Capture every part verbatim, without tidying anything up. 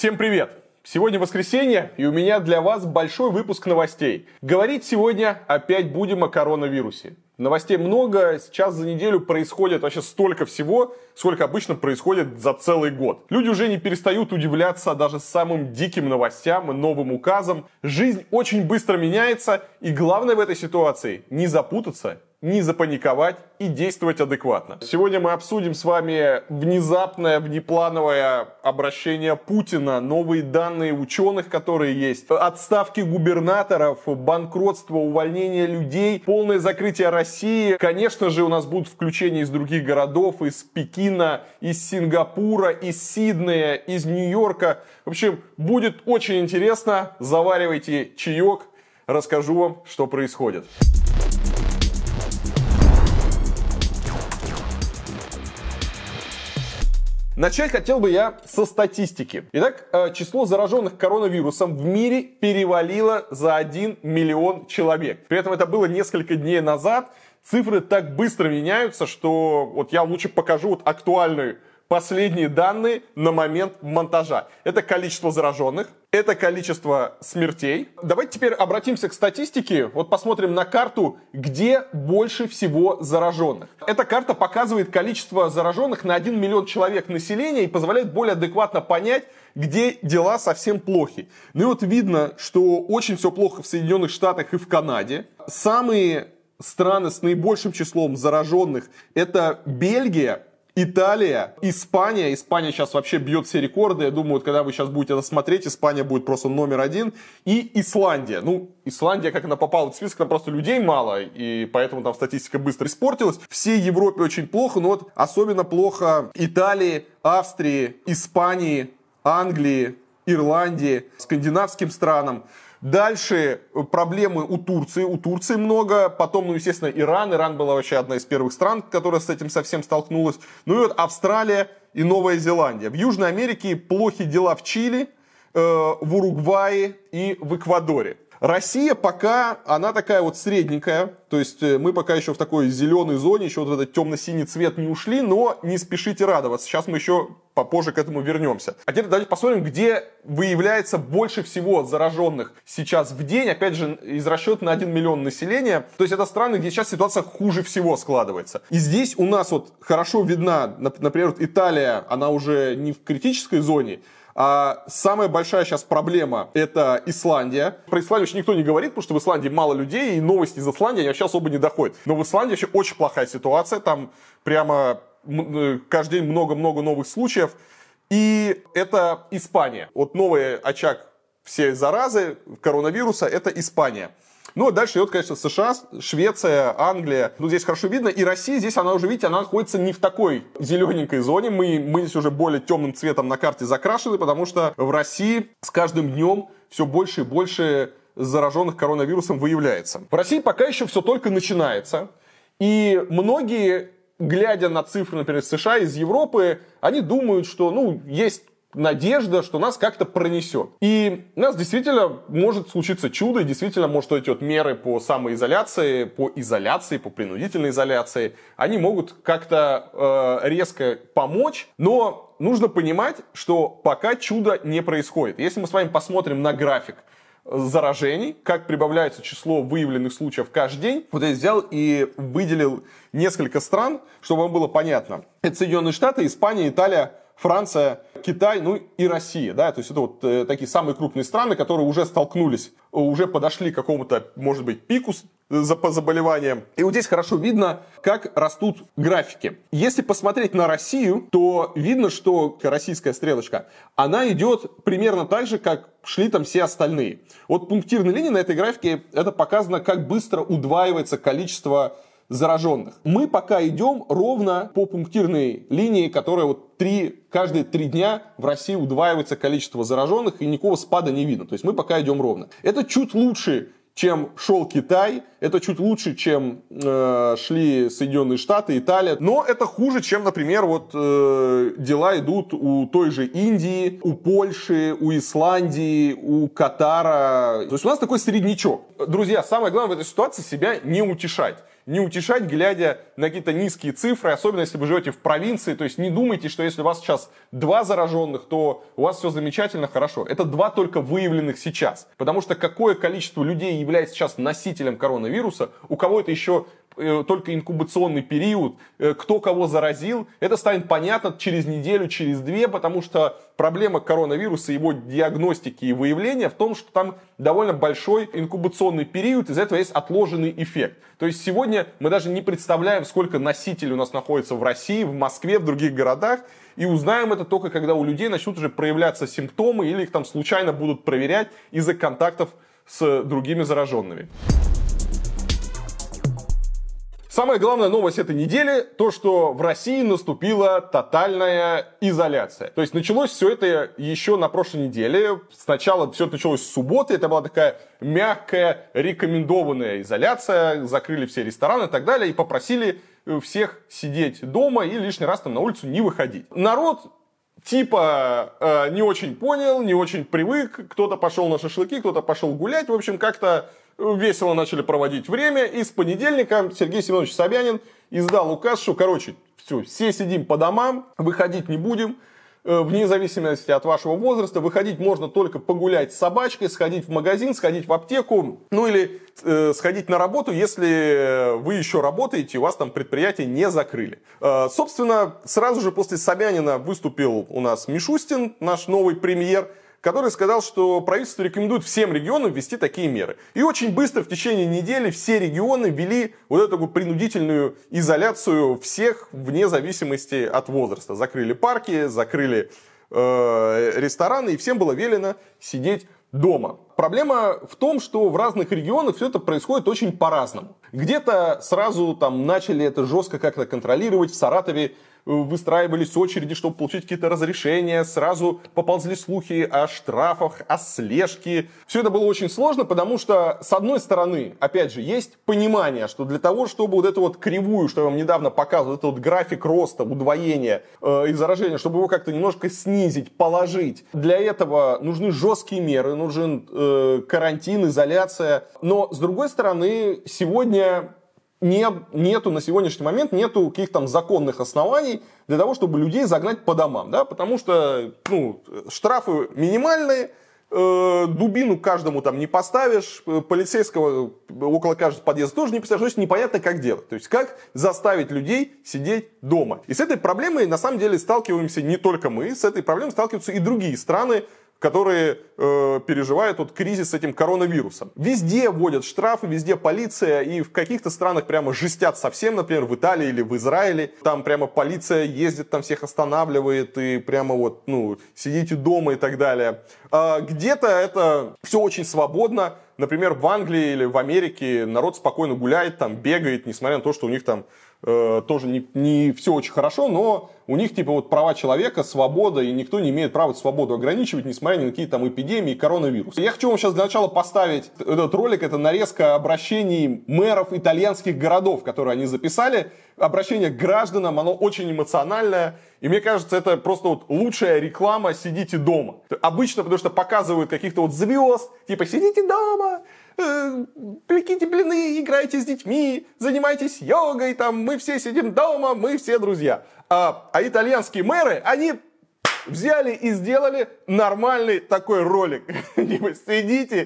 Всем привет! Сегодня воскресенье, и у меня для вас большой выпуск новостей. Говорить сегодня опять будем о коронавирусе. Новостей много, сейчас за неделю происходит вообще столько всего, сколько обычно происходит за целый год. Люди уже не перестают удивляться даже самым диким новостям и новым указам. Жизнь очень быстро меняется, и главное в этой ситуации не запутаться, не запаниковать и действовать адекватно. Сегодня мы обсудим с вами внезапное, внеплановое обращение Путина, новые данные ученых, которые есть, отставки губернаторов, банкротство, увольнение людей, полное закрытие России. Конечно же, у нас будут включения из других городов, из Пекина, из Сингапура, из Сиднея, из Нью-Йорка. В общем, будет очень интересно. Заваривайте чаек, расскажу вам, что происходит. Начать хотел бы я со статистики. Итак, число зараженных коронавирусом в мире перевалило за один миллион человек. При этом это было несколько дней назад. Цифры так быстро меняются, что вот я лучше покажу вот актуальные последние данные на момент монтажа. Это количество зараженных, это количество смертей. Давайте теперь обратимся к статистике. Вот посмотрим на карту, где больше всего зараженных. Эта карта показывает количество зараженных на один миллион человек населения и позволяет более адекватно понять, где дела совсем плохи. Ну и вот видно, что очень все плохо в Соединенных Штатах и в Канаде. Самые страны с наибольшим числом зараженных — это Бельгия, Италия, Испания. Испания сейчас вообще бьет все рекорды. Я думаю, вот когда вы сейчас будете это смотреть, Испания будет просто номер один. И Исландия. Ну, Исландия, как она попала в этот список, там просто людей мало, и поэтому там статистика быстро испортилась. Всей Европе очень плохо, но вот особенно плохо Италии, Австрии, Испании, Англии, Ирландии, скандинавским странам. Дальше проблемы у Турции. У Турции много. Потом, ну, естественно, Иран. Иран была вообще одна из первых стран, которая с этим совсем столкнулась. Ну и вот Австралия и Новая Зеландия. В Южной Америке плохи дела в Чили, э, в Уругвае и в Эквадоре. Россия пока, она такая вот средненькая, то есть мы пока еще в такой зеленой зоне, еще вот в этот темно-синий цвет не ушли, но не спешите радоваться, сейчас мы еще попозже к этому вернемся. А теперь давайте посмотрим, где выявляется больше всего зараженных сейчас в день, опять же, из расчета на один миллион населения, то есть это страны, где сейчас ситуация хуже всего складывается. И здесь у нас вот хорошо видна, например, вот Италия, она уже не в критической зоне. А самая большая сейчас проблема — это Исландия. Про Исландию вообще никто не говорит, потому что в Исландии мало людей, и новости из Исландии вообще особо не доходят. Но в Исландии вообще очень плохая ситуация, там прямо каждый день много-много новых случаев. И это Испания. Вот новый очаг всей заразы коронавируса — это Испания. Ну, а дальше идет, конечно, США, Швеция, Англия. Ну, здесь хорошо видно. И Россия, здесь она уже, видите, она находится не в такой зелененькой зоне. Мы, мы здесь уже более темным цветом на карте закрашены, потому что в России с каждым днем все больше и больше зараженных коронавирусом выявляется. В России пока еще все только начинается. И многие, глядя на цифры, например, США, из Европы, они думают, что, ну, есть надежда, что нас как-то пронесет. И у нас действительно может случиться чудо, и действительно, может, эти вот меры по самоизоляции, по изоляции, по принудительной изоляции, они могут как-то э, резко помочь, но нужно понимать, что пока чудо не происходит. Если мы с вами посмотрим на график заражений, как прибавляется число выявленных случаев каждый день, вот я взял и выделил несколько стран, чтобы вам было понятно. Это Соединенные Штаты, Испания, Италия, Франция, Китай, ну и Россия, да, то есть это вот э, такие самые крупные страны, которые уже столкнулись, уже подошли к какому-то, может быть, пику за, по заболеваниям. И вот здесь хорошо видно, как растут графики. Если посмотреть на Россию, то видно, что российская стрелочка, она идет примерно так же, как шли там все остальные. Вот пунктирной линии на этой графике это показано, как быстро удваивается количество зараженных. Мы пока идем ровно по пунктирной линии, которая вот три, каждые три дня в России удваивается количество зараженных, и никакого спада не видно. То есть мы пока идем ровно. Это чуть лучше, чем шел Китай, это чуть лучше, чем э, шли Соединенные Штаты, Италия, но это хуже, чем, например, вот э, дела идут у той же Индии, у Польши, у Исландии, у Катара. То есть у нас такой среднячок. Друзья, самое главное в этой ситуации себя не утешать. не утешать, глядя на какие-то низкие цифры, особенно если вы живете в провинции. То есть не думайте, что если у вас сейчас два зараженных, то у вас все замечательно, хорошо. Это два только выявленных сейчас. Потому что какое количество людей является сейчас носителем коронавируса, у кого это еще только инкубационный период, кто кого заразил, это станет понятно через неделю, через две, потому что проблема коронавируса, его диагностики и выявления в том, что там довольно большой инкубационный период, из-за этого есть отложенный эффект. То есть сегодня мы даже не представляем, сколько носителей у нас находится в России, в Москве, в других городах, и узнаем это только когда у людей начнут уже проявляться симптомы или их там случайно будут проверять из-за контактов с другими зараженными. Самая главная новость этой недели, то, что в России наступила тотальная изоляция. То есть началось все это еще на прошлой неделе. Сначала все это началось с субботы, это была такая мягкая, рекомендованная изоляция. Закрыли все рестораны и так далее, и попросили всех сидеть дома и лишний раз там на улицу не выходить. Народ типа э, не очень понял, не очень привык. Кто-то пошел на шашлыки, кто-то пошел гулять. В общем, как-то весело начали проводить время, и с понедельника Сергей Семенович Собянин издал указ, что, короче, все, все сидим по домам, выходить не будем, вне зависимости от вашего возраста, выходить можно только погулять с собачкой, сходить в магазин, сходить в аптеку, ну или э, сходить на работу, если вы еще работаете, у вас там предприятие не закрыли. Э, собственно, сразу же после Собянина выступил у нас Мишустин, наш новый премьер, который сказал, что правительство рекомендует всем регионам ввести такие меры. И очень быстро, в течение недели, все регионы ввели вот эту такую принудительную изоляцию всех вне зависимости от возраста. Закрыли парки, закрыли э, рестораны, и всем было велено сидеть дома. Проблема в том, что в разных регионах все это происходит очень по-разному. Где-то сразу там начали это жестко как-то контролировать. В Саратове выстраивались очереди, чтобы получить какие-то разрешения. Сразу поползли слухи о штрафах, о слежке. Все это было очень сложно, потому что, с одной стороны, опять же, есть понимание, что для того, чтобы вот эту вот кривую, что я вам недавно показывал, этот вот график роста, удвоения э, и заражения, чтобы его как-то немножко снизить, положить, для этого нужны жесткие меры, нужен э, карантин, изоляция. Но, с другой стороны, сегодня Не, нету на сегодняшний момент нету каких-то там законных оснований для того, чтобы людей загнать по домам, да, потому что ну, штрафы минимальные, э, дубину каждому там не поставишь, полицейского около каждого подъезда тоже не поставишь, то есть непонятно, как делать, то есть как заставить людей сидеть дома. И с этой проблемой на самом деле сталкиваемся не только мы, с этой проблемой сталкиваются и другие страны, которые э, переживают вот кризис с этим коронавирусом. Везде вводят штрафы, везде полиция, и в каких-то странах прямо жестят совсем, например, в Италии или в Израиле. Там прямо полиция ездит, там всех останавливает, и прямо вот, ну, сидите дома и так далее. А где-то это все очень свободно. Например, в Англии или в Америке народ спокойно гуляет, там бегает, несмотря на то, что у них там э, тоже не, не все очень хорошо, но у них типа вот права человека, свобода, и никто не имеет права эту свободу ограничивать, несмотря ни на какие там эпидемии, коронавирус. Я хочу вам сейчас для начала поставить этот ролик, это нарезка обращений мэров итальянских городов, которые они записали. Обращение к гражданам, оно очень эмоциональное, и мне кажется, это просто вот лучшая реклама «сидите дома». Обычно, потому что показывают каких-то вот звезд, типа «сидите дома», э, пеките блины, играйте с детьми, занимайтесь йогой, там, мы все сидим дома, мы все друзья. А, а итальянские мэры, они взяли и сделали нормальный такой ролик. Сидите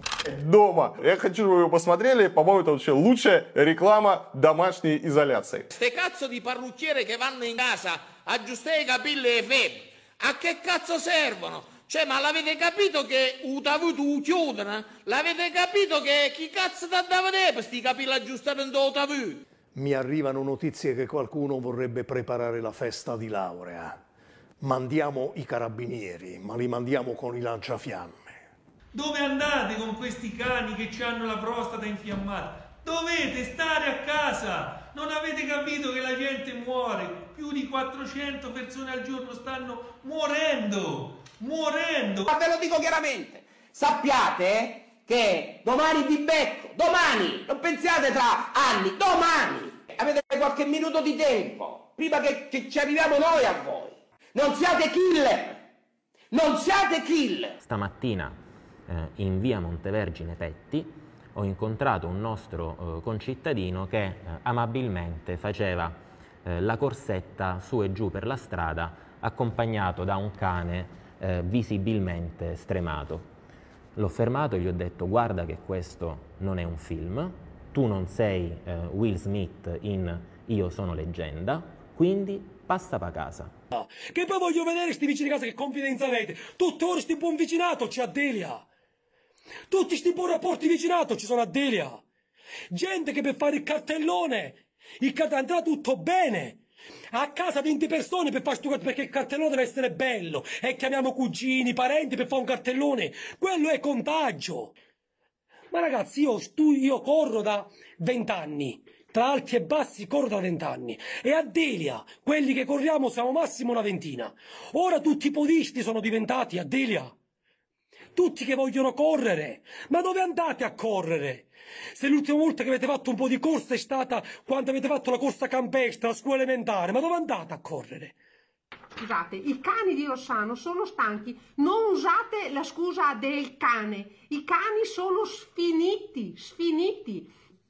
дома. Я хочу, чтобы вы его посмотрели. По-моему, это вообще лучшая реклама домашней изоляции. Ste cazzo di parrucchiere che vanno in casa a aggiustare i capelli e le femmine. A che cazzo servono? Cioè, ma l'avete capito che utavuto chiudono? L'avete capito che chi cazzo ti dava vedere per sti capelli aggiustati in utavuto? Mi arrivano notizie che qualcuno vorrebbe preparare la festa di laurea. Mandiamo i carabinieri, ma li mandiamo con i lanciafiamme. Dove andate con questi cani che hanno la prostata infiammata? Dovete stare a casa! Non avete capito che la gente muore? Più di quattrocento persone al giorno stanno morendo! Morendo! Ma ve lo dico chiaramente, sappiate che domani vi becco, domani, non pensiate tra anni, domani! Avete qualche minuto di tempo, prima che, che ci arriviamo noi a voi. Non siate killer! Non siate killer! Stamattina eh, in via Montevergine Petti ho incontrato un nostro eh, concittadino che eh, amabilmente faceva eh, la corsetta su e giù per la strada accompagnato da un cane eh, visibilmente stremato. L'ho fermato e gli ho detto: guarda che questo non è un film, tu non sei eh, Will Smith in Io sono leggenda, quindi passa pa' casa. Che poi voglio vedere sti vicini di casa che confidenza avete. Tutte ore sti buon vicinato c'è a Delia. Tutti sti buon rapporti vicinato ci sono a Delia. Gente che per fare il cartellone, il cartellone andrà tutto bene. A casa venti persone per fare sto cartellone, perché il cartellone deve essere bello. E chiamiamo cugini, parenti per fare un cartellone. Quello è contagio. Ma ragazzi, io, stu, io corro da vent'anni. Tra alti e bassi corro da vent'anni. E a Delia, quelli che corriamo siamo massimo una ventina. Ora tutti i podisti sono diventati a Delia. Tutti che vogliono correre. Ma dove andate a correre? Se l'ultima volta che avete fatto un po' di corsa è stata quando avete fatto la corsa campestre, la scuola elementare, ma dove andate a correre? Scusate, i cani di Rossano sono stanchi, non usate la scusa del cane, i cani sono sfiniti, sfiniti.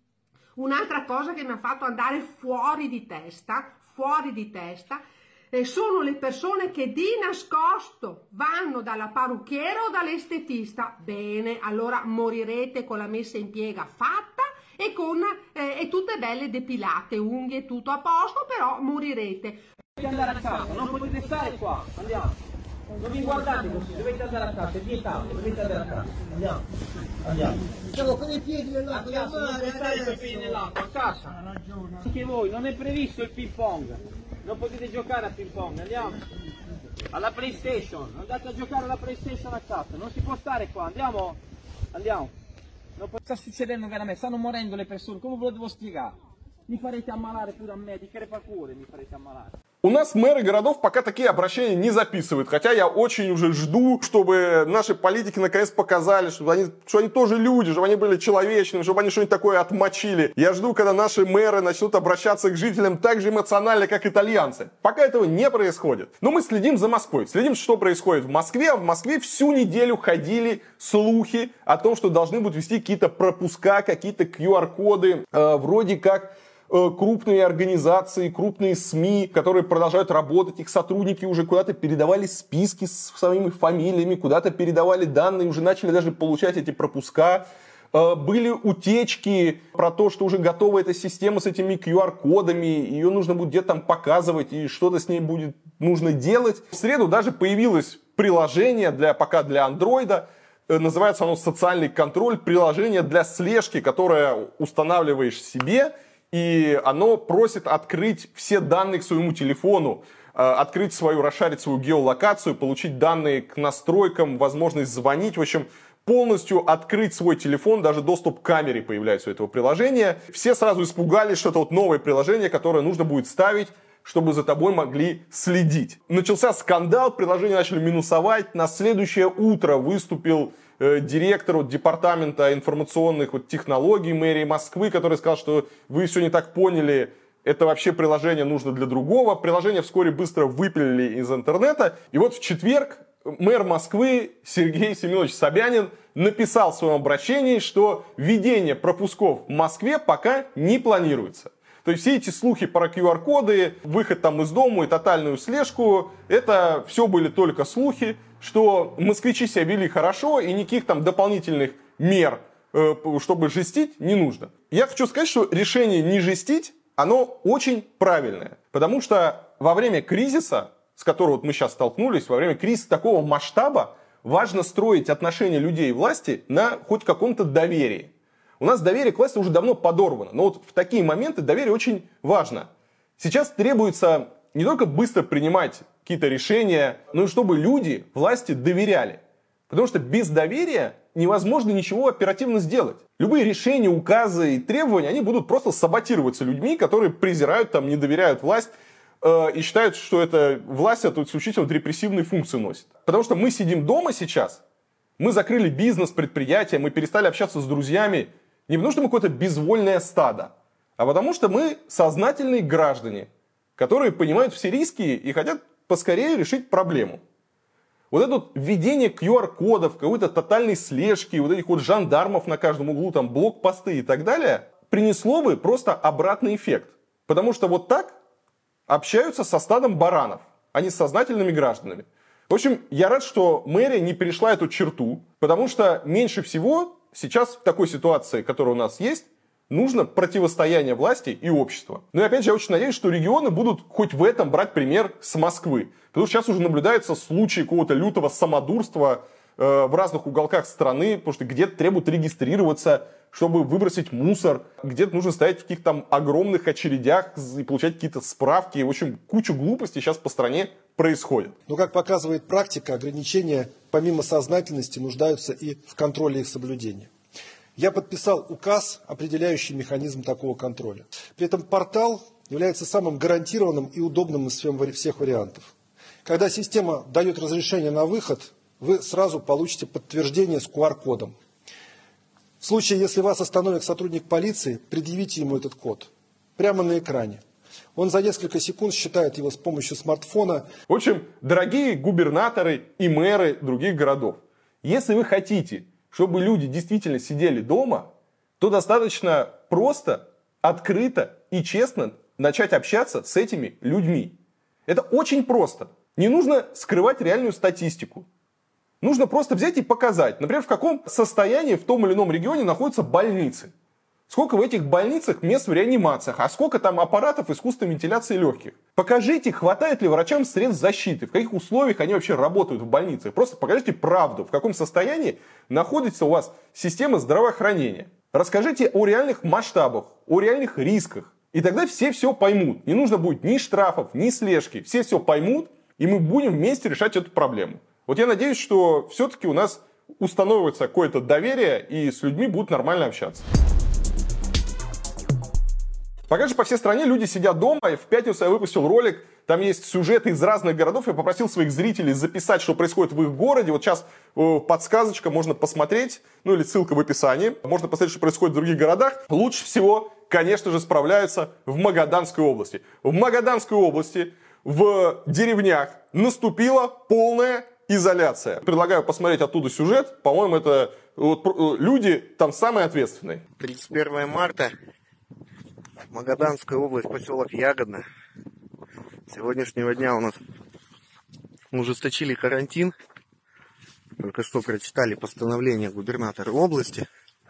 Un'altra cosa che mi ha fatto andare fuori di testa, fuori di testa, eh, sono le persone che di nascosto vanno dalla parrucchiera o dall'estetista. Bene, allora morirete con la messa in piega fatta e con eh, e tutte belle depilate, unghie, tutto a posto, però morirete. Dovete andare a casa, non potete stare qua, andiamo. Non vi guardate così, dovete andare a casa, è vietato, dovete andare a casa. Andiamo, andiamo. Siamo con i piedi nell'acqua del mare. Non stare con i piedi nell'acqua, a casa. Ha ragione. Anche voi, non è previsto il ping pong. Non potete giocare a ping pong, andiamo. Alla PlayStation, andate a giocare alla PlayStation a casa, non si può stare qua, andiamo. Andiamo. Non può... Sta succedendo veramente, stanno morendo le persone, come ve lo devo spiegare? Mi farete ammalare pure a me, di crepakure mi farete ammalare. У нас мэры городов пока такие обращения не записывают, хотя я очень уже жду, чтобы наши политики наконец показали, чтобы они, что они тоже люди, чтобы они были человечными, чтобы они что-нибудь такое отмочили. Я жду, когда наши мэры начнут обращаться к жителям так же эмоционально, как итальянцы. Пока этого не происходит. Но мы следим за Москвой, следим, что происходит в Москве. В Москве всю неделю ходили слухи о том, что должны будут вести какие-то пропуска, какие-то ку ар коды, э, вроде как... крупные организации, крупные СМИ, которые продолжают работать, их сотрудники уже куда-то передавали списки с своими фамилиями, куда-то передавали данные, уже начали даже получать эти пропуска. Были утечки про то, что уже готова эта система с этими ку ар кодами, ее нужно будет где-то там показывать, и что-то с ней будет нужно делать. В среду даже появилось приложение, для, пока для андроида, называется оно «Социальный контроль», приложение для слежки, которое устанавливаешь себе, и оно просит открыть все данные к своему телефону, открыть свою, расшарить свою геолокацию, получить данные к настройкам, возможность звонить. В общем, полностью открыть свой телефон, даже доступ к камере появляется у этого приложения. Все сразу испугались, что это вот новое приложение, которое нужно будет ставить, чтобы за тобой могли следить. Начался скандал, приложение начали минусовать. На следующее утро выступил э, директор вот, департамента информационных вот, технологий мэрии Москвы, который сказал, что вы все не так поняли, это вообще приложение нужно для другого. Приложение вскоре быстро выпилили из интернета. И вот в четверг мэр Москвы Сергей Семенович Собянин написал в своем обращении, что введение пропусков в Москве пока не планируется. То есть все эти слухи про ку ар коды, выход там из дома и тотальную слежку, это все были только слухи, что москвичи себя вели хорошо и никаких там дополнительных мер, чтобы жестить, не нужно. Я хочу сказать, что решение не жестить, оно очень правильное. Потому что во время кризиса, с которым вот мы сейчас столкнулись, во время кризиса такого масштаба, важно строить отношения людей и власти на хоть каком-то доверии. У нас доверие к власти уже давно подорвано, но вот в такие моменты доверие очень важно. Сейчас требуется не только быстро принимать какие-то решения, но и чтобы люди власти доверяли. Потому что без доверия невозможно ничего оперативно сделать. Любые решения, указы и требования, они будут просто саботироваться людьми, которые презирают, там, не доверяют власть э, и считают, что эта власть это исключительно репрессивные функции носит. Потому что мы сидим дома сейчас, мы закрыли бизнес, предприятия, мы перестали общаться с друзьями, не потому что мы какое-то безвольное стадо, а потому что мы сознательные граждане, которые понимают все риски и хотят поскорее решить проблему. Вот это вот введение ку ар кодов, какой-то тотальной слежки, вот этих вот жандармов на каждом углу, там блокпосты и так далее, принесло бы просто обратный эффект. Потому что вот так общаются со стадом баранов, а не с сознательными гражданами. В общем, я рад, что мэрия не перешла эту черту, потому что меньше всего сейчас в такой ситуации, которая у нас есть, нужно противостояние власти и общества. Ну и опять же, я очень надеюсь, что регионы будут хоть в этом брать пример с Москвы. Потому что сейчас уже наблюдаются случаи какого-то лютого самодурства э, в разных уголках страны, потому что где-то требуют регистрироваться, чтобы выбросить мусор, где-то нужно стоять в каких-то там огромных очередях и получать какие-то справки. В общем, кучу глупостей сейчас по стране происходит. Но, как показывает практика, ограничения помимо сознательности нуждаются и в контроле их соблюдения. Я подписал указ, определяющий механизм такого контроля. При этом портал является самым гарантированным и удобным из всех вариантов. Когда система дает разрешение на выход, вы сразу получите подтверждение с ку ар кодом. В случае, если вас остановит сотрудник полиции, предъявите ему этот код прямо на экране. Он за несколько секунд считает его с помощью смартфона. В общем, дорогие губернаторы и мэры других городов, если вы хотите, чтобы люди действительно сидели дома, то достаточно просто, открыто и честно начать общаться с этими людьми. Это очень просто. Не нужно скрывать реальную статистику. Нужно просто взять и показать, например, в каком состоянии в том или ином регионе находятся больницы. Сколько в этих больницах мест в реанимациях, а сколько там аппаратов искусственной вентиляции легких. Покажите, хватает ли врачам средств защиты, в каких условиях они вообще работают в больницах. Просто покажите правду, в каком состоянии находится у вас система здравоохранения. Расскажите о реальных масштабах, о реальных рисках. И тогда все все поймут. Не нужно будет ни штрафов, ни слежки. Все все поймут, и мы будем вместе решать эту проблему. Вот я надеюсь, что все-таки у нас установится какое-то доверие, и с людьми будут нормально общаться. Пока же по всей стране люди сидят дома, и в пятницу я выпустил ролик, там есть сюжеты из разных городов, я попросил своих зрителей записать, что происходит в их городе. Вот сейчас подсказочка, можно посмотреть, ну или ссылка в описании, можно посмотреть, что происходит в других городах. Лучше всего, конечно же, справляются в Магаданской области. В Магаданской области, в деревнях наступила полная изоляция. Предлагаю посмотреть оттуда сюжет, по-моему, это вот, люди там самые ответственные. тридцать первое марта. Магаданская область, поселок Ягодно. С сегодняшнего дня у нас ужесточили карантин. Только что прочитали постановление губернатора области.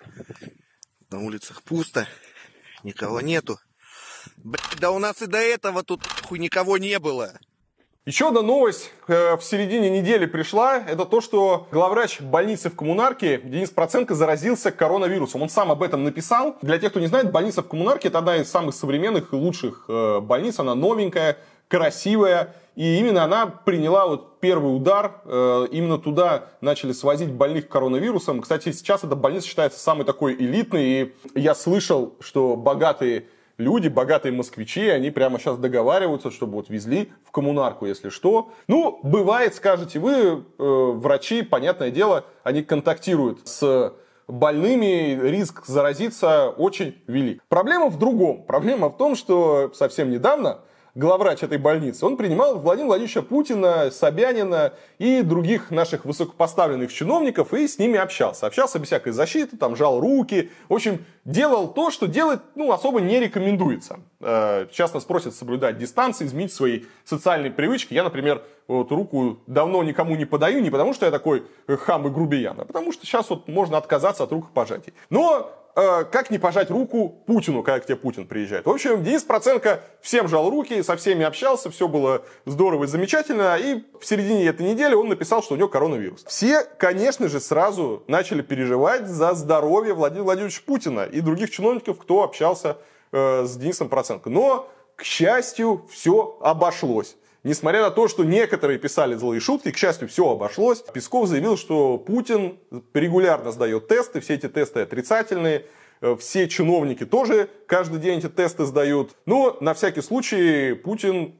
На улицах пусто, никого нету. Блядь, да у нас и до этого тут хуй никого не было. Еще одна новость э, в середине недели пришла. Это то, что главврач больницы в Коммунарке Денис Проценко заразился коронавирусом. Он сам об этом написал. Для тех, кто не знает, больница в Коммунарке — это одна из самых современных и лучших э, больниц. Она новенькая, красивая. И именно она приняла вот первый удар. Э, именно туда начали свозить больных коронавирусом. Кстати, сейчас эта больница считается самой такой элитной. И я слышал, что богатые люди, богатые москвичи, они прямо сейчас договариваются, чтобы вот везли в Коммунарку, если что. Ну, бывает, скажете вы, э, врачи, понятное дело, они контактируют с больными, риск заразиться очень велик. Проблема в другом. Проблема в том, что совсем недавно главврач этой больницы, он принимал Владимира Владимировича Путина, Собянина и других наших высокопоставленных чиновников и с ними общался. Общался без всякой защиты, там жал руки. В общем, делал то, что делать ну, особо не рекомендуется. Сейчас нас просят соблюдать дистанции, изменить свои социальные привычки. Я, например, вот руку давно никому не подаю, не потому что я такой хам и грубиян, а потому что сейчас вот можно отказаться от рукопожатий. Но как не пожать руку Путину, когда к тебе Путин приезжает. В общем, Денис Проценко всем жал руки, со всеми общался, все было здорово и замечательно. И в середине этой недели он написал, что у него коронавирус. Все, конечно же, сразу начали переживать за здоровье Владимира Владимировича Путина и других чиновников, кто общался э, с Денисом Проценко. Но, к счастью, все обошлось. Несмотря на то, что некоторые писали злые шутки, к счастью, все обошлось. Песков заявил, что Путин регулярно сдает тесты, все эти тесты отрицательные. Все чиновники тоже каждый день эти тесты сдают. Но на всякий случай Путин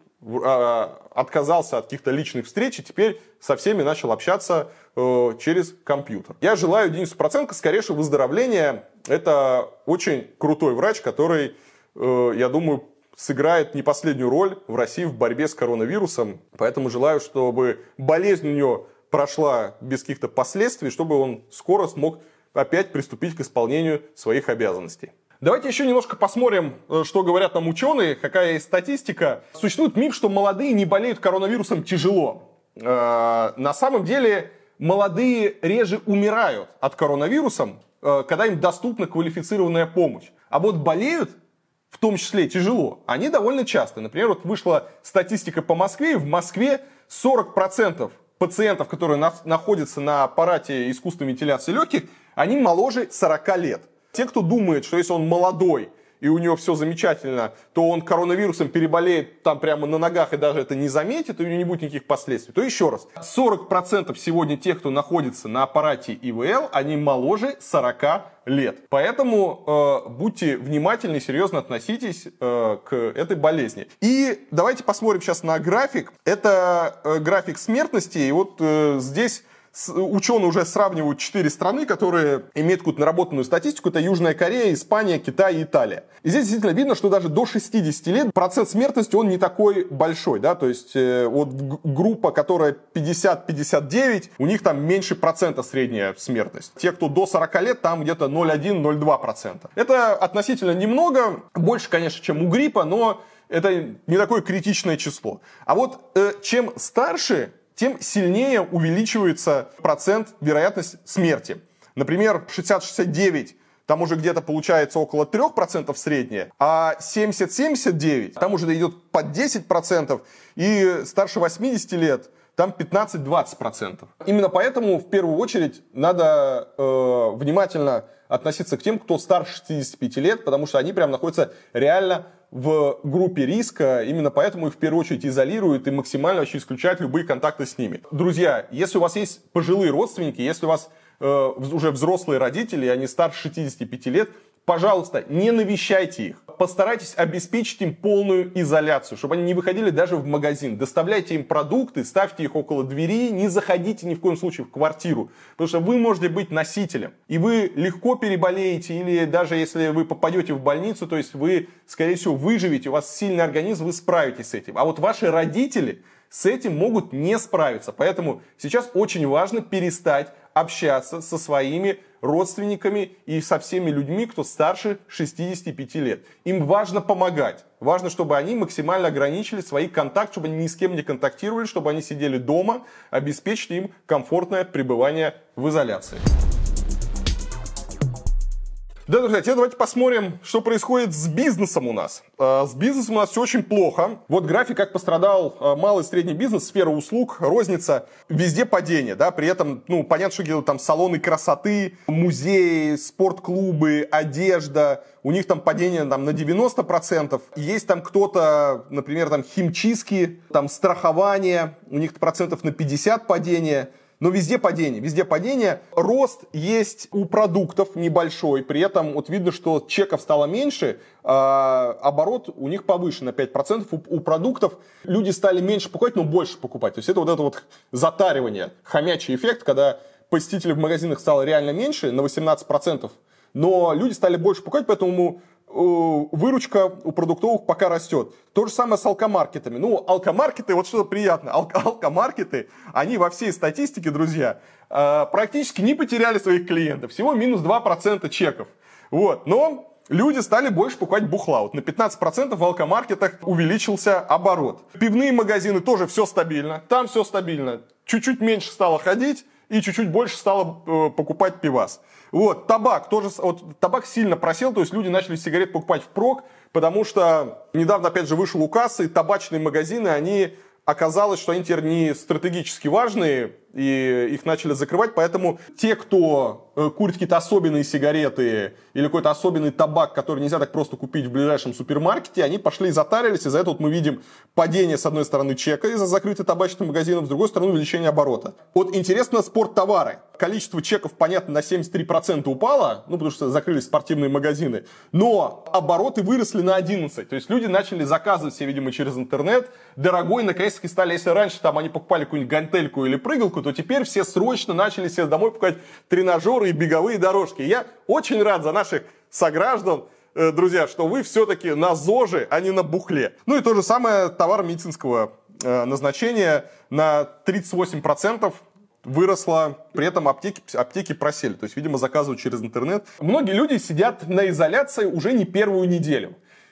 отказался от каких-то личных встреч и теперь со всеми начал общаться через компьютер. Я желаю Денису Проценко скорейшего выздоровления. Это очень крутой врач, который, я думаю, сыграет не последнюю роль в России в борьбе с коронавирусом. Поэтому желаю, чтобы болезнь у него прошла без каких-то последствий, чтобы он скоро смог опять приступить к исполнению своих обязанностей. Давайте еще немножко посмотрим, что говорят нам ученые, какая есть статистика. Существует миф, что молодые не болеют коронавирусом тяжело. На самом деле молодые реже умирают от коронавируса, когда им доступна квалифицированная помощь. А вот болеют, в том числе тяжело, они довольно часто. Например, вот вышла статистика по Москве, и в Москве сорок процентов пациентов, которые на, находятся на аппарате искусственной вентиляции легких, они моложе сорока лет. Те, кто думает, что если он молодой и у него все замечательно, то он коронавирусом переболеет там прямо на ногах и даже это не заметит, и у него не будет никаких последствий, то еще раз, сорок процентов сегодня тех, кто находится на аппарате И В Л, они моложе сорока лет. Поэтому э, будьте внимательны, серьезно относитесь э, к этой болезни. И давайте посмотрим сейчас на график. Это э, график смертности, и вот э, здесь ученые уже сравнивают четыре страны, которые имеют какую-то наработанную статистику. Это Южная Корея, Испания, Китай и Италия. И здесь действительно видно, что даже до шестидесяти лет процент смертности он не такой большой. Да? То есть э, вот группа, которая пятьдесят - пятьдесят девять, у них там меньше процента средняя смертность. Те, кто до сорока лет, там где-то ноль целых один - ноль целых два процента. Это относительно немного, больше, конечно, чем у гриппа, но это не такое критичное число. А вот э, чем старше, тем сильнее увеличивается процент вероятность смерти. Например, шестьдесят - шестьдесят девять, там уже где-то получается около трёх процентов средняя, а семьдесят - семьдесят девять, там уже идет под десять процентов, и старше восьмидесяти лет там пятнадцать - двадцать процентов. Именно поэтому в первую очередь надо э, внимательно относиться к тем, кто старше шестидесяти пяти лет, потому что они прям находятся реально в группе риска, именно поэтому их в первую очередь изолируют и максимально вообще исключают любые контакты с ними. Друзья, если у вас есть пожилые родственники, если у вас э, уже взрослые родители, они старше шестидесяти пяти лет, пожалуйста, не навещайте их. Постарайтесь обеспечить им полную изоляцию, чтобы они не выходили даже в магазин. Доставляйте им продукты, ставьте их около двери, не заходите ни в коем случае в квартиру, потому что вы можете быть носителем. И вы легко переболеете, или даже если вы попадете в больницу, то есть вы, скорее всего, выживете, у вас сильный организм, вы справитесь с этим. А вот ваши родители с этим могут не справиться. Поэтому сейчас очень важно перестать общаться со своими родственниками и со всеми людьми, кто старше шестидесяти пяти лет. Им важно помогать. Важно, чтобы они максимально ограничили свои контакты, чтобы они ни с кем не контактировали, чтобы они сидели дома, обеспечили им комфортное пребывание в изоляции. Да, друзья, теперь давайте посмотрим, что происходит с бизнесом у нас. С бизнесом у нас все очень плохо. Вот график, как пострадал малый и средний бизнес, сфера услуг, розница. Везде падение, да, при этом, ну, понятно, что делают там салоны красоты, музеи, спортклубы, одежда. У них там падение там, на девяносто процентов. Есть там кто-то, например, там химчистки, там страхование, у них процентов на пятьдесят падения. Но везде падение, везде падение. Рост есть у продуктов небольшой, при этом вот видно, что чеков стало меньше, а оборот у них повыше на пять процентов. У, у продуктов люди стали меньше покупать, но больше покупать. То есть это вот это вот затаривание, хомячий эффект, когда посетителей в магазинах стало реально меньше, на восемнадцать процентов, но люди стали больше покупать, поэтому выручка у продуктовых пока растет. То же самое с алкомаркетами. Ну, алкомаркеты, вот что-то приятно. Ал- алкомаркеты, они во всей статистике, друзья, практически не потеряли своих клиентов. Всего минус два процента чеков. Вот. Но люди стали больше покупать бухла. Вот на пятнадцать процентов в алкомаркетах увеличился оборот. Пивные магазины тоже все стабильно. Там все стабильно. Чуть-чуть меньше стало ходить и чуть-чуть больше стало э, покупать пивас. Вот, табак тоже, вот, табак сильно просел, то есть люди начали сигарет покупать впрок, потому что недавно, опять же, вышел указ, и табачные магазины, они, оказалось, что они теперь не стратегически важные, и их начали закрывать, поэтому те, кто курит какие-то особенные сигареты или какой-то особенный табак, который нельзя так просто купить в ближайшем супермаркете, они пошли и затарились, из-за этого вот мы видим падение, с одной стороны, чека из-за закрытия табачных магазинов, с другой стороны, увеличение оборота. Вот интересно, спорттовары. Количество чеков, понятно, на семьдесят три процента упало, ну, потому что закрылись спортивные магазины, но обороты выросли на одиннадцать процентов, то есть люди начали заказывать все, видимо, через интернет, дорогой, наконец-таки стали, если раньше там они покупали какую-нибудь гантельку или прыгалку, то теперь все срочно начали себе домой покупать тренажеры и беговые дорожки. Я очень рад за наших сограждан, э, друзья, что вы все-таки на ЗОЖе, а не на бухле. Ну и то же самое товар медицинского э, назначения на тридцать восемь процентов. выросла, при этом аптеки, аптеки просели, то есть, видимо, заказывают через интернет. Многие люди сидят на изоляции уже не первую неделю.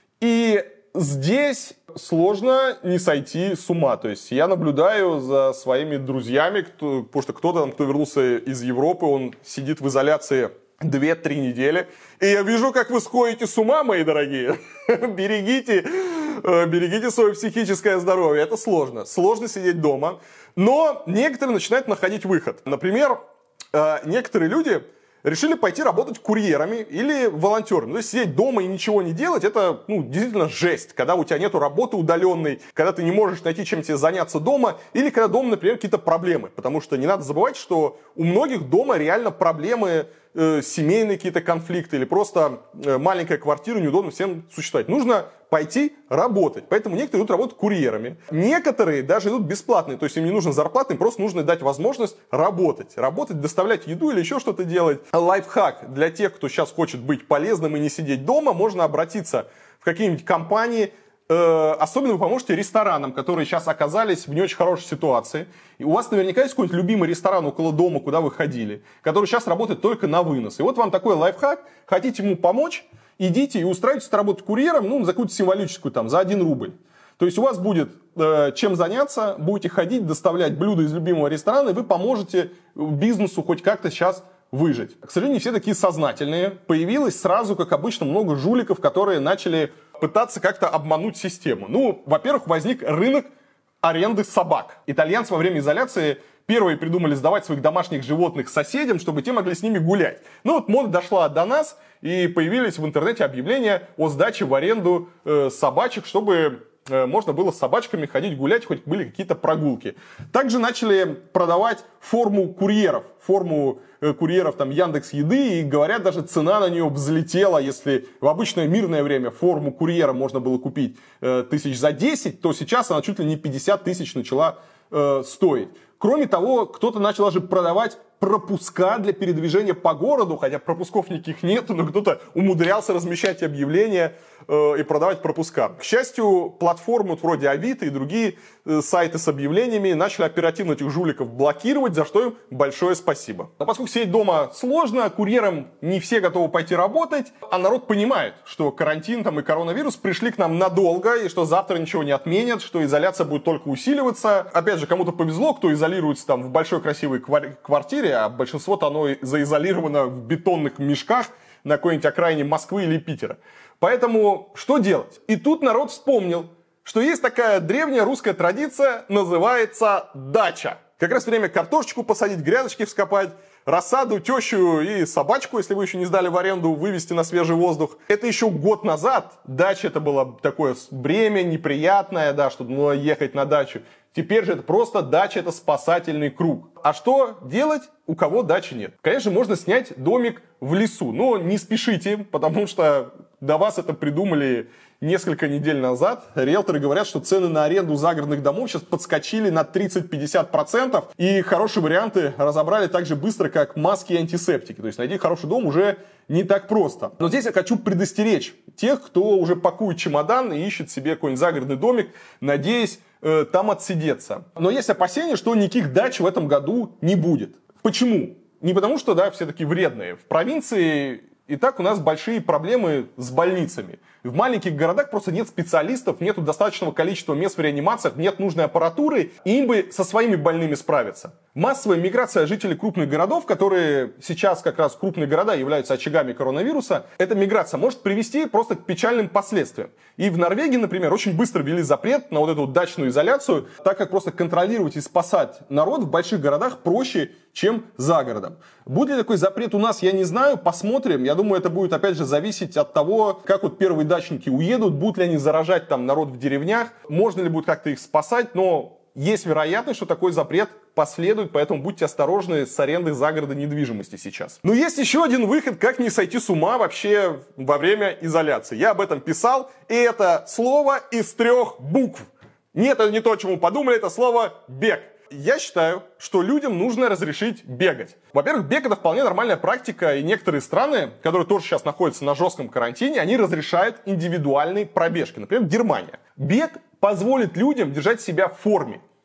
И здесь сложно не сойти с ума. То есть я наблюдаю за своими друзьями, кто, потому что кто-то, кто вернулся из Европы, он сидит в изоляции две-три недели. И я вижу, как вы сходите с ума, мои дорогие. Берегите, берегите свое психическое здоровье. Это сложно. Сложно сидеть дома. Но некоторые начинают находить выход. Например, некоторые люди решили пойти работать курьерами или волонтерами. То есть сидеть дома и ничего не делать, это ну, действительно жесть. Когда у тебя нету работы удаленной, когда ты не можешь найти чем тебе заняться дома, или когда дома, например, какие-то проблемы. Потому что не надо забывать, что у многих дома реально проблемы, э, семейные какие-то конфликты, или просто э, маленькая квартира, неудобно всем существовать. Нужно пойти работать. Поэтому некоторые идут работать курьерами. Некоторые даже идут бесплатные. То есть им не нужна зарплата, им просто нужно дать возможность работать. Работать, доставлять еду или еще что-то делать. Лайфхак для тех, кто сейчас хочет быть полезным и не сидеть дома, можно обратиться в какие-нибудь компании. Особенно вы поможете ресторанам, которые сейчас оказались в не очень хорошей ситуации. И у вас наверняка есть какой-нибудь любимый ресторан около дома, куда вы ходили, который сейчас работает только на вынос. И вот вам такой лайфхак. Хотите ему помочь? Идите и устраивайтесь работать курьером, ну, за какую-то символическую, там, за один рубль. То есть у вас будет э, чем заняться, будете ходить, доставлять блюда из любимого ресторана, и вы поможете бизнесу хоть как-то сейчас выжить. К сожалению, не все такие сознательные. Появилось сразу, как обычно, много жуликов, которые начали пытаться как-то обмануть систему. Ну, во-первых, возник рынок аренды собак. Итальянцы во время изоляции первые придумали сдавать своих домашних животных соседям, чтобы те могли с ними гулять. Ну вот мода дошла до нас, и появились в интернете объявления о сдаче в аренду э, собачек, чтобы э, можно было с собачками ходить гулять, хоть были какие-то прогулки. Также начали продавать форму курьеров, форму э, курьеров там Яндекс.Еды, и говорят, даже цена на нее взлетела. Если в обычное мирное время форму курьера можно было купить э, тысяч за десять, то сейчас она чуть ли не пятьдесят тысяч начала э, стоить. Кроме того, кто-то начал даже продавать пропуска для передвижения по городу, хотя пропусков никаких нет, но кто-то умудрялся размещать объявления э, и продавать пропуска. К счастью, платформы вот вроде Авито и другие э, сайты с объявлениями начали оперативно этих жуликов блокировать, за что им большое спасибо. Но поскольку сидеть дома сложно, курьерам не все готовы пойти работать, а народ понимает, что карантин там, и коронавирус пришли к нам надолго, и что завтра ничего не отменят, что изоляция будет только усиливаться. Опять же, кому-то повезло, кто изолируется там в большой красивой квартире, а большинство-то оно заизолировано в бетонных мешках на какой-нибудь окраине Москвы или Питера. Поэтому что делать? И тут народ вспомнил, что есть такая древняя русская традиция, называется дача. Как раз время картошечку посадить, грядочки вскопать, рассаду, тещу и собачку, если вы еще не сдали в аренду, вывести на свежий воздух. Это еще год назад дача это было такое бремя неприятное, да, чтобы ну, ехать на дачу. Теперь же это просто дача, это спасательный круг. А что делать, у кого дачи нет? Конечно, можно снять домик в лесу, но не спешите, потому что до вас это придумали несколько недель назад. Риэлторы говорят, что цены на аренду загородных домов сейчас подскочили на тридцать-пятьдесят процентов. И хорошие варианты разобрали так же быстро, как маски и антисептики. То есть найти хороший дом уже не так просто. Но здесь я хочу предостеречь тех, кто уже пакует чемодан и ищет себе какой-нибудь загородный домик, надеясь э, там отсидеться. Но есть опасения, что никаких дач в этом году не будет. Почему? Не потому, что да, все такие вредные. В провинции и так у нас большие проблемы с больницами. В маленьких городах просто нет специалистов, нет достаточного количества мест в реанимациях, нет нужной аппаратуры, и им бы со своими больными справиться. Массовая миграция жителей крупных городов, которые сейчас как раз крупные города являются очагами коронавируса, эта миграция может привести просто к печальным последствиям. И в Норвегии, например, очень быстро ввели запрет на вот эту дачную изоляцию, так как просто контролировать и спасать народ в больших городах проще, чем за городом. Будет ли такой запрет у нас, я не знаю, посмотрим. Я думаю, это будет опять же зависеть от того, как вот первые дачники уедут, будут ли они заражать там народ в деревнях, можно ли будет как-то их спасать, но есть вероятность, что такой запрет последует, поэтому будьте осторожны с арендой загородной недвижимости сейчас. Но есть еще один выход, как не сойти с ума вообще во время изоляции. Я об этом писал, и это слово из трех букв. Нет, это не то, о чем вы подумали, это слово «бег». Я считаю, что людям нужно разрешить бегать. Во-первых, бег это вполне нормальная практика, и некоторые страны, которые тоже сейчас находятся на жестком карантине, они разрешают индивидуальные пробежки. Например, Германия. Бег позволит людям держать себя в форме.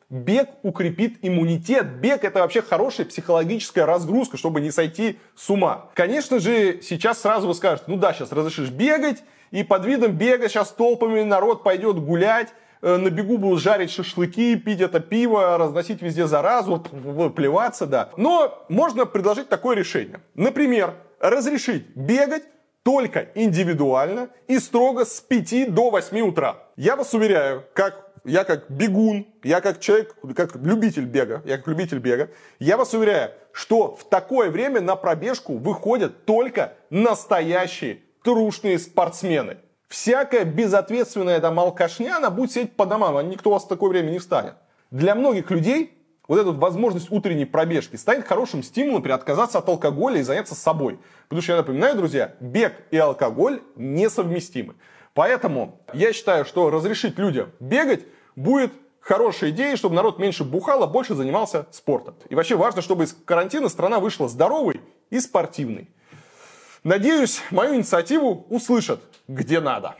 Бег укрепит иммунитет. Бег — это вообще хорошая психологическая разгрузка, чтобы не сойти с ума. Конечно же, сейчас сразу вы скажете, ну да, сейчас разрешишь бегать, и под видом бега сейчас толпами народ пойдет гулять, на бегу будут жарить шашлыки, пить это пиво, разносить везде заразу, плеваться, да. Но можно предложить такое решение. Например, разрешить бегать только индивидуально и строго с пяти до восьми утра. Я вас уверяю, как я как бегун, я как человек, как любитель бега, я как любитель бега, я вас уверяю, что в такое время на пробежку выходят только настоящие трушные спортсмены. Всякая безответственная там алкашня, она будет сидеть по домам, а никто у вас в такое время не встанет. Для многих людей вот эта возможность утренней пробежки станет хорошим стимулом при отказаться от алкоголя и заняться собой. Потому что, я напоминаю, друзья, бег и алкоголь несовместимы. Поэтому я считаю, что разрешить людям бегать будет хорошей идеей, чтобы народ меньше бухал, а больше занимался спортом. И вообще важно, чтобы из карантина страна вышла здоровой и спортивной. Надеюсь, мою инициативу услышат где надо.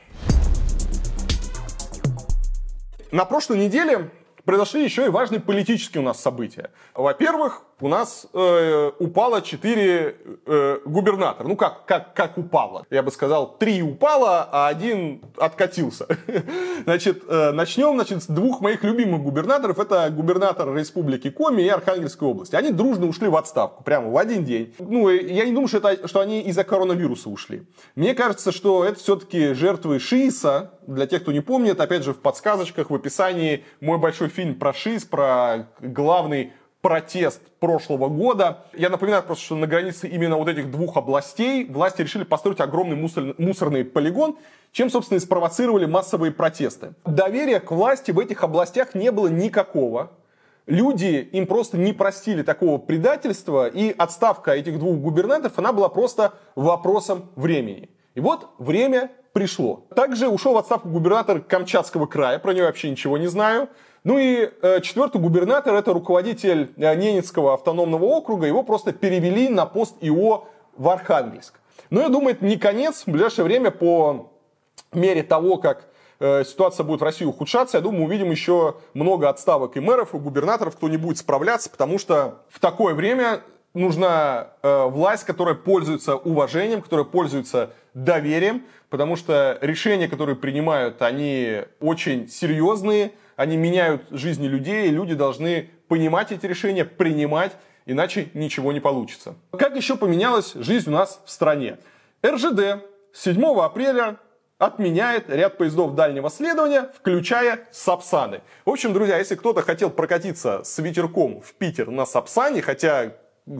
На прошлой неделе произошли еще и важные политические у нас события. Во-первых, у нас э, упало четыре э, губернатора. Ну как, как, как упало? Я бы сказал, три упало, а один откатился. Значит, э, начнем значит, с двух моих любимых губернаторов. Это губернатор Республики Коми и Архангельской области. Они дружно ушли в отставку, прямо в один день. Ну, я не думаю, что, это, что они из-за коронавируса ушли. Мне кажется, что это все-таки жертвы ШИИСа. Для тех, кто не помнит, опять же, в подсказочках, в описании мой большой фильм про ШИИС, про главный протест прошлого года. Я напоминаю просто, что на границе именно вот этих двух областей власти решили построить огромный мусор, мусорный полигон, чем, собственно, и спровоцировали массовые протесты. Доверия к власти в этих областях не было никакого. Люди им просто не простили такого предательства, и отставка этих двух губернаторов, она была просто вопросом времени. И вот время пришло. Также ушел в отставку губернатор Камчатского края, про него вообще ничего не знаю. Ну и э, четвертый губернатор, это руководитель э, Ненецкого автономного округа, его просто перевели на пост ИО в Архангельск. Но я думаю, это не конец. В ближайшее время, по мере того, как э, ситуация будет в России ухудшаться, я думаю, увидим еще много отставок и мэров, и губернаторов, кто не будет справляться, потому что в такое время нужна э, власть, которая пользуется уважением, которая пользуется доверием, потому что решения, которые принимают, они очень серьезные, они меняют жизни людей, и люди должны понимать эти решения, принимать, иначе ничего не получится. Как еще поменялась жизнь у нас в стране? эр жэ дэ с седьмого апреля отменяет ряд поездов дальнего следования, включая Сапсаны. В общем, друзья, если кто-то хотел прокатиться с ветерком в Питер на Сапсане, хотя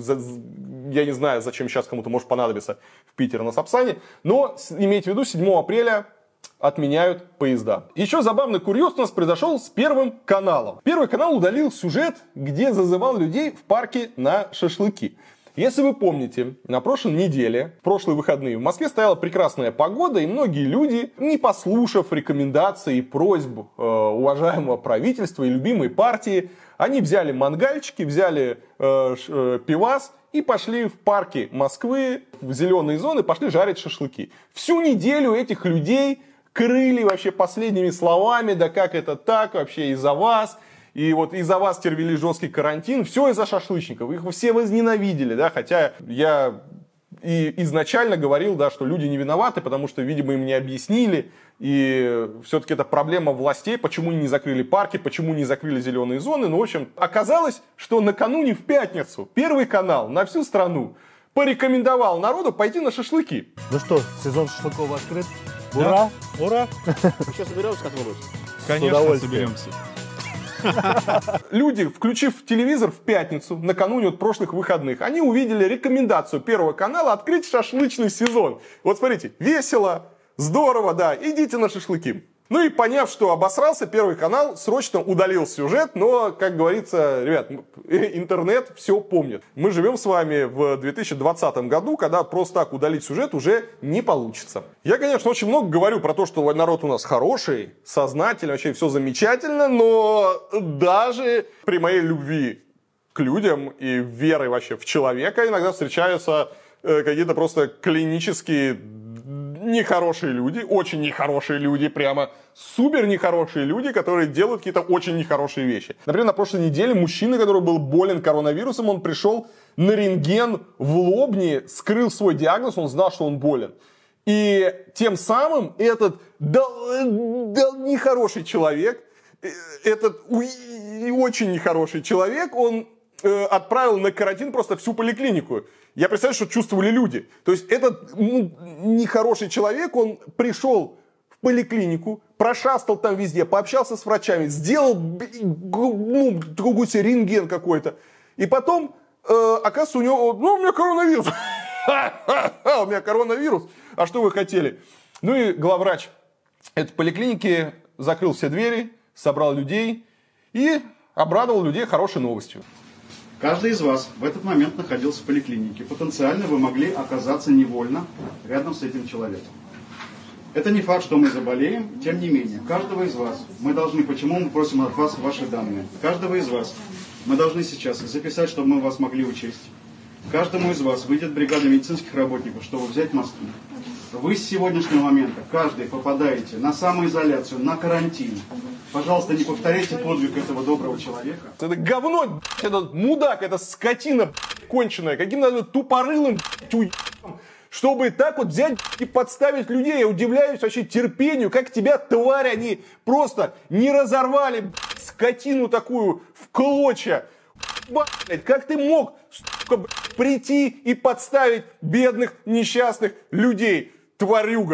я не знаю, зачем сейчас кому-то может понадобиться в Питер на Сапсане, но имейте в виду, седьмого апреля отменяют поезда. Еще забавный курьез у нас произошел с Первым каналом. Первый канал удалил сюжет, где зазывал людей в парке на шашлыки. Если вы помните, на прошлой неделе, в прошлые выходные в Москве стояла прекрасная погода, и многие люди, не послушав рекомендаций и просьб э, уважаемого правительства и любимой партии, они взяли мангальчики, взяли э, ш, э, пивас и пошли в парки Москвы, в зеленые зоны, пошли жарить шашлыки. Всю неделю этих людей крыли вообще последними словами, да как это так, вообще из-за вас. И вот из-за вас тервели жесткий карантин, все из-за шашлычников. Их все возненавидели, да, хотя я и изначально говорил, да, что люди не виноваты, потому что, видимо, им не объяснили. И все-таки это проблема властей, почему не закрыли парки, почему не закрыли зеленые зоны. Ну, в общем, оказалось, что накануне в пятницу Первый канал на всю страну порекомендовал народу пойти на шашлыки. Ну что, сезон шашлыков открыт. Ура! Да. Ура! Мы сейчас соберемся как-нибудь? Конечно, соберемся. Люди, включив телевизор в пятницу, накануне от прошлых выходных, они увидели рекомендацию Первого канала открыть шашлычный сезон. Вот смотрите, весело, здорово, да, идите на шашлыки. Ну и поняв, что обосрался, Первый канал срочно удалил сюжет, но, как говорится, ребят, интернет все помнит. Мы живем с вами в две тысячи двадцатом году, когда просто так удалить сюжет уже не получится. Я, конечно, очень много говорю про то, что народ у нас хороший, сознательный, вообще все замечательно, но даже при моей любви к людям и верой вообще в человека иногда встречаются какие-то просто клинические нехорошие люди, очень нехорошие люди, прямо супер нехорошие люди, которые делают какие-то очень нехорошие вещи. Например, на прошлой неделе мужчина, который был болен коронавирусом, он пришел на рентген в Лобни, скрыл свой диагноз, он знал, что он болен. И тем самым этот да, да, нехороший человек, этот очень нехороший человек, он э, отправил на карантин просто всю поликлинику. Я представляю, что чувствовали люди. То есть этот ну, нехороший человек, он пришел в поликлинику, прошастал там везде, пообщался с врачами, сделал ну, какой-то рентген какой-то. И потом, э, оказывается, у него, ну, у меня коронавирус. У меня коронавирус. А что вы хотели? Ну и главврач этой поликлиники закрыл все двери, собрал людей и обрадовал людей хорошей новостью. Каждый из вас в этот момент находился в поликлинике. Потенциально вы могли оказаться невольно рядом с этим человеком. Это не факт, что мы заболеем, тем не менее, каждого из вас мы должны, почему мы просим от вас ваши данные, каждого из вас мы должны сейчас записать, чтобы мы вас могли учесть. Каждому из вас выйдет бригада медицинских работников, чтобы взять мазки. Вы с сегодняшнего момента, каждый, попадаете на самоизоляцию, на карантин. Пожалуйста, не повторяйте подвиг этого доброго человека. Это говно, этот мудак, это скотина конченая, каким-то тупорылым чтобы так вот взять и подставить людей. Я удивляюсь вообще терпению, как тебя, тварь, они просто не разорвали скотину такую в клочья. Блядь, как ты мог, сука, прийти и подставить бедных, несчастных людей, тварюга.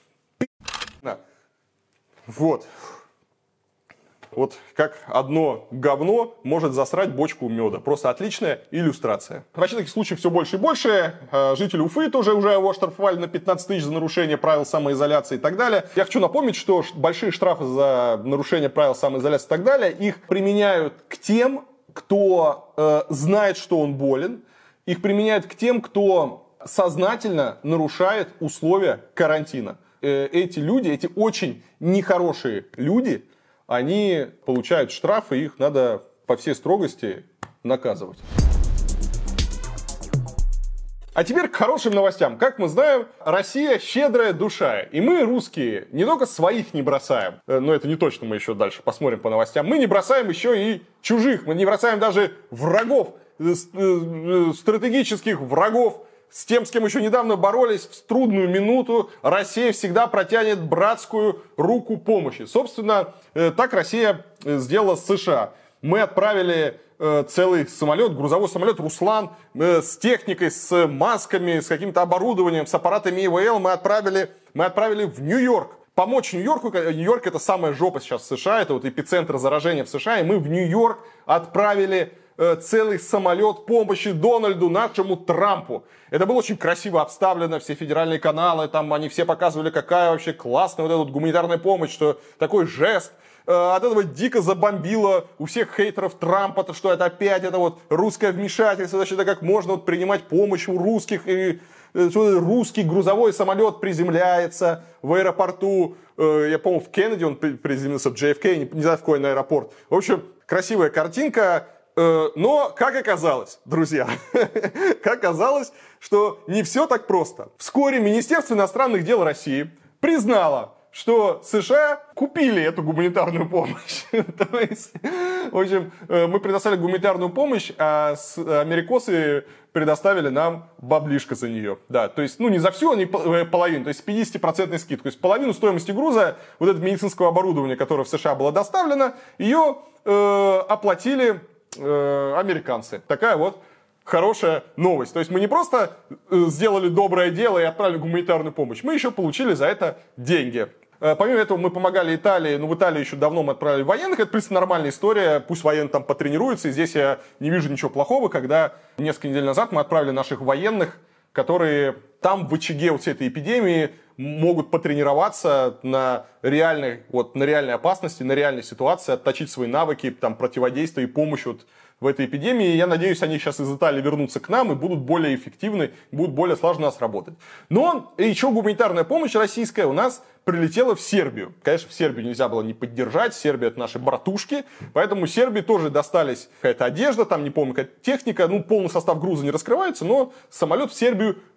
Вот. Вот как одно говно может засрать бочку меда. Просто отличная иллюстрация. Вообще таких случаев все больше и больше. Жители Уфы тоже уже его оштрафовали на пятнадцать тысяч за нарушение правил самоизоляции и так далее. Я хочу напомнить, что большие штрафы за нарушение правил самоизоляции и так далее, их применяют к тем, кто э, знает, что он болен. Их применяют к тем, кто сознательно нарушает условия карантина. Э, эти люди, эти очень нехорошие люди, они получают штрафы, их надо по всей строгости наказывать. А теперь к хорошим новостям. Как мы знаем, Россия щедрая душа. И мы, русские, не только своих не бросаем. Но это не точно, мы еще дальше посмотрим по новостям. Мы не бросаем еще и чужих. Мы не бросаем даже врагов, стратегических врагов. С тем, с кем еще недавно боролись, в трудную минуту Россия всегда протянет братскую руку помощи. Собственно, так Россия сделала с США. Мы отправили целый самолет, грузовой самолет «Руслан» с техникой, с масками, с каким-то оборудованием, с аппаратами И В Л мы отправили, мы отправили в Нью-Йорк. Помочь Нью-Йорку. Нью-Йорк — это самая жопа сейчас в США, это вот эпицентр заражения в США. И мы в Нью-Йорк отправили целый самолет помощи Дональду, нашему Трампу. Это было очень красиво обставлено, все федеральные каналы, там они все показывали, какая вообще классная вот эта вот гуманитарная помощь, что такой жест. От этого дико забомбило у всех хейтеров Трампа, то что это опять это вот русское вмешательство, значит, это как можно вот принимать помощь у русских, и что русский грузовой самолет приземляется в аэропорту, я помню, в Кеннеди он приземлился, в Джей Эф Кей, не, не знаю, в какой на аэропорт. В общем, красивая картинка. Но, как оказалось, друзья, как оказалось, что не все так просто. Вскоре Министерство иностранных дел России признало, что США купили эту гуманитарную помощь. То есть, в общем, мы предоставили гуманитарную помощь, а америкосы предоставили нам баблишко за нее. Да, то есть, ну, не за всю, а не половину, то есть пятьдесят процентов скидку. То есть, половину стоимости груза, вот этого медицинского оборудования, которое в США было доставлено, ее э, оплатили американцы. Такая вот хорошая новость. То есть мы не просто сделали доброе дело и отправили гуманитарную помощь, мы еще получили за это деньги. Помимо этого мы помогали Италии, но в Италии еще давно мы отправили военных, это, в принципе, нормальная история, пусть военные там потренируются, и здесь я не вижу ничего плохого, когда несколько недель назад мы отправили наших военных, которые там в очаге вот всей этой эпидемии могут потренироваться на реальной, вот, на реальной опасности, на реальной ситуации, отточить свои навыки там, противодействия и помощи вот в этой эпидемии. И я надеюсь, они сейчас из Италии вернутся к нам и будут более эффективны, будут более слаженно нас работать. Но еще гуманитарная помощь российская у нас прилетела в Сербию. Конечно, в Сербию нельзя было не поддержать, Сербия — это наши братушки, поэтому Сербии тоже достались какая-то одежда, там, не помню, какая-то техника, ну, полный состав груза не раскрывается, но самолет в Сербию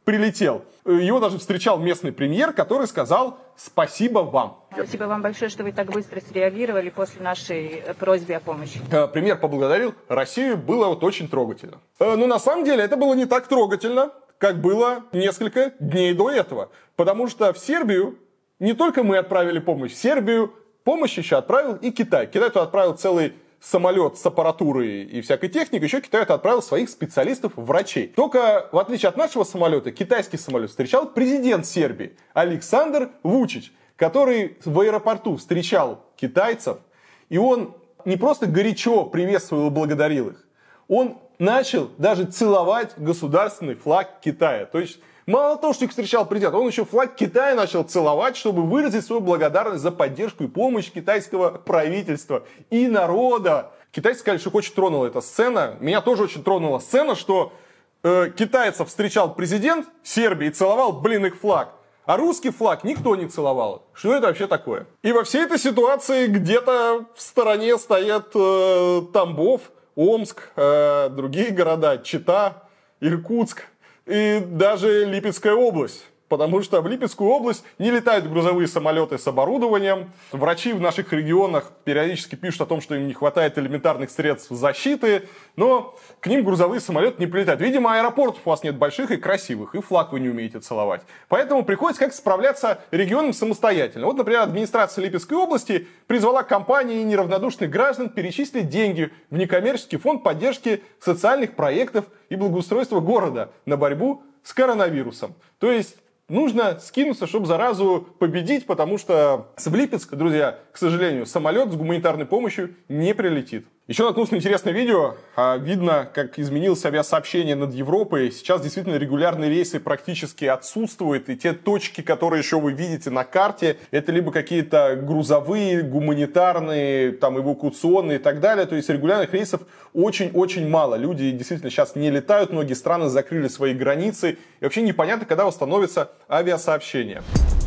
прилетел. Его даже встречал местный премьер, который сказал «спасибо вам». Спасибо вам большое, что вы так быстро среагировали после нашей просьбы о помощи. Премьер поблагодарил Россию, было вот очень трогательно. Но на самом деле это было не так трогательно, как было несколько дней до этого. Потому что в Сербию не только мы отправили помощь, в Сербию помощь еще отправил и Китай. Китай туда отправил целый самолет с аппаратурой и всякой техникой, еще Китай отправил своих специалистов, врачей. Только, в отличие от нашего самолета, китайский самолет встречал президент Сербии Александр Вучич, который в аэропорту встречал китайцев, и он не просто горячо приветствовал и благодарил их, он начал даже целовать государственный флаг Китая. То есть, мало того, что их встречал президент, он еще флаг Китая начал целовать, чтобы выразить свою благодарность за поддержку и помощь китайского правительства и народа. Китайцы сказали, что их очень тронула эта сцена. Меня тоже очень тронула сцена, что э, китайцев встречал президент Сербии и целовал, блин, их флаг. А русский флаг никто не целовал. Что это вообще такое? И во всей этой ситуации где-то в стороне стоят э, Тамбов, Омск, э, другие города, Чита, Иркутск и даже Липецкая область. Потому что в Липецкую область не летают грузовые самолеты с оборудованием. Врачи в наших регионах периодически пишут о том, что им не хватает элементарных средств защиты. Но к ним грузовые самолеты не прилетают. Видимо, аэропортов у вас нет больших и красивых. И флаг вы не умеете целовать. Поэтому приходится как-то справляться регионам самостоятельно. Вот, например, администрация Липецкой области призвала компании неравнодушных граждан перечислить деньги в некоммерческий фонд поддержки социальных проектов и благоустройства города на борьбу с коронавирусом. То есть нужно скинуться, чтобы заразу победить, потому что в Липецк, друзья, к сожалению, самолет с гуманитарной помощью не прилетит. Еще наткнулся на интересное видео. Видно, как изменилось авиасообщение над Европой. Сейчас действительно регулярные рейсы практически отсутствуют. И те точки, которые еще вы видите на карте, это либо какие-то грузовые, гуманитарные, там, эвакуационные и так далее. То есть регулярных рейсов очень-очень мало. Люди действительно сейчас не летают. Многие страны закрыли свои границы. И вообще непонятно, когда восстановится авиасообщение.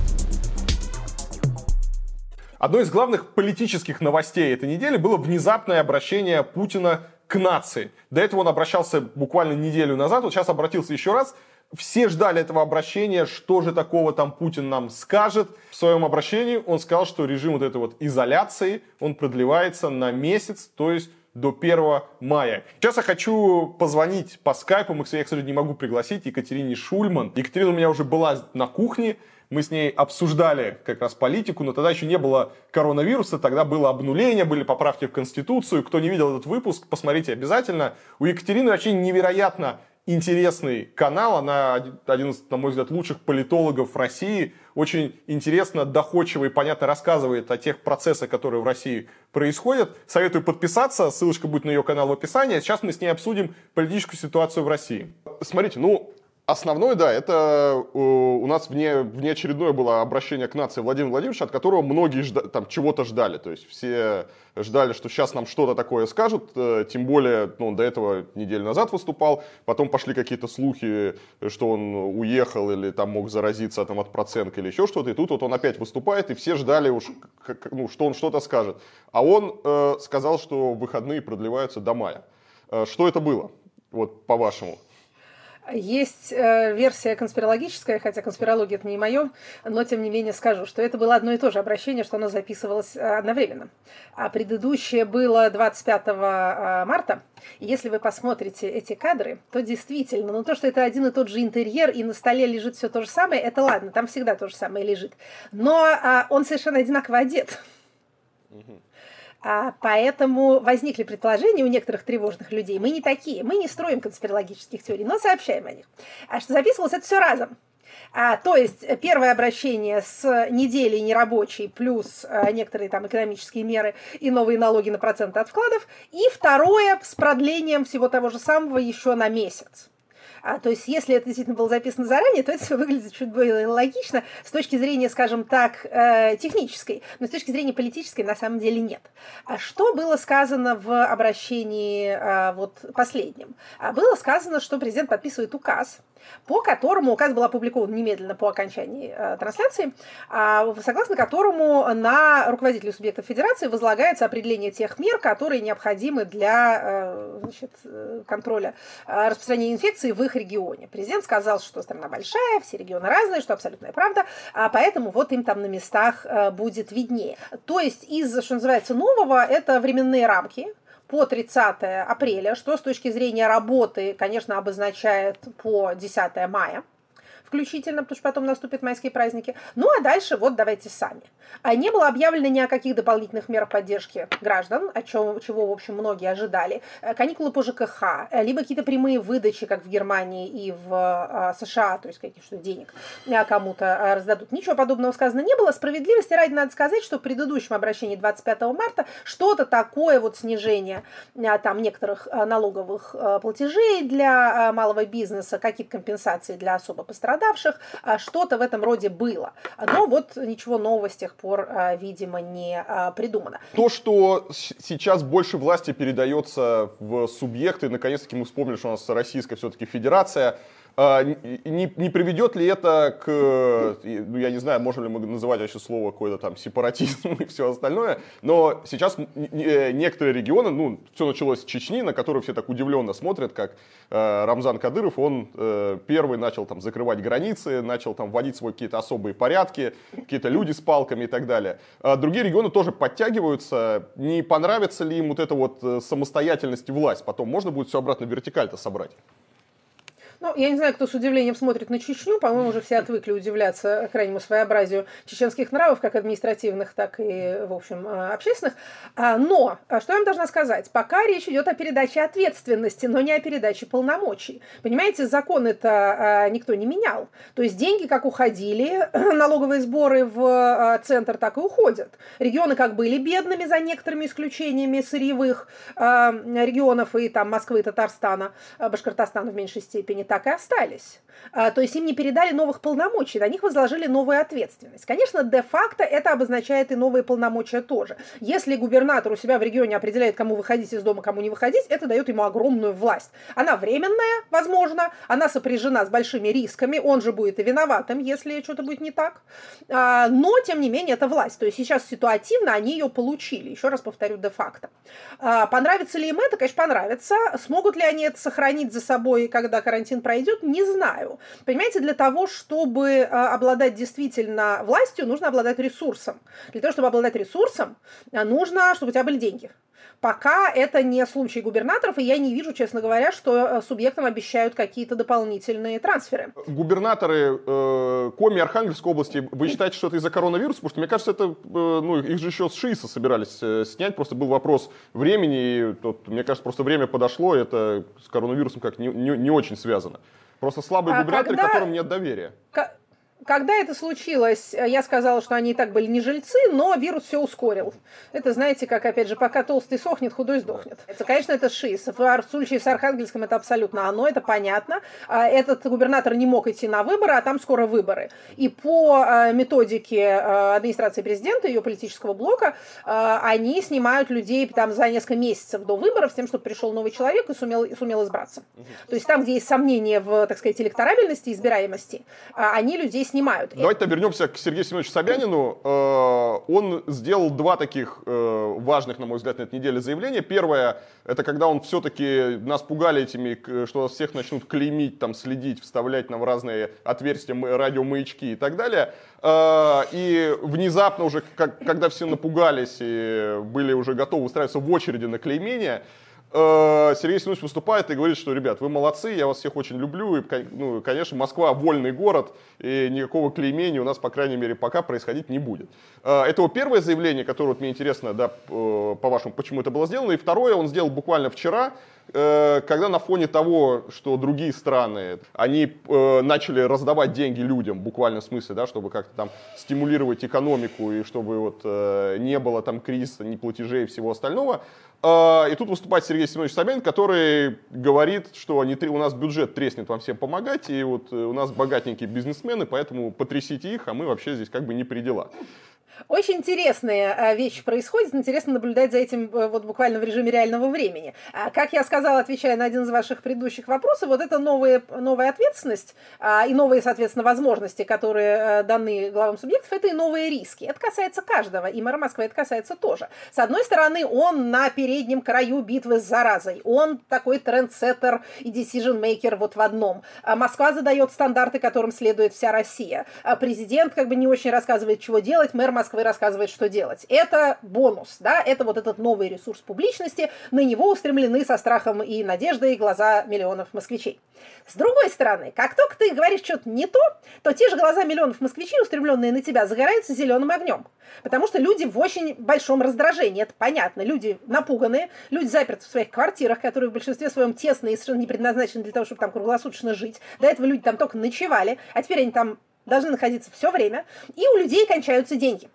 Одной из главных политических новостей этой недели было внезапное обращение Путина к нации. До этого он обращался буквально неделю назад, вот сейчас обратился еще раз. Все ждали этого обращения, что же такого там Путин нам скажет. В своем обращении он сказал, что режим вот этой вот изоляции, он продлевается на месяц, то есть до первого мая. Сейчас я хочу позвонить по скайпу, я, к сожалению, не могу пригласить Екатерине Шульман. Екатерина у меня уже была на кухне. Мы с ней обсуждали как раз политику, но тогда еще не было коронавируса, тогда было обнуление, были поправки в Конституцию. Кто не видел этот выпуск, посмотрите обязательно. У Екатерины вообще невероятно интересный канал, она один из, на мой взгляд, лучших политологов России. Очень интересно, доходчиво и понятно рассказывает о тех процессах, которые в России происходят. Советую подписаться, ссылочка будет на ее канал в описании. Сейчас мы с ней обсудим политическую ситуацию в России. Смотрите, ну... Основное, да, это э, у нас вне, внеочередное было обращение к нации Владимира Владимировича, от которого многие жда- там чего-то ждали. То есть все ждали, что сейчас нам что-то такое скажут, э, тем более, ну, он до этого неделю назад выступал, потом пошли какие-то слухи, что он уехал или там мог заразиться там, от Проценко или еще что-то, и тут вот он опять выступает, и все ждали, уж, как, ну, что он что-то скажет. А он э, сказал, что выходные продлеваются до мая. Э, что это было, вот по-вашему? Есть э, версия конспирологическая, хотя конспирология это не мое, но тем не менее скажу, что это было одно и то же обращение, что оно записывалось э, одновременно. А предыдущее было двадцать пятого марта. И если вы посмотрите эти кадры, то действительно, ну то, что это один и тот же интерьер, и на столе лежит все то же самое, это ладно, там всегда то же самое лежит. Но э, он совершенно одинаково одет. А поэтому возникли предположения у некоторых тревожных людей. Мы не такие, мы не строим конспирологических теорий, но сообщаем о них. А что записывалось это все разом. А, то есть первое обращение с неделей нерабочей плюс а, некоторые там экономические меры и новые налоги на проценты от вкладов. И второе с продлением всего того же самого еще на месяц. А, то есть, если это действительно было записано заранее, то это все выглядит чуть более логично с точки зрения, скажем так, э, технической, но с точки зрения политической на самом деле нет. А что было сказано в обращении э, вот последнем? А было сказано, что президент подписывает указ, по которому, указ был опубликован немедленно по окончании э, трансляции, э, согласно которому на руководителей субъектов федерации возлагается определение тех мер, которые необходимы для э, значит, контроля э, распространения инфекции в их регионе. Президент сказал, что страна большая, все регионы разные, что абсолютная правда, а поэтому вот им там на местах э, будет виднее. То есть из, что называется, нового, это временные рамки по тридцатое апреля, что с точки зрения работы, конечно, обозначает по десятое мая включительно, потому что потом наступят майские праздники. Ну, а дальше вот давайте сами. А не было объявлено ни о каких дополнительных мерах поддержки граждан, о чем, чего, в общем, многие ожидали. Каникулы по ЖКХ, либо какие-то прямые выдачи, как в Германии и в США, то есть каких-то денег кому-то раздадут. Ничего подобного сказано не было. Справедливости ради надо сказать, что в предыдущем обращении двадцать пятого марта что-то такое вот снижение там некоторых налоговых платежей для малого бизнеса, какие-то компенсации для особо пострадавших, что-то в этом роде было. Но вот ничего нового с тех пор, видимо, не придумано. То, что сейчас больше власти передается в субъекты, наконец-таки мы вспомнили, что у нас Российская все-таки федерация, Не, не приведет ли это к, ну, я не знаю, можем ли мы называть вообще слово какое-то там сепаратизм и все остальное, но сейчас некоторые регионы, ну, все началось с Чечни, на которую все так удивленно смотрят, как э, Рамзан Кадыров, он э, первый начал там закрывать границы, начал там вводить свои какие-то особые порядки, какие-то люди с палками и так далее. А другие регионы тоже подтягиваются, не понравится ли им вот эта вот самостоятельность и власть, потом можно будет все обратно в вертикаль-то собрать. Ну, я не знаю, кто с удивлением смотрит на Чечню, по-моему, уже все отвыкли удивляться крайнему своеобразию чеченских нравов, как административных, так и, в общем, общественных. Но, что я вам должна сказать, пока речь идет о передаче ответственности, но не о передаче полномочий. Понимаете, закон-то никто не менял. То есть деньги как уходили, налоговые сборы в центр, так и уходят. Регионы как были бедными, за некоторыми исключениями сырьевых регионов и там Москвы и Татарстана, Башкортостана в меньшей степени, так и остались. То есть им не передали новых полномочий, на них возложили новую ответственность. Конечно, де-факто это обозначает и новые полномочия тоже. Если губернатор у себя в регионе определяет, кому выходить из дома, кому не выходить, это дает ему огромную власть. Она временная, возможно, она сопряжена с большими рисками, он же будет и виноватым, если что-то будет не так. Но, тем не менее, это власть. То есть сейчас ситуативно они ее получили. Еще раз повторю, де-факто. Понравится ли им это? Конечно, понравится. Смогут ли они это сохранить за собой, когда карантин пройдет? Не знаю. Понимаете, для того, чтобы обладать действительно властью, нужно обладать ресурсом. Для того, чтобы обладать ресурсом, нужно, чтобы у тебя были деньги. Пока это не случай губернаторов, и я не вижу, честно говоря, что субъектам обещают какие-то дополнительные трансферы. Губернаторы э, Коми, Архангельской области, вы считаете, что это из-за коронавируса? Потому что, мне кажется, это, э, ну, их же еще с ШИСа собирались э, снять, просто был вопрос времени, и тут, мне кажется, просто время подошло, и это с коронавирусом как не, не, не очень связано. Просто слабые а губернаторы, когда... которым нет доверия. Когда это случилось, я сказала, что они и так были не жильцы, но вирус все ускорил. Это, знаете, как, опять же, пока толстый сохнет, худой сдохнет. Это, конечно, это ШИС. В случае с Архангельском это абсолютно оно, это понятно. Этот губернатор не мог идти на выборы, а там скоро выборы. И по методике администрации президента, ее политического блока, они снимают людей там за несколько месяцев до выборов с тем, чтобы пришел новый человек и сумел, и сумел избраться. То есть там, где есть сомнения в, так сказать, электорабельности, избираемости, они людей снимают. Давайте вернемся к Сергею Семеновичу Собянину. Он сделал два таких важных, на мой взгляд, на этой неделе заявления. Первое, это когда он все-таки нас пугали этими, что нас всех начнут клеймить, там, следить, вставлять нам в разные отверстия, радиомаячки и так далее. И внезапно уже, когда все напугались и были уже готовы устраиваться в очереди на клеймение, Сергей Семенович выступает и говорит, что, ребят, вы молодцы, я вас всех очень люблю, и, ну, конечно, Москва вольный город, и никакого клеймения у нас, по крайней мере, пока происходить не будет. Это его первое заявление, которое вот, мне интересно, да, по-вашему, почему это было сделано, и второе он сделал буквально вчера, когда на фоне того, что другие страны, они начали раздавать деньги людям, буквально в смысле, да, чтобы как-то там стимулировать экономику, и чтобы вот не было там кризиса, ни платежей и всего остального. И тут выступает Сергей Семенович Собянин, который говорит, что они, у нас бюджет треснет вам всем помогать, и вот у нас богатенькие бизнесмены, поэтому потрясите их, а мы вообще здесь как бы не при делах. Очень интересные вещи происходят, интересно наблюдать за этим вот буквально в режиме реального времени. Как я сказала, отвечая на один из ваших предыдущих вопросов, вот эта новая, новая ответственность и новые, соответственно, возможности, которые даны главам субъектов, это и новые риски. Это касается каждого, и мэра Москвы это касается тоже. С одной стороны, он на переднем краю битвы с заразой, он такой трендсеттер и decision-maker вот в одном. Москва задает стандарты, которым следует вся Россия. Президент как бы не очень рассказывает, чего делать, мэр Москвы рассказывает, что делать. Это бонус, да, это вот этот новый ресурс публичности, на него устремлены со страхом и надеждой глаза миллионов москвичей. С другой стороны, как только ты говоришь что-то не то, то те же глаза миллионов москвичей, устремленные на тебя, загораются зеленым огнем. Потому что люди в очень большом раздражении, это понятно. Люди напуганные, люди заперты в своих квартирах, которые в большинстве своем тесные и совершенно не предназначены для того, чтобы там круглосуточно жить. До этого люди там только ночевали, а теперь они там должны находиться все время, и у людей кончаются деньги.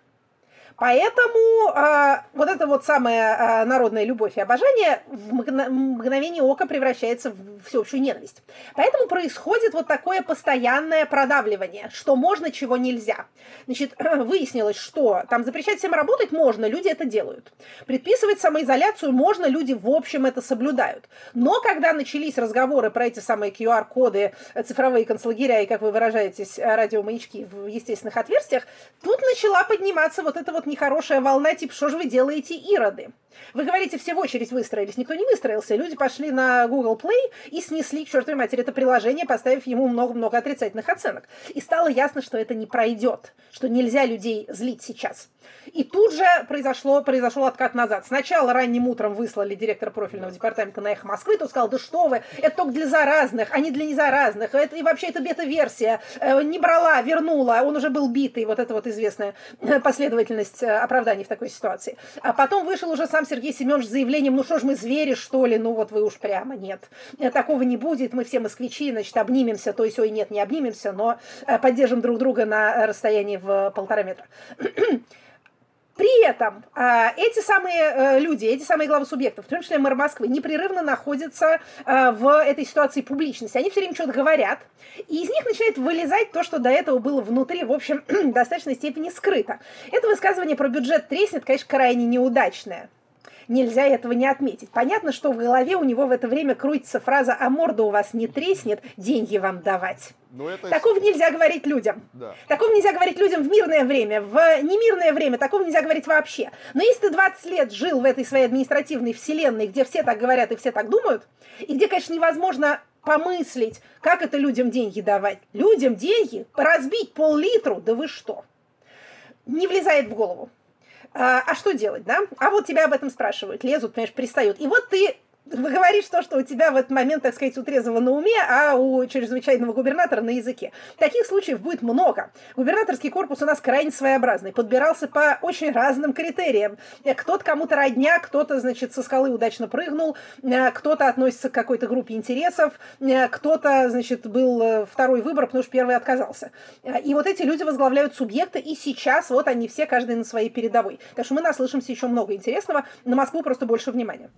Поэтому э, вот эта вот самая э, народная любовь и обожание в мгновение ока превращается в всеобщую ненависть. Поэтому происходит вот такое постоянное продавливание, что можно, чего нельзя. Значит, выяснилось, что там запрещать всем работать можно, люди это делают. Предписывать самоизоляцию можно, люди в общем это соблюдают. Но когда начались разговоры про эти самые ку ар-коды, цифровые концлагеря и, как вы выражаетесь, радиомаячки в естественных отверстиях, тут начала подниматься вот эта вот нехорошая волна, типа, что же вы делаете, ироды? Вы говорите, все в очередь выстроились. Никто не выстроился. Люди пошли на Google Play и снесли, к чертовой матери, это приложение, поставив ему много-много отрицательных оценок. И стало ясно, что это не пройдет, что нельзя людей злить сейчас. И тут же произошло, произошел откат назад. Сначала ранним утром выслали директора профильного департамента на «Эхо Москвы», тот сказал, да что вы, это только для заразных, а не для незаразных. Это, и вообще это бета-версия. Не брала, вернула, он уже был битый. Вот это вот известная последовательность оправданий в такой ситуации. А потом вышел уже сам Сергей Семенович с заявлением, ну что ж мы звери, что ли, ну вот вы уж прямо, нет. Такого не будет, мы все москвичи, значит, обнимемся, то есть, ой, нет, не обнимемся, но поддержим друг друга на расстоянии в полтора метра. При этом эти самые люди, эти самые главы субъектов, в том числе мэр Москвы, непрерывно находятся в этой ситуации публичности. Они все время что-то говорят, и из них начинает вылезать то, что до этого было внутри, в общем, в достаточной степени скрыто. Это высказывание про бюджет треснет, конечно, крайне неудачное. Нельзя этого не отметить. Понятно, что в голове у него в это время крутится фраза «а морда у вас не треснет, деньги вам давать». Это... Такого нельзя говорить людям. Да. Такого нельзя говорить людям в мирное время. В немирное время такого нельзя говорить вообще. Но если ты двадцать лет жил в этой своей административной вселенной, где все так говорят и все так думают, и где, конечно, невозможно помыслить, как это людям деньги давать. Людям деньги разбить пол-литру, да вы что? Не влезает в голову. А, а что делать, да? А вот тебя об этом спрашивают, лезут, понимаешь, пристают. И вот ты говоришь то, что у тебя в этот момент, так сказать, у трезвого на уме, а у чрезвычайного губернатора на языке. Таких случаев будет много. Губернаторский корпус у нас крайне своеобразный, подбирался по очень разным критериям. Кто-то кому-то родня, кто-то, значит, со скалы удачно прыгнул, кто-то относится к какой-то группе интересов, кто-то, значит, был второй выбор, потому что первый отказался. И вот эти люди возглавляют субъекта, и сейчас вот они все, каждый на своей передовой. Так что мы наслышимся еще много интересного. На Москву просто больше внимания.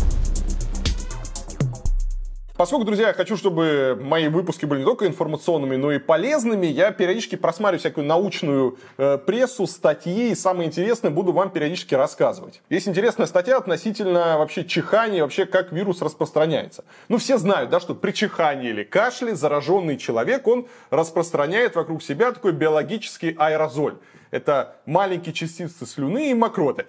Поскольку, друзья, я хочу, чтобы мои выпуски были не только информационными, но и полезными, я периодически просматриваю всякую научную э, прессу, статьи, и самое интересное буду вам периодически рассказывать. Есть интересная статья относительно вообще чихания, вообще как вирус распространяется. Ну, все знают, да, что при чихании или кашле зараженный человек, он распространяет вокруг себя такой биологический аэрозоль. Это маленькие частицы слюны и мокроты.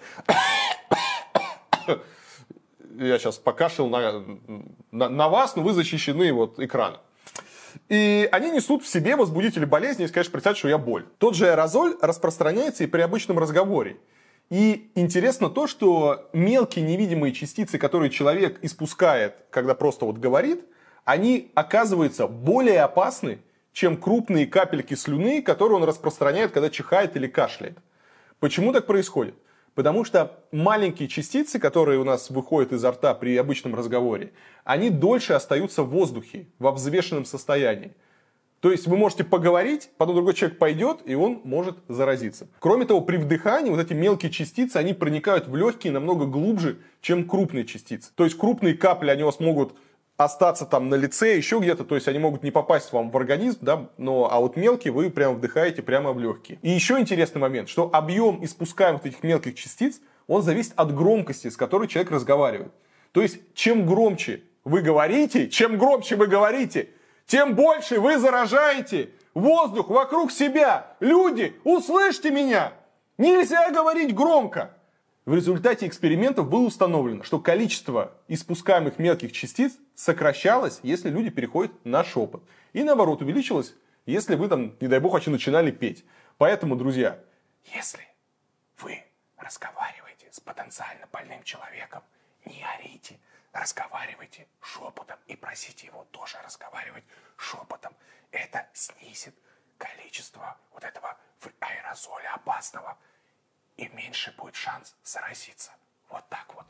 Я сейчас покашлял на, на, на вас, но вы защищены вот экраном. И они несут в себе возбудители болезни, если, конечно, представить, что я боль. Тот же аэрозоль распространяется и при обычном разговоре. И интересно то, что мелкие невидимые частицы, которые человек испускает, когда просто вот говорит, они оказываются более опасны, чем крупные капельки слюны, которые он распространяет, когда чихает или кашляет. Почему так происходит? Потому что маленькие частицы, которые у нас выходят изо рта при обычном разговоре, они дольше остаются в воздухе, во взвешенном состоянии. То есть вы можете поговорить, потом другой человек пойдет, и он может заразиться. Кроме того, при вдыхании вот эти мелкие частицы, они проникают в легкие намного глубже, чем крупные частицы. То есть крупные капли, они у вас могут остаться там на лице, еще где-то, то есть они могут не попасть вам в организм, да, но, а вот мелкие вы прямо вдыхаете прямо в легкие. И еще интересный момент, что объем испускаемых этих мелких частиц, он зависит от громкости, с которой человек разговаривает. То есть, чем громче вы говорите, чем громче вы говорите, тем больше вы заражаете воздух вокруг себя. Люди, услышьте меня! Нельзя говорить громко! В результате экспериментов было установлено, что количество испускаемых мелких частиц сокращалось, если люди переходят на шепот. И наоборот, увеличилось, если вы там, не дай бог, вообще начинали петь. Поэтому, друзья, если вы разговариваете с потенциально больным человеком, не орите, разговаривайте шепотом и просите его тоже разговаривать шепотом. Это снизит количество вот этого аэрозоля опасного. И меньше будет шанс заразиться. Вот так вот.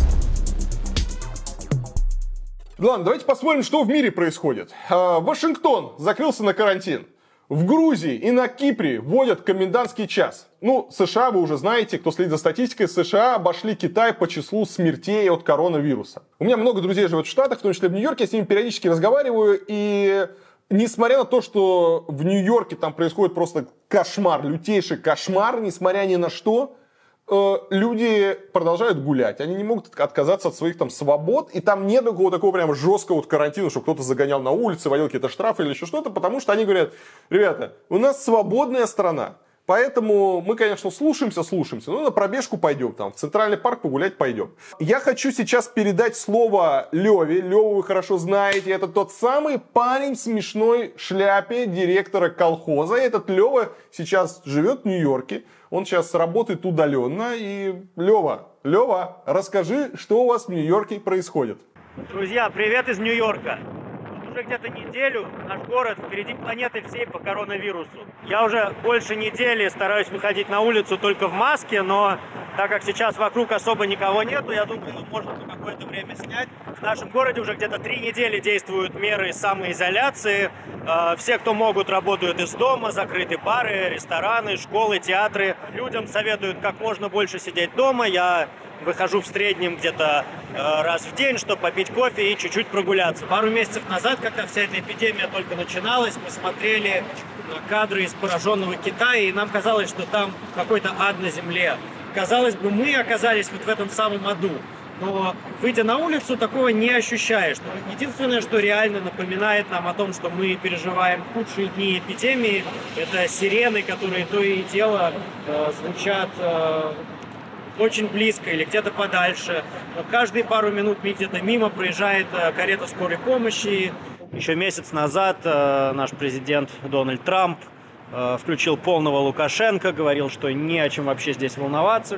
Ладно, давайте посмотрим, что в мире происходит. Вашингтон закрылся на карантин. В Грузии и на Кипре вводят комендантский час. Ну, США, вы уже знаете, кто следит за статистикой, США обошли Китай по числу смертей от коронавируса. У меня много друзей живет в Штатах, в том числе в Нью-Йорке, я с ними периодически разговариваю, и несмотря на то, что в Нью-Йорке там происходит просто кошмар, лютейший кошмар, несмотря ни на что, э, люди продолжают гулять. Они не могут отказаться от своих там свобод, и там нет такого, такого прям жесткого вот карантина, что кто-то загонял на улице, вводил какие-то штрафы или еще что-то, потому что они говорят: ребята, у нас свободная страна. Поэтому мы, конечно, слушаемся, слушаемся. Ну, на пробежку пойдем, там, в Центральный парк погулять пойдем. Я хочу сейчас передать слово Леве. Леву вы хорошо знаете. Это тот самый парень в смешной шляпе директора колхоза. Этот Лева сейчас живет в Нью-Йорке. Он сейчас работает удаленно. И Лева, Лева, расскажи, что у вас в Нью-Йорке происходит. Друзья, привет из Нью-Йорка. Уже где-то неделю наш город впереди планеты всей по коронавирусу. Я уже больше недели стараюсь выходить на улицу только в маске, но так как сейчас вокруг особо никого нету, я думаю, можно на какое-то время снять. В нашем городе уже где-то три недели действуют меры самоизоляции. Все, кто могут, работают из дома, закрыты бары, рестораны, школы, театры. Людям советуют как можно больше сидеть дома. Я выхожу в среднем где-то э, раз в день, чтобы попить кофе и чуть-чуть прогуляться. Пару месяцев назад, когда вся эта эпидемия только начиналась, мы смотрели на кадры из пораженного Китая, и нам казалось, что там какой-то ад на земле. Казалось бы, мы оказались вот в этом самом аду. Но, выйдя на улицу, такого не ощущаешь. Но единственное, что реально напоминает нам о том, что мы переживаем худшие дни эпидемии, это сирены, которые то и дело э, звучат э, очень близко или где-то подальше. Но каждые пару минут где-то мимо проезжает карета скорой помощи. Еще месяц назад э, наш президент Дональд Трамп э, включил полного Лукашенко, говорил, что не о чем вообще здесь волноваться.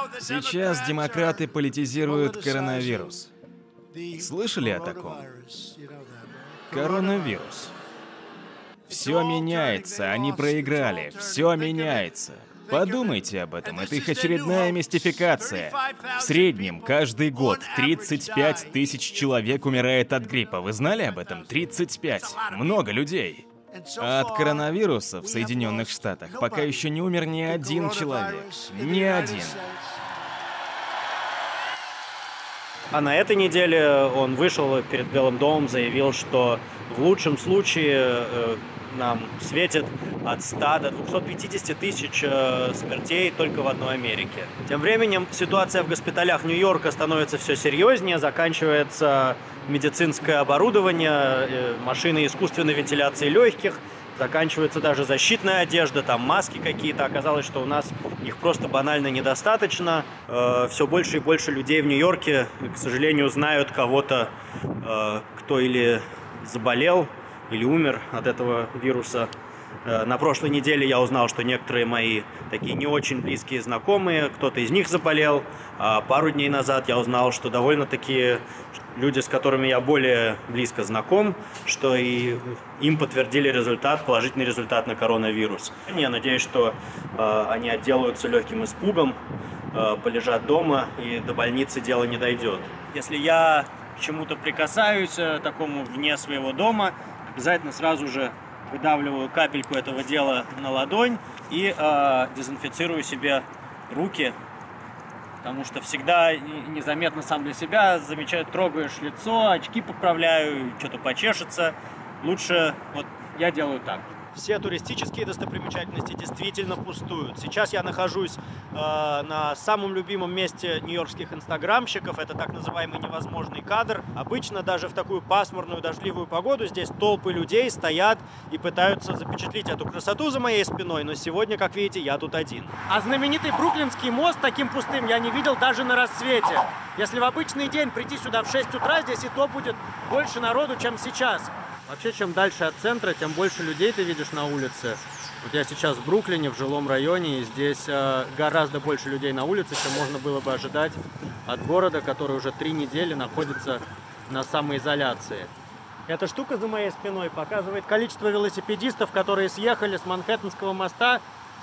Сейчас демократы политизируют коронавирус. Слышали о таком? Коронавирус. Все меняется, они проиграли. Все меняется. Подумайте об этом, это их очередная мистификация. В среднем каждый год тридцать пять тысяч человек умирает от гриппа. Вы знали об этом? тридцать пять. Много людей. А от коронавируса в Соединенных Штатах пока еще не умер ни один человек. Ни один. А на этой неделе он вышел перед Белым домом, заявил, что в лучшем случае э, нам светит от ста до двухсот пятидесяти тысяч э, смертей только в одной Америке. Тем временем ситуация в госпиталях Нью-Йорка становится все серьезнее, заканчивается медицинское оборудование, э, машины искусственной вентиляции легких, заканчивается даже защитная одежда, там маски какие-то. Оказалось, что у нас их просто банально недостаточно. Э, все больше и больше людей в Нью-Йорке, к сожалению, знают кого-то, э, кто или заболел, или умер от этого вируса. На прошлой неделе я узнал, что некоторые мои такие не очень близкие знакомые, кто-то из них заболел. А пару дней назад я узнал, что довольно-таки люди, с которыми я более близко знаком, что и им подтвердили результат, положительный результат на коронавирус. Я надеюсь, что э, они отделаются легким испугом, э, полежат дома и до больницы дело не дойдет. Если я к чему-то прикасаюсь, такому вне своего дома, обязательно сразу же выдавливаю капельку этого дела на ладонь и э, дезинфицирую себе руки Потому что всегда незаметно сам для себя замечаю, трогаешь лицо, очки поправляю, что-то почешется. Лучше вот я делаю так. Все туристические достопримечательности действительно пустуют. Сейчас я нахожусь э, на самом любимом месте нью-йоркских инстаграмщиков. Это так называемый невозможный кадр. Обычно даже в такую пасмурную дождливую погоду здесь толпы людей стоят и пытаются запечатлеть эту красоту за моей спиной. Но сегодня, как видите, я тут один. А знаменитый Бруклинский мост таким пустым я не видел даже на рассвете. Если в обычный день прийти сюда в шесть утра, здесь и то будет больше народу, чем сейчас. Вообще, чем дальше от центра, тем больше людей ты видишь на улице. Вот я сейчас в Бруклине, в жилом районе, и здесь э, гораздо больше людей на улице, чем можно было бы ожидать от города, который уже три недели находится на самоизоляции. Эта штука за моей спиной показывает количество велосипедистов, которые съехали с Манхэттенского моста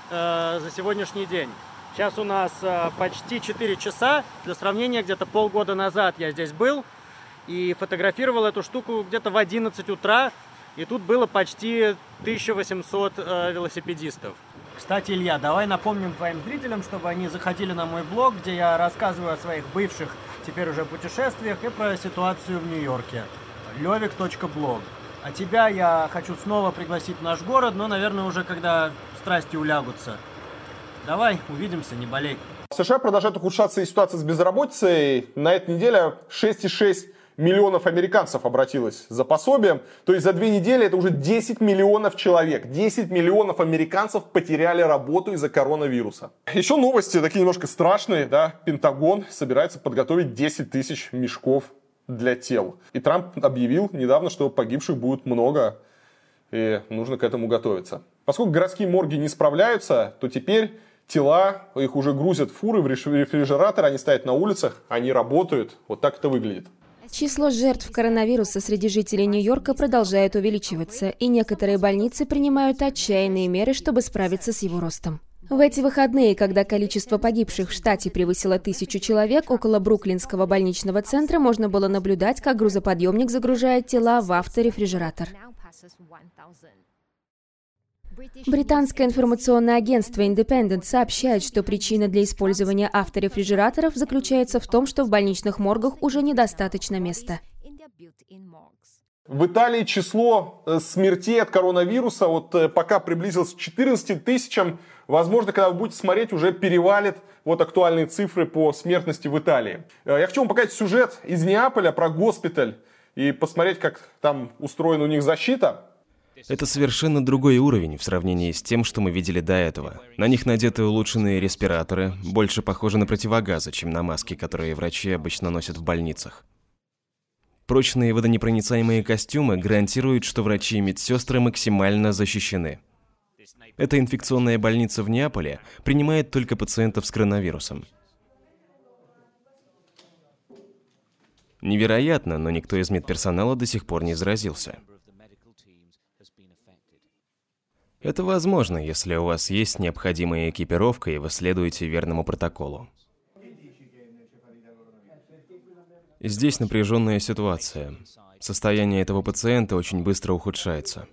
э, за сегодняшний день. Сейчас у нас э, почти четыре часа. Для сравнения, где-то полгода назад я здесь был и фотографировал эту штуку где-то в одиннадцать утра, и тут было почти тысяча восемьсот э, велосипедистов. Кстати, Илья, давай напомним твоим зрителям, чтобы они заходили на мой блог, где я рассказываю о своих бывших, теперь уже путешествиях и про ситуацию в Нью-Йорке. левик точка блог. А тебя я хочу снова пригласить в наш город, но, наверное, уже когда страсти улягутся. Давай, увидимся, не болей. В США продолжает ухудшаться и ситуация с безработицей. На этой неделе шесть целых шесть десятых миллионов американцев обратилось за пособием. То есть за две недели это уже десять миллионов человек. десять миллионов американцев потеряли работу из-за коронавируса. Еще новости такие немножко страшные. Да? Пентагон собирается подготовить десять тысяч мешков для тел. И Трамп объявил недавно, что погибших будет много. И нужно к этому готовиться. Поскольку городские морги не справляются, то теперь тела, их уже грузят в фуры, в рефрижераторы, они стоят на улицах, они работают. Вот так это выглядит. Число жертв коронавируса среди жителей Нью-Йорка продолжает увеличиваться, и некоторые больницы принимают отчаянные меры, чтобы справиться с его ростом. В эти выходные, когда количество погибших в штате превысило тысячу человек, около Бруклинского больничного центра можно было наблюдать, как грузоподъемник загружает тела в авторефрижератор. Британское информационное агентство Independent сообщает, что причина для использования авторефрижераторов заключается в том, что в больничных моргах уже недостаточно места. В Италии число смертей от коронавируса вот пока приблизилось к четырнадцати тысячам. Возможно, когда вы будете смотреть, уже перевалит вот актуальные цифры по смертности в Италии. Я хочу вам показать сюжет из Неаполя про госпиталь и посмотреть, как там устроена у них защита. Это совершенно другой уровень в сравнении с тем, что мы видели до этого. На них надеты улучшенные респираторы, больше похожи на противогазы, чем на маски, которые врачи обычно носят в больницах. Прочные водонепроницаемые костюмы гарантируют, что врачи и медсестры максимально защищены. Эта инфекционная больница в Неаполе принимает только пациентов с коронавирусом. Невероятно, но никто из медперсонала до сих пор не заразился. Это возможно, если у вас есть необходимая экипировка и вы следуете верному протоколу. Здесь напряженная ситуация. Состояние этого пациента очень быстро ухудшается.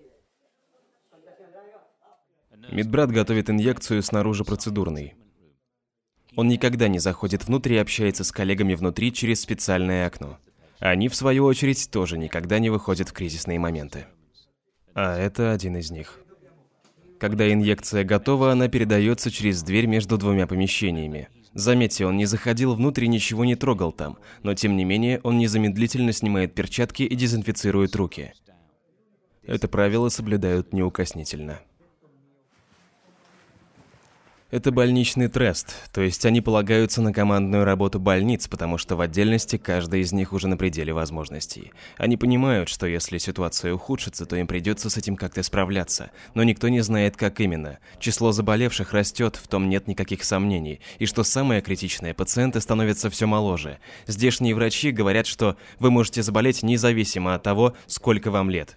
Медбрат готовит инъекцию снаружи процедурной. Он никогда не заходит внутрь и общается с коллегами внутри через специальное окно. Они, в свою очередь, тоже никогда не выходят в кризисные моменты. А это один из них. Когда инъекция готова, она передается через дверь между двумя помещениями. Заметьте, он не заходил внутрь и ничего не трогал там, но тем не менее он незамедлительно снимает перчатки и дезинфицирует руки. Это правило соблюдают неукоснительно. Это больничный трест, то есть они полагаются на командную работу больниц, потому что в отдельности каждая из них уже на пределе возможностей. Они понимают, что если ситуация ухудшится, то им придется с этим как-то справляться, но никто не знает, как именно. Число заболевших растет, в том нет никаких сомнений, и что самое критичное, пациенты становятся все моложе. Здешние врачи говорят, что вы можете заболеть независимо от того, сколько вам лет.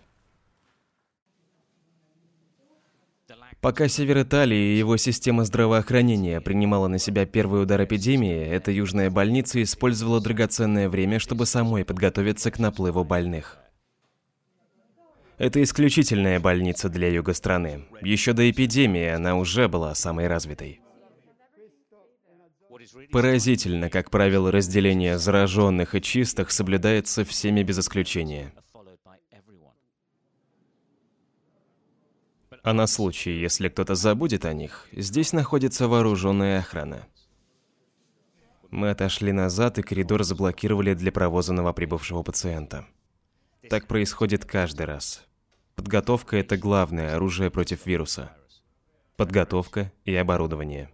Пока север Италии и его система здравоохранения принимала на себя первый удар эпидемии, эта южная больница использовала драгоценное время, чтобы самой подготовиться к наплыву больных. Это исключительная больница для юга страны. Еще до эпидемии она уже была самой развитой. Поразительно, как правило разделения зараженных и чистых соблюдается всеми без исключения. А на случай, если кто-то забудет о них, здесь находится вооруженная охрана. Мы отошли назад, и коридор заблокировали для провоза новоприбывшего пациента. Так происходит каждый раз. Подготовка – это главное оружие против вируса. Подготовка и оборудование.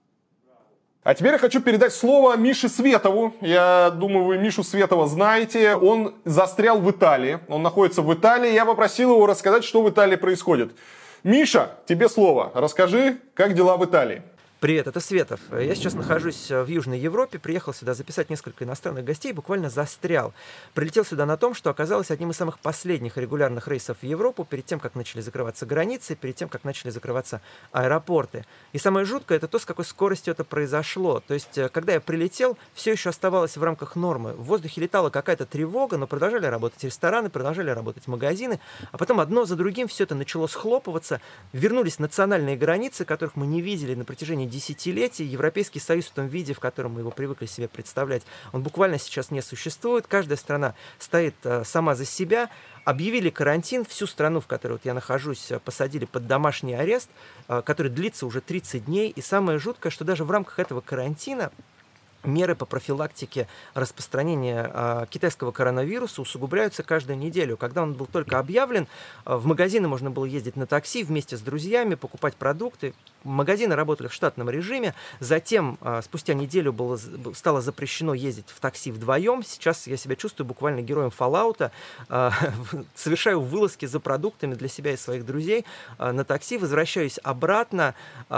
А теперь я хочу передать слово Мише Светову. Я думаю, вы Мишу Светова знаете. Он застрял в Италии. Он находится в Италии. Я попросил его рассказать, что в Италии происходит. Миша, тебе слово. Расскажи, как дела в Италии. Привет, это Светов. Я сейчас нахожусь в Южной Европе, приехал сюда записать несколько иностранных гостей, буквально застрял. Прилетел сюда на том, что оказалось одним из самых последних регулярных рейсов в Европу, перед тем, как начали закрываться границы, перед тем, как начали закрываться аэропорты. И самое жуткое, это то, с какой скоростью это произошло. То есть, когда я прилетел, все еще оставалось в рамках нормы. В воздухе летала какая-то тревога, но продолжали работать рестораны, продолжали работать магазины, а потом одно за другим все это начало схлопываться. Вернулись национальные границы, которых мы не видели на протяжении десятилетий. Европейский Союз в том виде, в котором мы его привыкли себе представлять, он буквально сейчас не существует. Каждая страна стоит а, сама за себя. Объявили карантин. Всю страну, в которой вот я нахожусь, посадили под домашний арест, а, который длится уже тридцать дней. И самое жуткое, что даже в рамках этого карантина меры по профилактике распространения э, китайского коронавируса усугубляются каждую неделю. Когда он был только объявлен, э, в магазины можно было ездить на такси вместе с друзьями, покупать продукты. Магазины работали в штатном режиме. Затем, э, спустя неделю, было, стало запрещено ездить в такси вдвоем. Сейчас я себя чувствую буквально героем Fallout. Э, совершаю вылазки за продуктами для себя и своих друзей э, на такси. Возвращаюсь обратно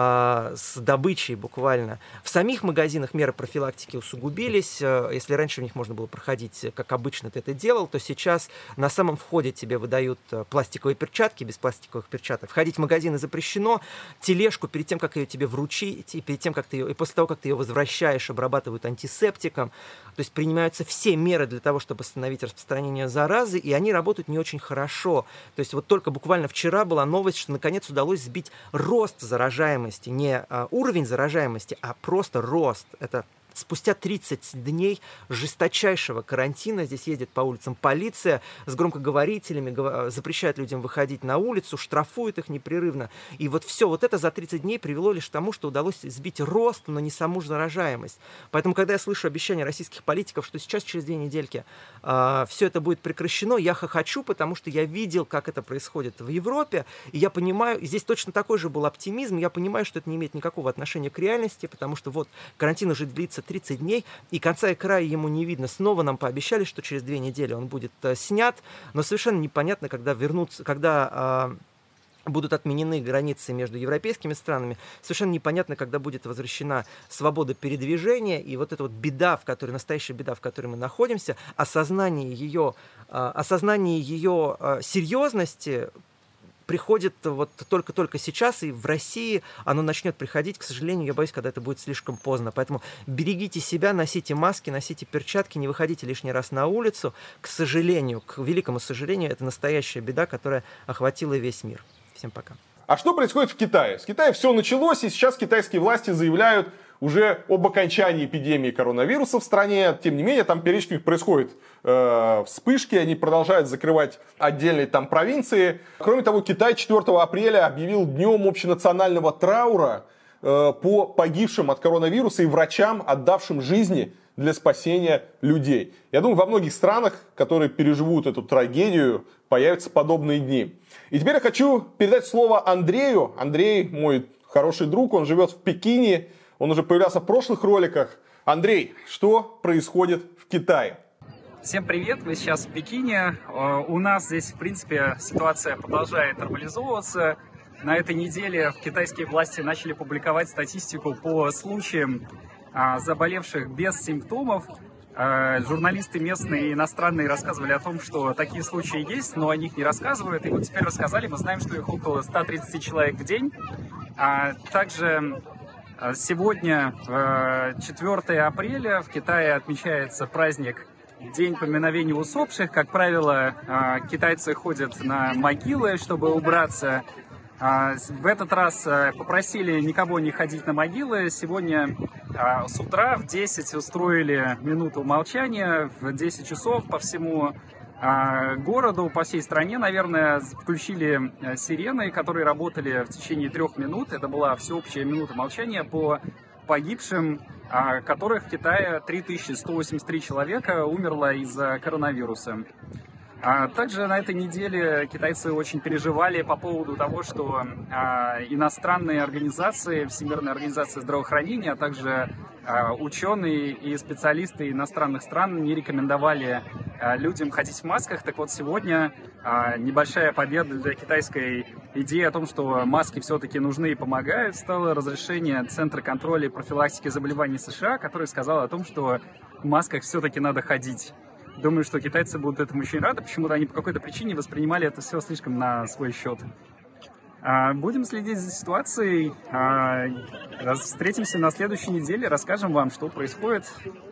э, с добычей буквально. В самих магазинах меры профилактики усугубились. Если раньше в них можно было проходить, как обычно ты это делал, то сейчас на самом входе тебе выдают пластиковые перчатки, без пластиковых перчаток. Входить в магазины запрещено. Тележку перед тем, как ее тебе вручить, и перед тем, как ты ее, и после того, как ты ее возвращаешь, обрабатывают антисептиком. То есть принимаются все меры для того, чтобы остановить распространение заразы, и они работают не очень хорошо. То есть вот только буквально вчера была новость, что наконец удалось сбить рост заражаемости. Не а, уровень заражаемости, а просто рост. Это спустя тридцать дней жесточайшего карантина. Здесь ездит по улицам полиция с громкоговорителями, запрещает людям выходить на улицу, штрафует их непрерывно. И вот все вот это за тридцать дней привело лишь к тому, что удалось сбить рост, но не саму заражаемость. Поэтому, когда я слышу обещания российских политиков, что сейчас через две недельки э, все это будет прекращено, я хохочу, потому что я видел, как это происходит в Европе, и я понимаю, и здесь точно такой же был оптимизм, я понимаю, что это не имеет никакого отношения к реальности, потому что вот карантин уже длится тридцать дней, и конца и края ему не видно. Снова нам пообещали, что через две недели он будет э, снят, но совершенно непонятно, когда вернутся, когда э, будут отменены границы между европейскими странами, совершенно непонятно, когда будет возвращена свобода передвижения, и вот эта вот беда, в которой, настоящая беда, в которой мы находимся, осознание ее, э, осознание ее э, серьезности приходит вот только-только сейчас, и в России оно начнет приходить, к сожалению, я боюсь, когда это будет слишком поздно. Поэтому берегите себя, носите маски, носите перчатки, не выходите лишний раз на улицу. К сожалению, к великому сожалению, это настоящая беда, которая охватила весь мир. Всем пока. А что происходит в Китае? В Китае все началось, и сейчас китайские власти заявляют уже об окончании эпидемии коронавируса в стране. Тем не менее, там периодически происходят э, вспышки, они продолжают закрывать отдельные там провинции. Кроме того, Китай четвёртого апреля объявил днем общенационального траура э, по погибшим от коронавируса и врачам, отдавшим жизни для спасения людей. Я думаю, во многих странах, которые переживут эту трагедию, появятся подобные дни. И теперь я хочу передать слово Андрею. Андрей мой хороший друг, он живет в Пекине. Он уже появлялся в прошлых роликах. Андрей, что происходит в Китае? Всем привет, мы сейчас в Пекине. У нас здесь, в принципе, ситуация продолжает нормализовываться. На этой неделе китайские власти начали публиковать статистику по случаям заболевших без симптомов. Журналисты местные и иностранные рассказывали о том, что такие случаи есть, но о них не рассказывают. И вот теперь рассказали, мы знаем, что их около ста тридцати человек в день. Также сегодня, четвёртого апреля, в Китае отмечается праздник День поминовения усопших. Как правило, китайцы ходят на могилы, чтобы убраться. В этот раз попросили никого не ходить на могилы. Сегодня с утра в десять устроили минуту молчания, в десять часов по всему городу, по всей стране, наверное, включили сирены, которые работали в течение трех минут. Это была всеобщая минута молчания по погибшим, которых в Китае три тысячи сто восемьдесят три человека умерло из-за коронавируса. А также на этой неделе китайцы очень переживали по поводу того, что а, иностранные организации, Всемирная организация здравоохранения, а также а, ученые и специалисты иностранных стран не рекомендовали а, людям ходить в масках. Так вот, сегодня а, небольшая победа для китайской идеи о том, что маски все-таки нужны и помогают, стало разрешение Центра контроля и профилактики заболеваний США, который сказал о том, что в масках все-таки надо ходить. Думаю, что китайцы будут этому очень рады. Почему-то они по какой-то причине воспринимали это все слишком на свой счет. Будем следить за ситуацией. Встретимся на следующей неделе. Расскажем вам, что происходит.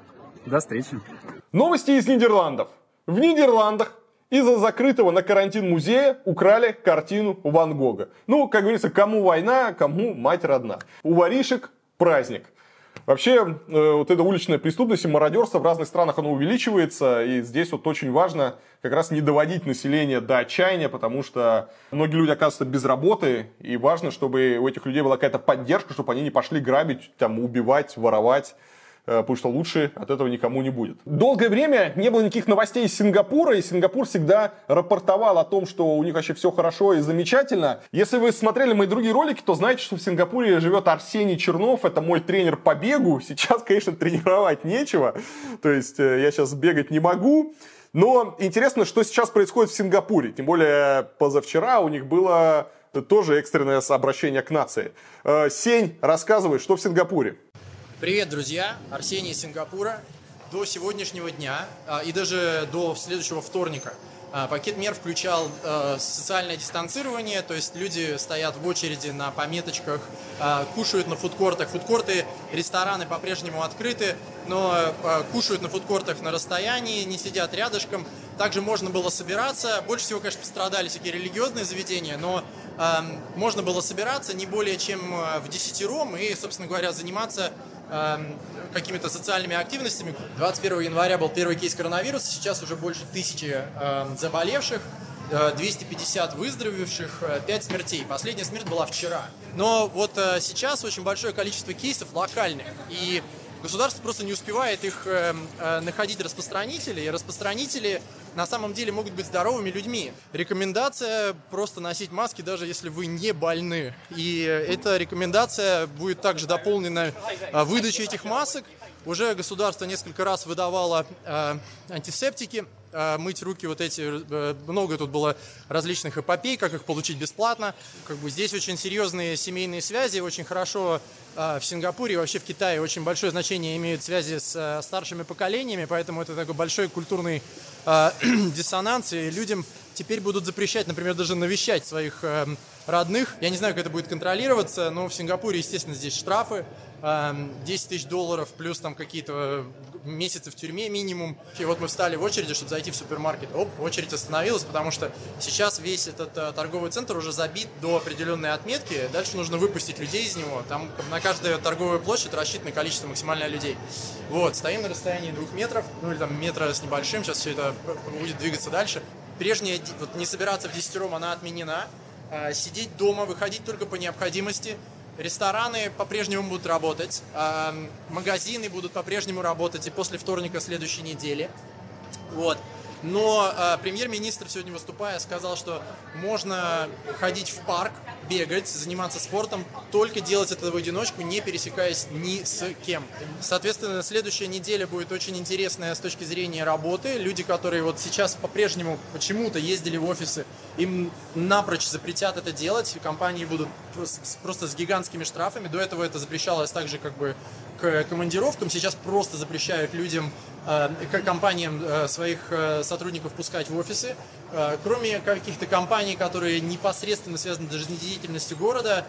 До встречи. Новости из Нидерландов. В Нидерландах из-за закрытого на карантин музея украли картину Ван Гога. Ну, как говорится, кому война, кому мать родна. У воришек праздник. Вообще, вот эта уличная преступность и мародерство в разных странах оно увеличивается, и здесь вот очень важно как раз не доводить население до отчаяния, потому что многие люди оказываются без работы, и важно, чтобы у этих людей была какая-то поддержка, чтобы они не пошли грабить, там, убивать, воровать. Потому что лучше от этого никому не будет. Долгое время не было никаких новостей из Сингапура, и Сингапур всегда рапортовал о том, что у них вообще все хорошо и замечательно. Если вы смотрели мои другие ролики, то знаете, что в Сингапуре живет Арсений Чернов, это мой тренер по бегу. Сейчас, конечно, тренировать нечего, то есть я сейчас бегать не могу. Но интересно, что сейчас происходит в Сингапуре. Тем более позавчера у них было тоже экстренное обращение к нации. Сень, рассказывай, что в Сингапуре. Привет, друзья! Арсений из Сингапура. До сегодняшнего дня и даже до следующего вторника пакет мер включал социальное дистанцирование, то есть люди стоят в очереди на пометочках, кушают на фудкортах. Фудкорты, рестораны по-прежнему открыты, но кушают на фудкортах на расстоянии, не сидят рядышком. Также можно было собираться. Больше всего, конечно, пострадали всякие религиозные заведения, но э, можно было собираться не более чем в десятером и, собственно говоря, заниматься э, какими-то социальными активностями. двадцать первого января был первый кейс коронавируса, сейчас уже больше тысячи э, заболевших, э, двести пятьдесят выздоровевших, э, пять смертей. Последняя смерть была вчера. Но вот э, сейчас очень большое количество кейсов локальных, и государство просто не успевает их э, э, находить распространителей, и распространители на самом деле могут быть здоровыми людьми. Рекомендация просто носить маски, даже если вы не больны. И эта рекомендация будет также дополнена э, выдачей этих масок. Уже государство несколько раз выдавало э, антисептики, э, мыть руки вот эти, э, много тут было различных эпопей, как их получить бесплатно. Как бы здесь очень серьезные семейные связи, очень хорошо э, в Сингапуре и вообще в Китае очень большое значение имеют связи с э, старшими поколениями, поэтому это такой большой культурный э, диссонанс, и людям теперь будут запрещать, например, даже навещать своих э, родных. Я не знаю, как это будет контролироваться, но в Сингапуре, естественно, здесь штрафы. десять тысяч долларов плюс там какие-то месяцы в тюрьме минимум. И вот мы встали в очереди, чтобы зайти в супермаркет. Оп, очередь остановилась, потому что сейчас весь этот а, торговый центр уже забит до определенной отметки. Дальше нужно выпустить людей из него. Там на каждую торговую площадь рассчитано количество максимальное людей. Вот, стоим на расстоянии двух метров, ну или там метра с небольшим. Сейчас все это будет двигаться дальше. Прежняя, вот, не собираться в десятером, она отменена. А, сидеть дома, выходить только по необходимости. Рестораны по-прежнему будут работать, магазины будут по-прежнему работать и после вторника следующей недели. Вот. Но э, премьер-министр сегодня, выступая, сказал, что можно ходить в парк, бегать, заниматься спортом, только делать это в одиночку, не пересекаясь ни с кем. Соответственно, следующая неделя будет очень интересная с точки зрения работы. Люди, которые вот сейчас по-прежнему почему-то ездили в офисы, им напрочь запретят это делать. Компании будут просто с гигантскими штрафами. До этого это запрещалось также как бы к командировкам. Сейчас просто запрещают людям, компаниям своих сотрудников пускать в офисы. Кроме каких-то компаний, которые непосредственно связаны с жизнедеятельностью города,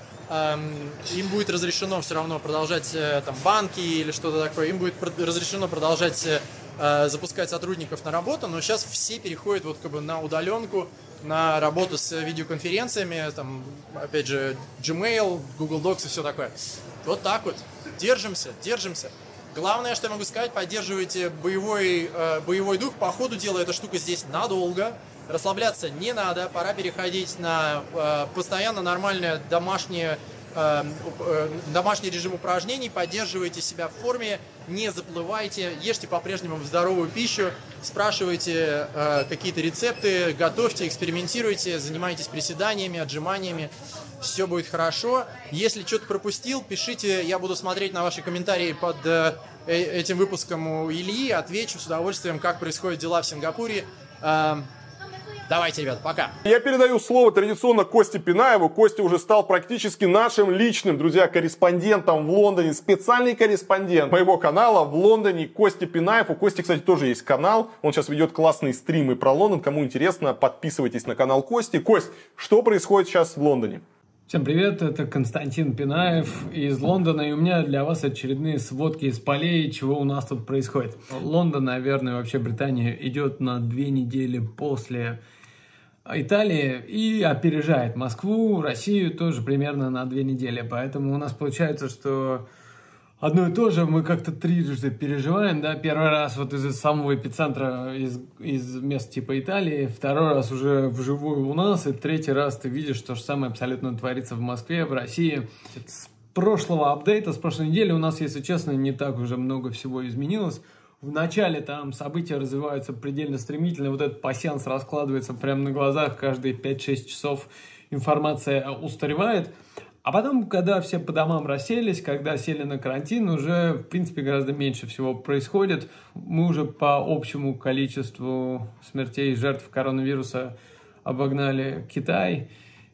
им будет разрешено все равно продолжать там банки или что-то такое, им будет разрешено продолжать запускать сотрудников на работу, но сейчас все переходят вот как бы на удаленку. на работу с видеоконференциями, там, опять же, Gmail, Google Docs и все такое. Вот так вот. Держимся, держимся. Главное, что я могу сказать, поддерживайте боевой, э, боевой дух. По ходу дела эта штука здесь надолго. Расслабляться не надо. Пора переходить на э, постоянно нормальное домашнее, э, э, домашний режим упражнений. Поддерживайте себя в форме, не заплывайте. Ешьте по-прежнему здоровую пищу. Спрашивайте э, какие-то рецепты, готовьте, экспериментируйте, занимайтесь приседаниями, отжиманиями. Все будет хорошо. Если что-то пропустил, пишите, я буду смотреть на ваши комментарии под э, этим выпуском у Ильи, отвечу с удовольствием, как происходят дела в Сингапуре. Э, давайте, ребят, пока. Я передаю слово традиционно Косте Пинаеву. Костя уже стал практически нашим личным, друзья, корреспондентом в Лондоне. Специальный корреспондент моего канала в Лондоне Костя Пинаев. У Кости, кстати, тоже есть канал. Он сейчас ведет классные стримы про Лондон. Кому интересно, подписывайтесь на канал Кости. Кость, что происходит сейчас в Лондоне? Всем привет, это Константин Пинаев из Лондона, и у меня для вас очередные сводки из полей, чего у нас тут происходит. Лондон, наверное, вообще Британия идет на две недели после Италии и опережает Москву, Россию тоже примерно на две недели, поэтому у нас получается, что одно и то же мы как-то трижды переживаем, да, первый раз вот из самого эпицентра, из, из мест типа Италии, второй раз уже вживую у нас, и третий раз ты видишь то же самое абсолютно творится в Москве, в России. С прошлого апдейта, с прошлой недели у нас, если честно, не так уже много всего изменилось. В начале там события развиваются предельно стремительно, вот этот пасьянс раскладывается прямо на глазах, каждые пять-шесть часов информация устаревает. А потом, когда все по домам расселись, когда сели на карантин, уже, в принципе, гораздо меньше всего происходит. Мы уже по общему количеству смертей и жертв коронавируса обогнали Китай.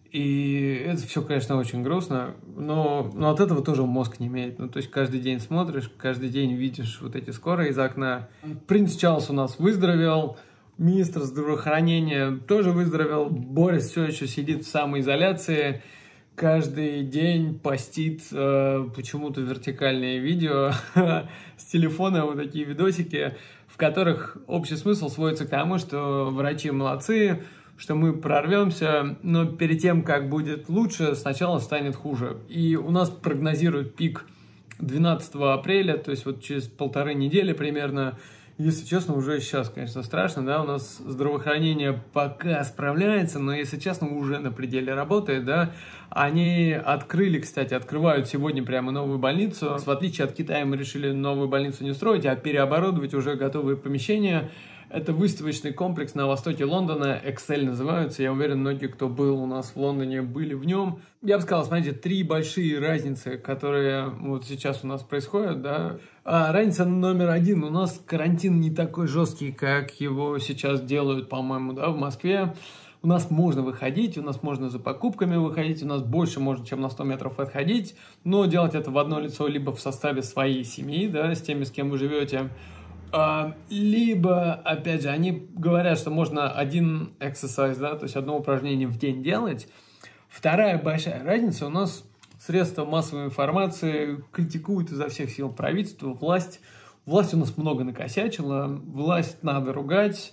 И это все, конечно, очень грустно, но, но от этого тоже мозг не имеет. Ну, то есть каждый день смотришь, каждый день видишь вот эти скорые из окна. Принц Чарльз у нас выздоровел, министр здравоохранения тоже выздоровел, Борис все еще сидит в самоизоляции. Каждый день постит э, почему-то вертикальные видео с телефона, вот такие видосики, в которых общий смысл сводится к тому, что врачи молодцы, что мы прорвемся, но перед тем, как будет лучше, сначала станет хуже. И у нас прогнозируют пик двенадцатого апреля, то есть вот через полторы недели примерно. Если честно, уже сейчас, конечно, страшно, да, у нас здравоохранение пока справляется, но, если честно, уже на пределе работает, да. Они открыли, кстати, открывают сегодня прямо новую больницу. В отличие от Китая мы решили новую больницу не строить, а переоборудовать уже готовые помещения. Это выставочный комплекс на востоке Лондона, Excel называется. Я уверен, многие, кто был у нас в Лондоне, были в нем. Я бы сказал, смотрите, три большие разницы, которые вот сейчас у нас происходят, да. А разница номер один. У нас карантин не такой жесткий, как его сейчас делают, по-моему, да, в Москве. У нас можно выходить, у нас можно за покупками выходить, у нас больше можно, чем на сто метров отходить, но делать это в одно лицо, либо в составе своей семьи, да, с теми, с кем вы живете. Либо, опять же, они говорят, что можно один exercise, да, то есть одно упражнение в день делать. Вторая большая разница, у нас средства массовой информации критикуют изо всех сил правительство, власть. Власть у нас много накосячила, власть надо ругать.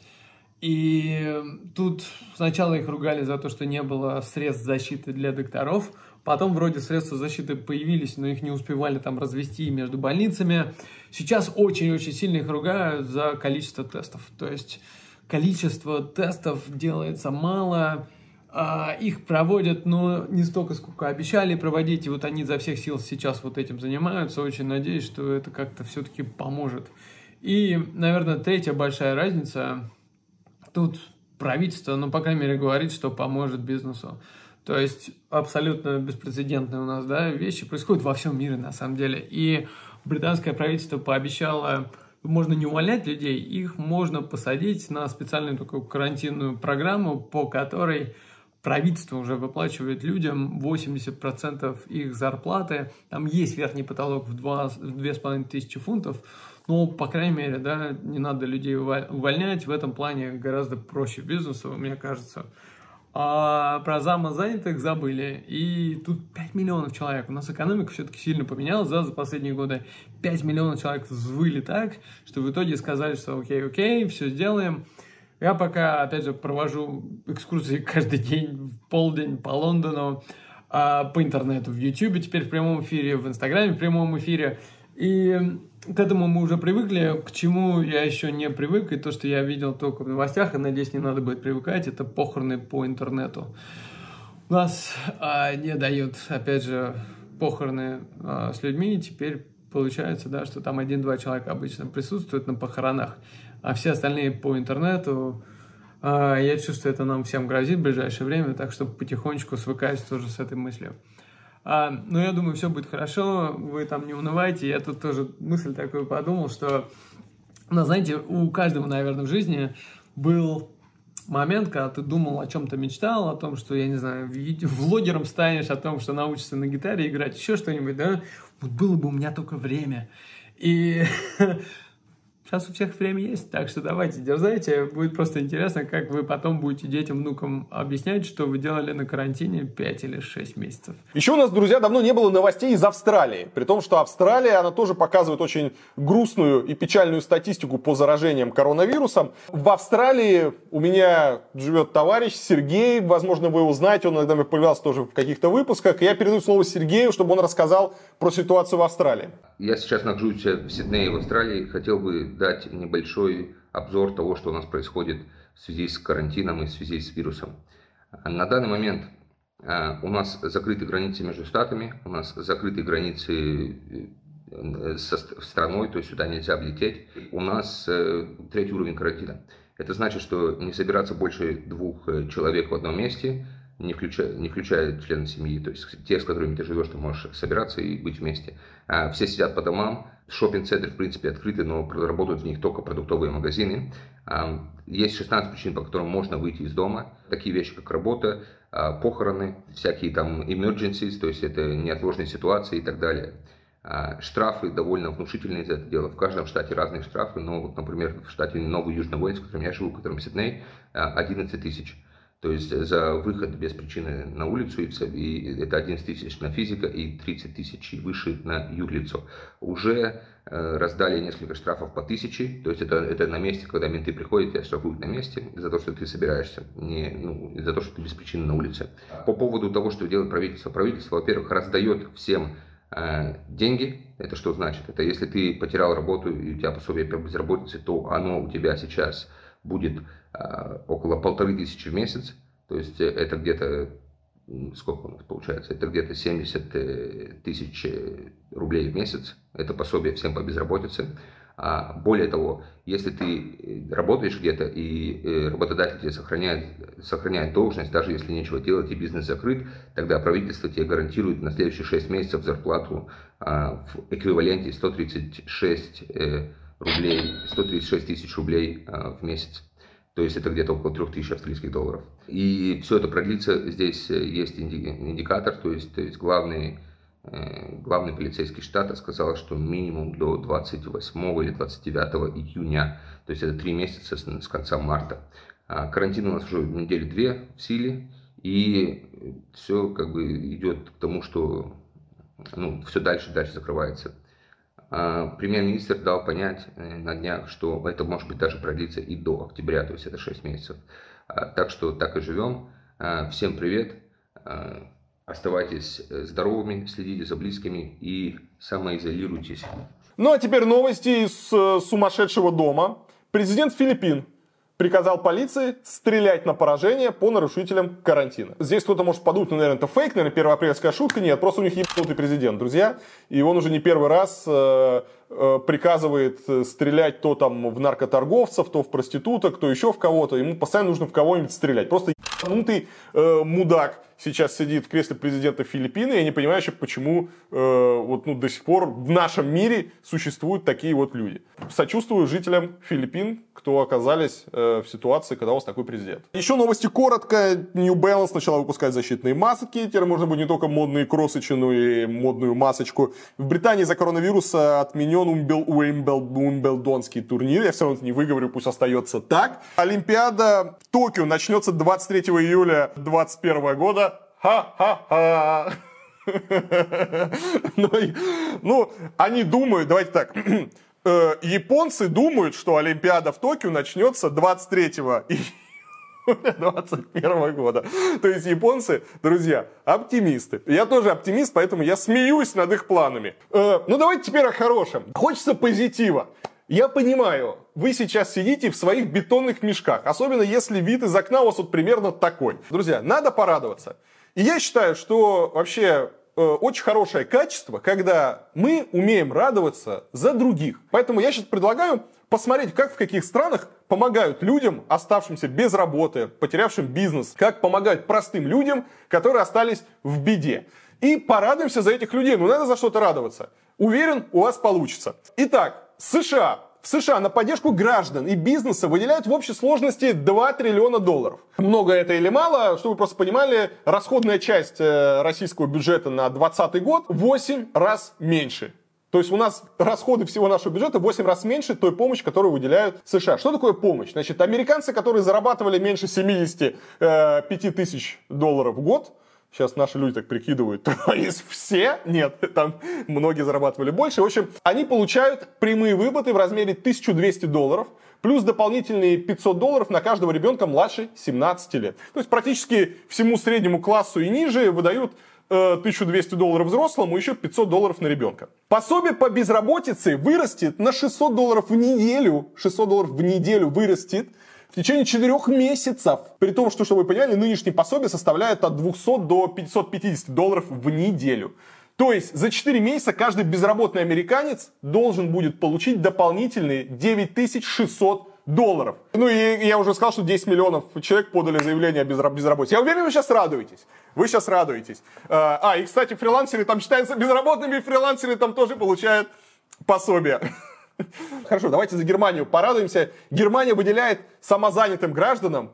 И тут сначала их ругали за то, что не было средств защиты для докторов. Потом вроде средства защиты появились, но их не успевали там развести между больницами. Сейчас очень-очень сильно их ругают за количество тестов. То есть количество тестов делается мало, а их проводят, но не столько, сколько обещали проводить. И вот они изо всех сил сейчас вот этим занимаются. Очень надеюсь, что это как-то все-таки поможет. И, наверное, третья большая разница. Тут правительство, ну, по крайней мере, говорит, что поможет бизнесу. То есть абсолютно беспрецедентные у нас, да, вещи происходят во всем мире на самом деле. И британское правительство пообещало, можно не увольнять людей, их можно посадить на специальную такую карантинную программу, по которой правительство уже выплачивает людям восемьдесят процентов их зарплаты. Там есть верхний потолок в две с половиной тысячи фунтов. Но, по крайней мере, да, не надо людей увольнять. В этом плане гораздо проще бизнесу, мне кажется. А про самозанятых забыли. И тут пять миллионов человек. У нас экономика все-таки сильно поменялась да, за последние годы. пять миллионов человек взвыли так, что в итоге сказали, что окей, окей, все сделаем. Я пока, опять же, провожу экскурсии каждый день в полдень по Лондону, по интернету, в Ютубе, теперь в прямом эфире, в Инстаграме в прямом эфире. И к этому мы уже привыкли, к чему я еще не привык, и то, что я видел только в новостях, и, надеюсь, не надо будет привыкать, это похороны по интернету. У нас а, не дают, опять же, похороны а, с людьми, теперь получается, да, что там один-два человека обычно присутствуют на похоронах, а все остальные по интернету. А, я чувствую, это нам всем грозит в ближайшее время, так что потихонечку свыкаюсь тоже с этой мыслью. А, но я думаю, все будет хорошо, вы там не унывайте. Я тут тоже мысль такую подумал, что, ну, знаете, у каждого, наверное, в жизни был момент, когда ты думал о чем-то, мечтал, о том, что, я не знаю, влогером станешь, о том, что научишься на гитаре играть, еще что-нибудь, да? Вот было бы у меня только время. И сейчас у всех время есть, так что давайте, дерзайте. Будет просто интересно, как вы потом будете детям, внукам объяснять, что вы делали на карантине пять или шесть месяцев. Еще у нас, друзья, давно не было новостей из Австралии. При том, что Австралия, она тоже показывает очень грустную и печальную статистику по заражениям коронавирусом. В Австралии у меня живет товарищ Сергей. Возможно, вы его знаете, он иногда появлялся тоже в каких-то выпусках. Я передаю слово Сергею, чтобы он рассказал про ситуацию в Австралии. Я сейчас нахожусь в Сиднее, в Австралии. Хотел бы дать небольшой обзор того, что у нас происходит в связи с карантином и в связи с вирусом. На данный момент у нас закрыты границы между штатами, у нас закрыты границы со страной, то есть сюда нельзя влететь. У нас третий уровень карантина. Это значит, что не собираться больше двух человек в одном месте, не включая, не включая членов семьи, то есть те, с которыми ты живешь, ты можешь собираться и быть вместе. А все сидят по домам, шоппинг-центры, в принципе, открыты, но работают в них только продуктовые магазины. А, есть шестнадцать причин, по которым можно выйти из дома. Такие вещи, как работа, а, похороны, всякие там emergencies, то есть это неотложные ситуации и так далее. А, штрафы довольно внушительные за это дело. В каждом штате разные штрафы, но, вот, например, в штате Новый Южный Уэльс, в котором я живу, в котором Сидней, одиннадцать тысяч. То есть за выход без причины на улицу, и это одиннадцать тысяч на физика и тридцать тысяч и выше на юрлицо. Уже э, раздали несколько штрафов по тысяче, то есть это, это на месте, когда менты приходят, тебя штрафуют на месте за то, что ты собираешься, не, ну, за то, что ты без причины на улице. По поводу того, что делает правительство. Правительство, во-первых, раздает всем э, деньги. Это что значит? Это если ты потерял работу и у тебя пособие по безработице, то оно у тебя сейчас будет э, около полторы тысячи в месяц, то есть это где-то, сколько у нас получается, это где-то семьдесят тысяч рублей в месяц, это пособие всем по безработице. А более того, если ты работаешь где-то и работодатель тебе сохраняет, сохраняет должность, даже если нечего делать и бизнес закрыт, тогда правительство тебе гарантирует на следующие шесть месяцев зарплату а, в эквиваленте сто тридцать шесть рублей, сто тридцать шесть тысяч рублей а, в месяц. То есть это где-то около трех тысяч австралийских долларов. И все это продлится. Здесь есть индикатор, то есть, то есть главный, э, главный полицейский штата сказал, что минимум до двадцать восьмого или двадцать девятого июня, то есть это три месяца с, с конца марта. А карантин у нас уже недели две в силе, и все как бы идет к тому, что ну, все дальше и дальше закрывается. Премьер-министр дал понять на днях, что это может быть даже продлится и до октября, то есть это шесть месяцев. Так что так и живем. Всем привет. Оставайтесь здоровыми, следите за близкими и самоизолируйтесь. Ну а теперь новости из сумасшедшего дома. Президент Филиппин приказал полиции стрелять на поражение по нарушителям карантина. Здесь кто-то может подумать, ну, наверное, это фейк, наверное, первоапрельская шутка. Нет, просто у них ебанутый президент, друзья. И он уже не первый раз э, э, приказывает стрелять то там в наркоторговцев, то в проституток, то еще в кого-то. Ему постоянно нужно в кого-нибудь стрелять. Просто ебанутый э, мудак сейчас сидит в кресле президента Филиппин. И я не понимаю еще, почему э, вот, ну, до сих пор в нашем мире существуют такие вот люди. Сочувствую жителям Филиппин, кто оказались э, в ситуации, когда у вас такой президент. Еще новости коротко. New Balance начала выпускать защитные маски. Теперь можно будет не только модные кроссочи, но и модную масочку. В Британии из-за коронавируса отменен Уимблдонский турнир. Я все равно это не выговорю, пусть остается так. Олимпиада в Токио начнется двадцать третьего июля двадцать первого года. Ха-ха-ха. Ну, они думают, давайте так. э, японцы думают, что Олимпиада в Токио начнется двадцать третьего июля двадцать первого года. То есть японцы, друзья, оптимисты. Я тоже оптимист, поэтому я смеюсь над их планами. Э, ну давайте теперь о хорошем. Хочется позитива. Я понимаю, вы сейчас сидите в своих бетонных мешках, особенно если вид из окна у вас вот примерно такой. Друзья, надо порадоваться. И я считаю, что вообще э, очень хорошее качество, когда мы умеем радоваться за других. Поэтому я сейчас предлагаю посмотреть, как в каких странах помогают людям, оставшимся без работы, потерявшим бизнес, как помогают простым людям, которые остались в беде. И порадуемся за этих людей. Ну, надо за что-то радоваться. Уверен, у вас получится. Итак, США. В США на поддержку граждан и бизнеса выделяют в общей сложности два триллиона долларов. Много это или мало, чтобы вы просто понимали, расходная часть российского бюджета на двадцатый год в восемь раз меньше. То есть у нас расходы всего нашего бюджета в восемь раз меньше той помощи, которую выделяют США. Что такое помощь? Значит, американцы, которые зарабатывали меньше семьдесят пять тысяч долларов в год, сейчас наши люди так прикидывают, то есть все? Нет, там многие зарабатывали больше. В общем, они получают прямые выплаты в размере тысяча двести долларов, плюс дополнительные пятьсот долларов на каждого ребенка младше семнадцати лет. То есть практически всему среднему классу и ниже выдают э, тысяча двести долларов взрослому, еще пятьсот долларов на ребенка. Пособие по безработице вырастет на шестьсот долларов в неделю. шестьсот долларов в неделю вырастет в течение четырех месяцев. При том, что, чтобы вы поняли, нынешние пособия составляют от двухсот до пятисот пятидесяти долларов в неделю. То есть за четыре месяца каждый безработный американец должен будет получить дополнительные девять тысяч шестьсот долларов. Ну и я уже сказал, что десять миллионов человек подали заявление о безработице. Я уверен, вы сейчас радуетесь. Вы сейчас радуетесь. А, и, кстати, фрилансеры там считаются безработными, фрилансеры там тоже получают пособие. Хорошо, давайте за Германию порадуемся. Германия выделяет самозанятым гражданам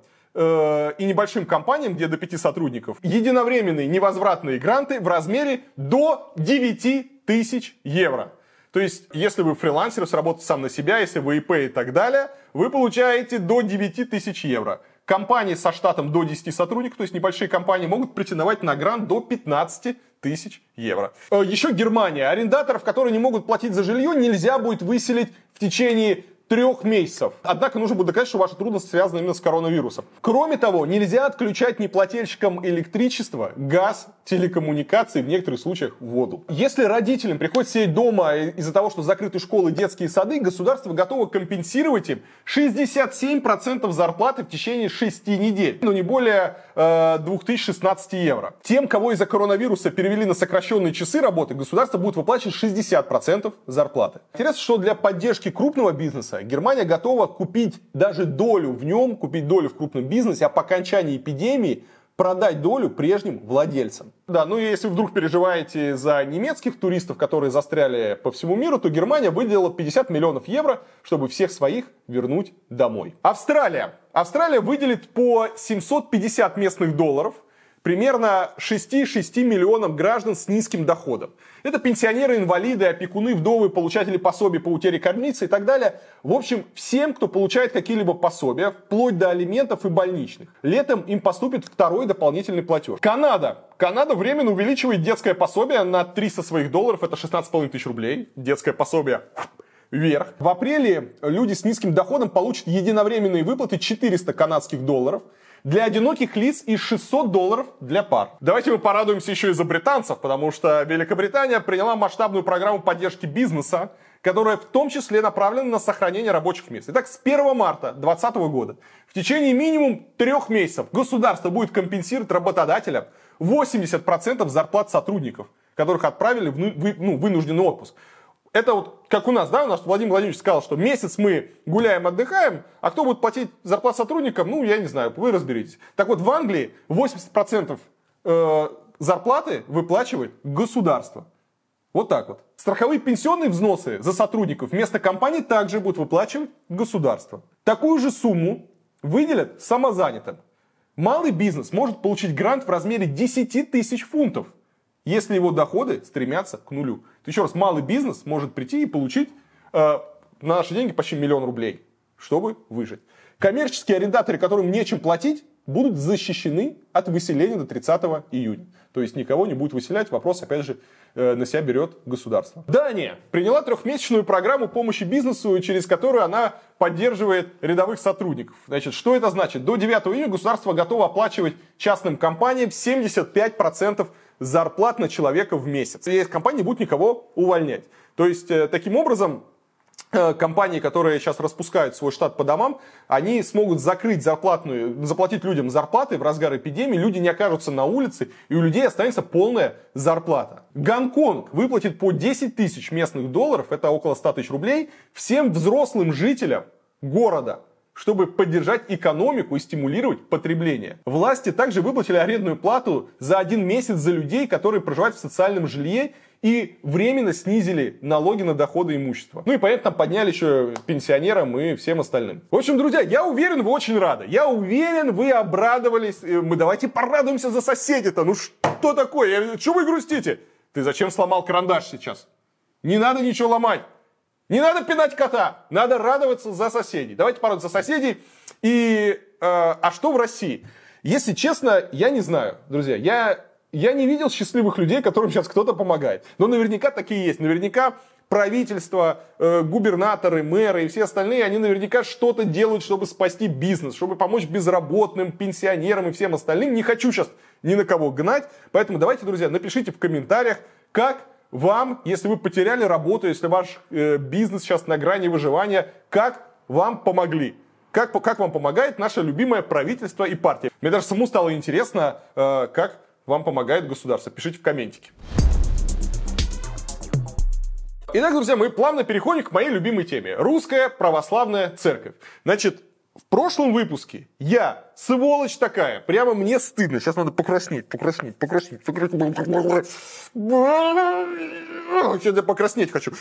э, и небольшим компаниям, где до пяти сотрудников, единовременные невозвратные гранты в размере до девяти тысяч евро. То есть, если вы фрилансер, сработаете сам на себя, если вы ИП и так далее, вы получаете до девяти тысяч евро. Компании со штатом до десяти сотрудников, то есть небольшие компании, могут претендовать на грант до пятнадцати тысяч евро. Еще Германия. Арендаторов, которые не могут платить за жилье, нельзя будет выселить в течение трех месяцев. Однако нужно будет доказать, что ваши трудности связаны именно с коронавирусом. Кроме того, нельзя отключать неплательщикам электричество, газ, телекоммуникации, в некоторых случаях воду. Если родителям приходится сидеть дома из-за того, что закрыты школы, детские сады, государство готово компенсировать им шестьдесят семь процентов зарплаты в течение шести недель. Но не более э, две тысячи шестнадцать евро. Тем, кого из-за коронавируса перевели на сокращенные часы работы, государство будет выплачивать шестьдесят процентов зарплаты. Интересно, что для поддержки крупного бизнеса Германия готова купить даже долю в нем, купить долю в крупном бизнесе, а по окончании эпидемии продать долю прежним владельцам. Да, ну и если вдруг переживаете за немецких туристов, которые застряли по всему миру, то Германия выделила пятьдесят миллионов евро, чтобы всех своих вернуть домой. Австралия. Австралия выделит по семьсот пятьдесят местных долларов примерно шести шести миллионам граждан с низким доходом. Это пенсионеры, инвалиды, опекуны, вдовы, получатели пособий по утере кормильца и так далее. В общем, всем, кто получает какие-либо пособия, вплоть до алиментов и больничных. Летом им поступит второй дополнительный платеж. Канада. Канада временно увеличивает детское пособие на триста своих долларов, это шестнадцать с половиной тысяч рублей. Детское пособие вверх. В апреле люди с низким доходом получат единовременные выплаты четыреста канадских долларов. Для одиноких лиц и шестьсот долларов для пар. Давайте мы порадуемся еще и за британцев, потому что Великобритания приняла масштабную программу поддержки бизнеса, которая в том числе направлена на сохранение рабочих мест. Итак, с первого марта две тысячи двадцатого года в течение минимум трех месяцев государство будет компенсировать работодателям восемьдесят процентов зарплат сотрудников, которых отправили в ну, вынужденный отпуск. Это вот как у нас, да, у нас Владимир Владимирович сказал, что месяц мы гуляем, отдыхаем, а кто будет платить зарплату сотрудникам, ну, я не знаю, вы разберитесь. Так вот, в Англии восемьдесят процентов э, зарплаты выплачивает государство. Вот так вот. Страховые пенсионные взносы за сотрудников вместо компании также будут выплачивать государство. Такую же сумму выделят самозанятым. Малый бизнес может получить грант в размере десяти тысяч фунтов, если его доходы стремятся к нулю. То еще раз, малый бизнес может прийти и получить э, на наши деньги почти миллион рублей, чтобы выжить. Коммерческие арендаторы, которым нечем платить, будут защищены от выселения до тридцатого июня. То есть никого не будет выселять. Вопрос, опять же, на себя берет государство. Дания приняла трехмесячную программу помощи бизнесу, через которую она поддерживает рядовых сотрудников. Значит, что это значит? До девятого июня государство готово оплачивать частным компаниям семьдесят пять процентов зарплат на человека в месяц. И компании не будут никого увольнять. То есть, таким образом, компании, которые сейчас распускают свой штат по домам, они смогут закрыть зарплатную, заплатить людям зарплаты в разгар эпидемии, люди не окажутся на улице, и у людей останется полная зарплата. Гонконг выплатит по десять тысяч местных долларов, это около ста тысяч рублей, всем взрослым жителям города, чтобы поддержать экономику и стимулировать потребление. Власти также выплатили арендную плату за один месяц за людей, которые проживают в социальном жилье, и временно снизили налоги на доходы и имущество. Ну и, понятно, подняли еще пенсионерам и всем остальным. В общем, друзья, я уверен, вы очень рады. Я уверен, вы обрадовались. Мы давайте порадуемся за соседей-то. Ну что такое? Чего вы грустите? Ты зачем сломал карандаш сейчас? Не надо ничего ломать. Не надо пинать кота. Надо радоваться за соседей. Давайте порадуемся за соседей. И, э, а что в России? Если честно, я не знаю, друзья. Я... Я не видел счастливых людей, которым сейчас кто-то помогает. Но наверняка такие есть. Наверняка правительство, э, губернаторы, мэры и все остальные, они наверняка что-то делают, чтобы спасти бизнес, чтобы помочь безработным, пенсионерам и всем остальным. Не хочу сейчас ни на кого гнать. Поэтому давайте, друзья, напишите в комментариях, как вам, если вы потеряли работу, если ваш э, бизнес сейчас на грани выживания, как вам помогли. Как, как вам помогает наше любимое правительство и партия. Мне даже самому стало интересно, э, как вам помогает государство. Пишите в комментике. Итак, друзья, мы плавно переходим к моей любимой теме. Русская православная церковь. Значит, в прошлом выпуске я, сволочь такая, прямо мне стыдно. Сейчас надо покраснеть, покраснеть, покраснеть. покраснеть. Сейчас я покраснеть хочу.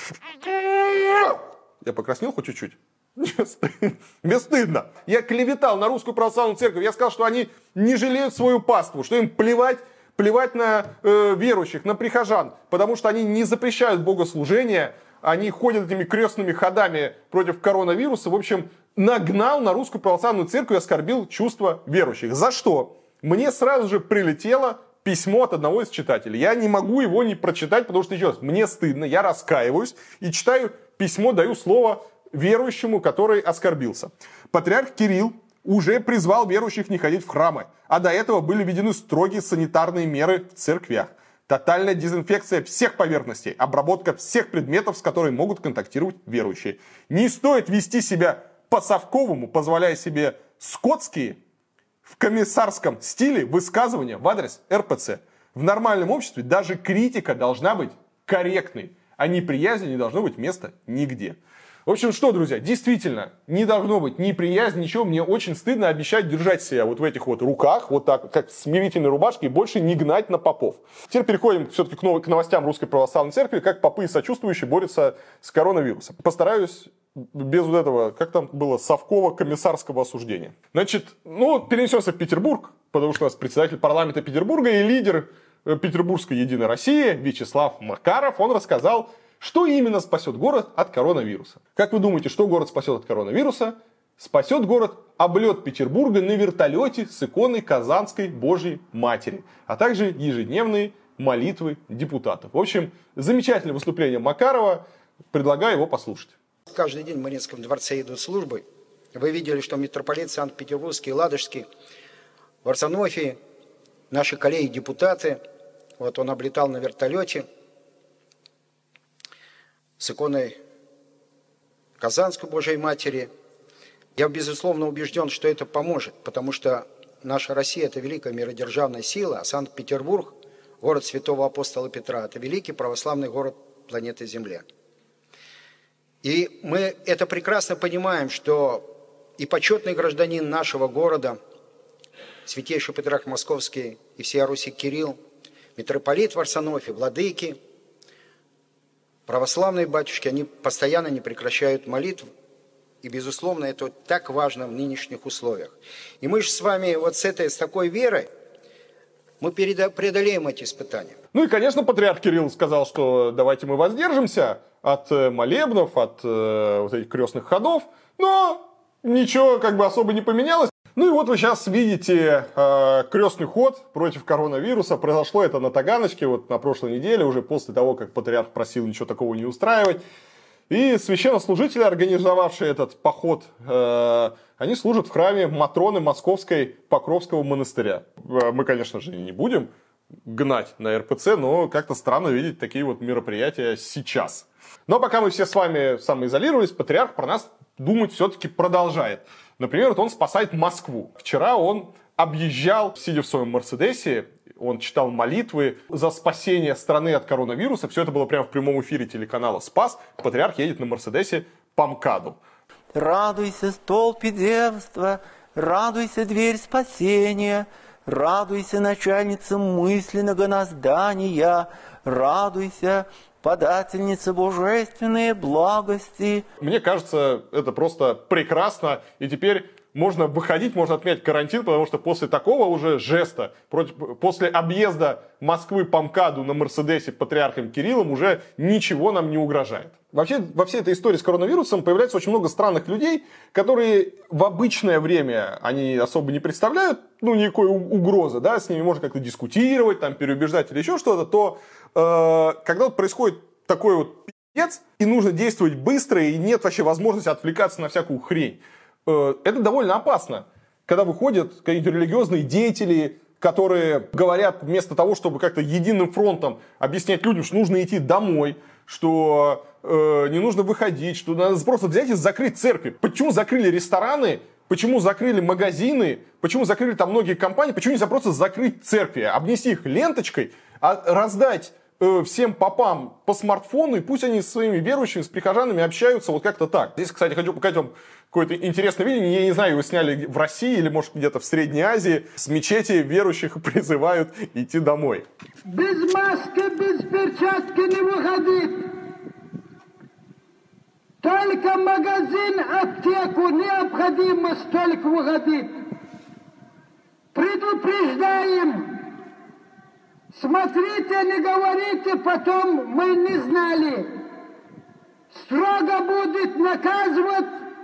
Я покраснел хоть чуть-чуть? Мне стыдно. Я клеветал на Русскую Православную Церковь. Я сказал, что они не жалеют свою паству, что им плевать, плевать на э, верующих, на прихожан, потому что они не запрещают богослужения, они ходят этими крестными ходами против коронавируса. В общем, нагнал на Русскую Православную Церковь и оскорбил чувства верующих. За что? Мне сразу же прилетело письмо от одного из читателей. Я не могу его не прочитать, потому что, еще раз, мне стыдно, я раскаиваюсь и читаю письмо, даю слово верующему, который оскорбился. Патриарх Кирилл уже призвал верующих не ходить в храмы, а до этого были введены строгие санитарные меры в церквях. Тотальная дезинфекция всех поверхностей, обработка всех предметов, с которыми могут контактировать верующие. Не стоит вести себя по-совковому, позволяя себе скотские в комиссарском стиле высказывания в адрес эр пэ цэ. В нормальном обществе даже критика должна быть корректной, а неприязни не должно быть места нигде. В общем, что, друзья, действительно, не должно быть ни приязни, ничего. Мне очень стыдно обещать держать себя вот в этих вот руках, вот так, как в смирительной рубашке, и больше не гнать на попов. Теперь переходим все-таки к новостям Русской Православной Церкви, как попы и сочувствующие борются с коронавирусом. Постараюсь без вот этого, как там было, совкового комиссарского осуждения. Значит, ну, перенесемся в Петербург, потому что у нас председатель парламента Петербурга и лидер Петербургской Единой России Вячеслав Макаров, он рассказал, что именно спасет город от коронавируса. Как вы думаете, что город спасет от коронавируса? Спасет город облет Петербурга на вертолете с иконой Казанской Божьей Матери, а также ежедневные молитвы депутатов. В общем, замечательное выступление Макарова. Предлагаю его послушать. Каждый день в Мариинском дворце идут службы. Вы видели, что митрополит Санкт-Петербургский, Ладожский, в Арсенофии, наши коллеги-депутаты, вот он облетал на вертолете с иконой Казанской Божьей Матери. Я, безусловно, убежден, что это поможет, потому что наша Россия – это великая миродержавная сила, а Санкт-Петербург, город святого апостола Петра, это великий православный город планеты Земля. И мы это прекрасно понимаем, что и почетный гражданин нашего города, святейший Патриарх Московский и всея Руси Кирилл, митрополит в Арсенофе, владыки, православные батюшки, они постоянно не прекращают молитв. И, безусловно, это так важно в нынешних условиях. И мы же с вами вот с этой, с такой верой, мы преодолеем эти испытания. Ну и, конечно, патриарх Кирилл сказал, что давайте мы воздержимся от молебнов, от э, вот этих крестных ходов. Но ничего как бы особо не поменялось. Ну и вот вы сейчас видите э, крестный ход против коронавируса. Произошло это на Таганочке вот на прошлой неделе, уже после того, как патриарх просил ничего такого не устраивать. И священнослужители, организовавшие этот поход, э, они служат в храме Матроны Московской Покровского монастыря. Мы, конечно же, не будем гнать на эр пэ цэ, но как-то странно видеть такие вот мероприятия сейчас. Но пока мы все с вами самоизолировались, патриарх про нас думать все-таки продолжает. Например, вот он спасает Москву. Вчера он объезжал, сидя в своем Мерседесе, он читал молитвы за спасение страны от коронавируса. Все это было прямо в прямом эфире телеканала «Спас». Патриарх едет на Мерседесе по МКАДу. Радуйся, столпе девства, радуйся, дверь спасения, радуйся, начальница мысленного наздания, радуйся, подательница божественной благости. Мне кажется, это просто прекрасно. И теперь можно выходить, можно отменять карантин, потому что после такого уже жеста, против, после объезда Москвы по МКАДу на Мерседесе патриархом Кириллом уже ничего нам не угрожает. Вообще, во всей этой истории с коронавирусом появляется очень много странных людей, которые в обычное время они особо не представляют, ну, никакой угрозы, да, с ними можно как-то дискутировать, там, переубеждать или еще что-то, то э, когда вот происходит такой вот пиздец, и нужно действовать быстро, и нет вообще возможности отвлекаться на всякую хрень, э, это довольно опасно. Когда выходят какие-то религиозные деятели, которые говорят вместо того, чтобы как-то единым фронтом объяснять людям, что нужно идти домой, что э, не нужно выходить, что надо просто взять и закрыть церкви. Почему закрыли рестораны, почему закрыли магазины, почему закрыли там многие компании, почему нельзя просто закрыть церкви, обнести их ленточкой, а раздать э, всем попам по смартфону, и пусть они со своими верующими, с прихожанами общаются вот как-то так. Здесь, кстати, хочу показать вам какое-то интересное видео, я не знаю, его сняли в России или, может, где-то в Средней Азии. С мечети верующих призывают идти домой. Без маски, без перчатки не выходить. Только магазин, аптеку необходимо столько выходить. Предупреждаем. Смотрите, не говорите, потом мы не знали. Строго будет наказывать.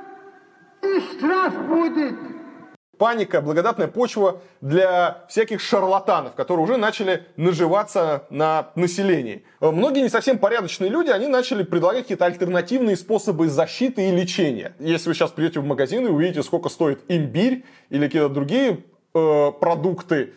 И штраф будет. Паника, благодатная почва для всяких шарлатанов, которые уже начали наживаться на населении. Многие не совсем порядочные люди, они начали предлагать какие-то альтернативные способы защиты и лечения. Если вы сейчас придете в магазин и увидите, сколько стоит имбирь или какие-то другие э, продукты,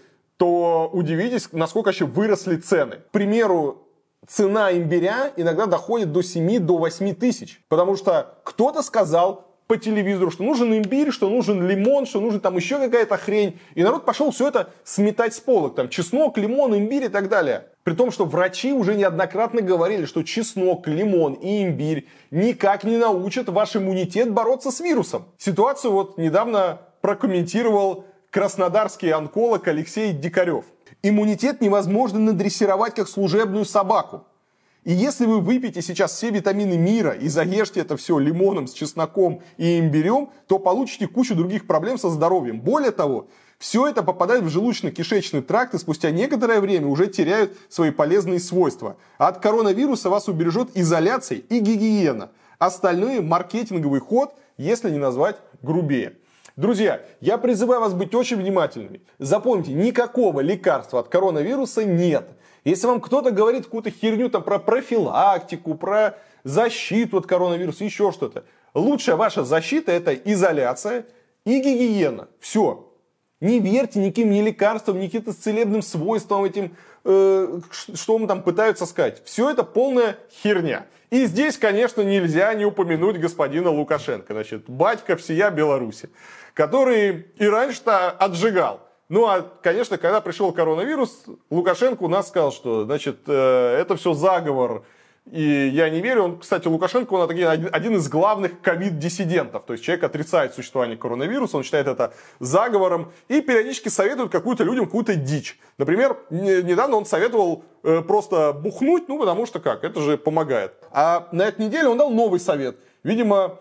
то удивитесь, насколько еще выросли цены. К примеру, цена имбиря иногда доходит до семи-восьми тысяч. Потому что кто-то сказал по телевизору, что нужен имбирь, что нужен лимон, что нужен там еще какая-то хрень. И народ пошел все это сметать с полок. Там чеснок, лимон, имбирь и так далее. При том, что врачи уже неоднократно говорили, что чеснок, лимон и имбирь никак не научат ваш иммунитет бороться с вирусом. Ситуацию вот недавно прокомментировал краснодарский онколог Алексей Дикарев. Иммунитет невозможно надрессировать как служебную собаку. И если вы выпьете сейчас все витамины мира и заешьте это все лимоном с чесноком и имбирем, то получите кучу других проблем со здоровьем. Более того, все это попадает в желудочно-кишечный тракт и спустя некоторое время уже теряют свои полезные свойства. А от коронавируса вас убережет изоляция и гигиена. Остальное маркетинговый ход, если не назвать грубее. Друзья, я призываю вас быть очень внимательными. Запомните, никакого лекарства от коронавируса нет. Если вам кто-то говорит какую-то херню там, про профилактику, про защиту от коронавируса, еще что-то, лучшая ваша защита — это изоляция и гигиена. Все. Не верьте никаким ни лекарствам, ни каким-то целебным свойствам этим, э, что вам там пытаются сказать. Все это полная херня. И здесь, конечно, нельзя не упомянуть господина Лукашенко, значит, батька всея Беларуси, который и раньше-то отжигал. Ну, а, конечно, когда пришел коронавирус, Лукашенко у нас сказал, что, значит, это все заговор, и я не верю. Он, кстати, Лукашенко, он один из главных ковид-диссидентов, то есть человек отрицает существование коронавируса, он считает это заговором, и периодически советует какую-то людям какую-то дичь. Например, недавно он советовал просто бухнуть, ну, потому что как, это же помогает. А на этой неделе он дал новый совет. Видимо,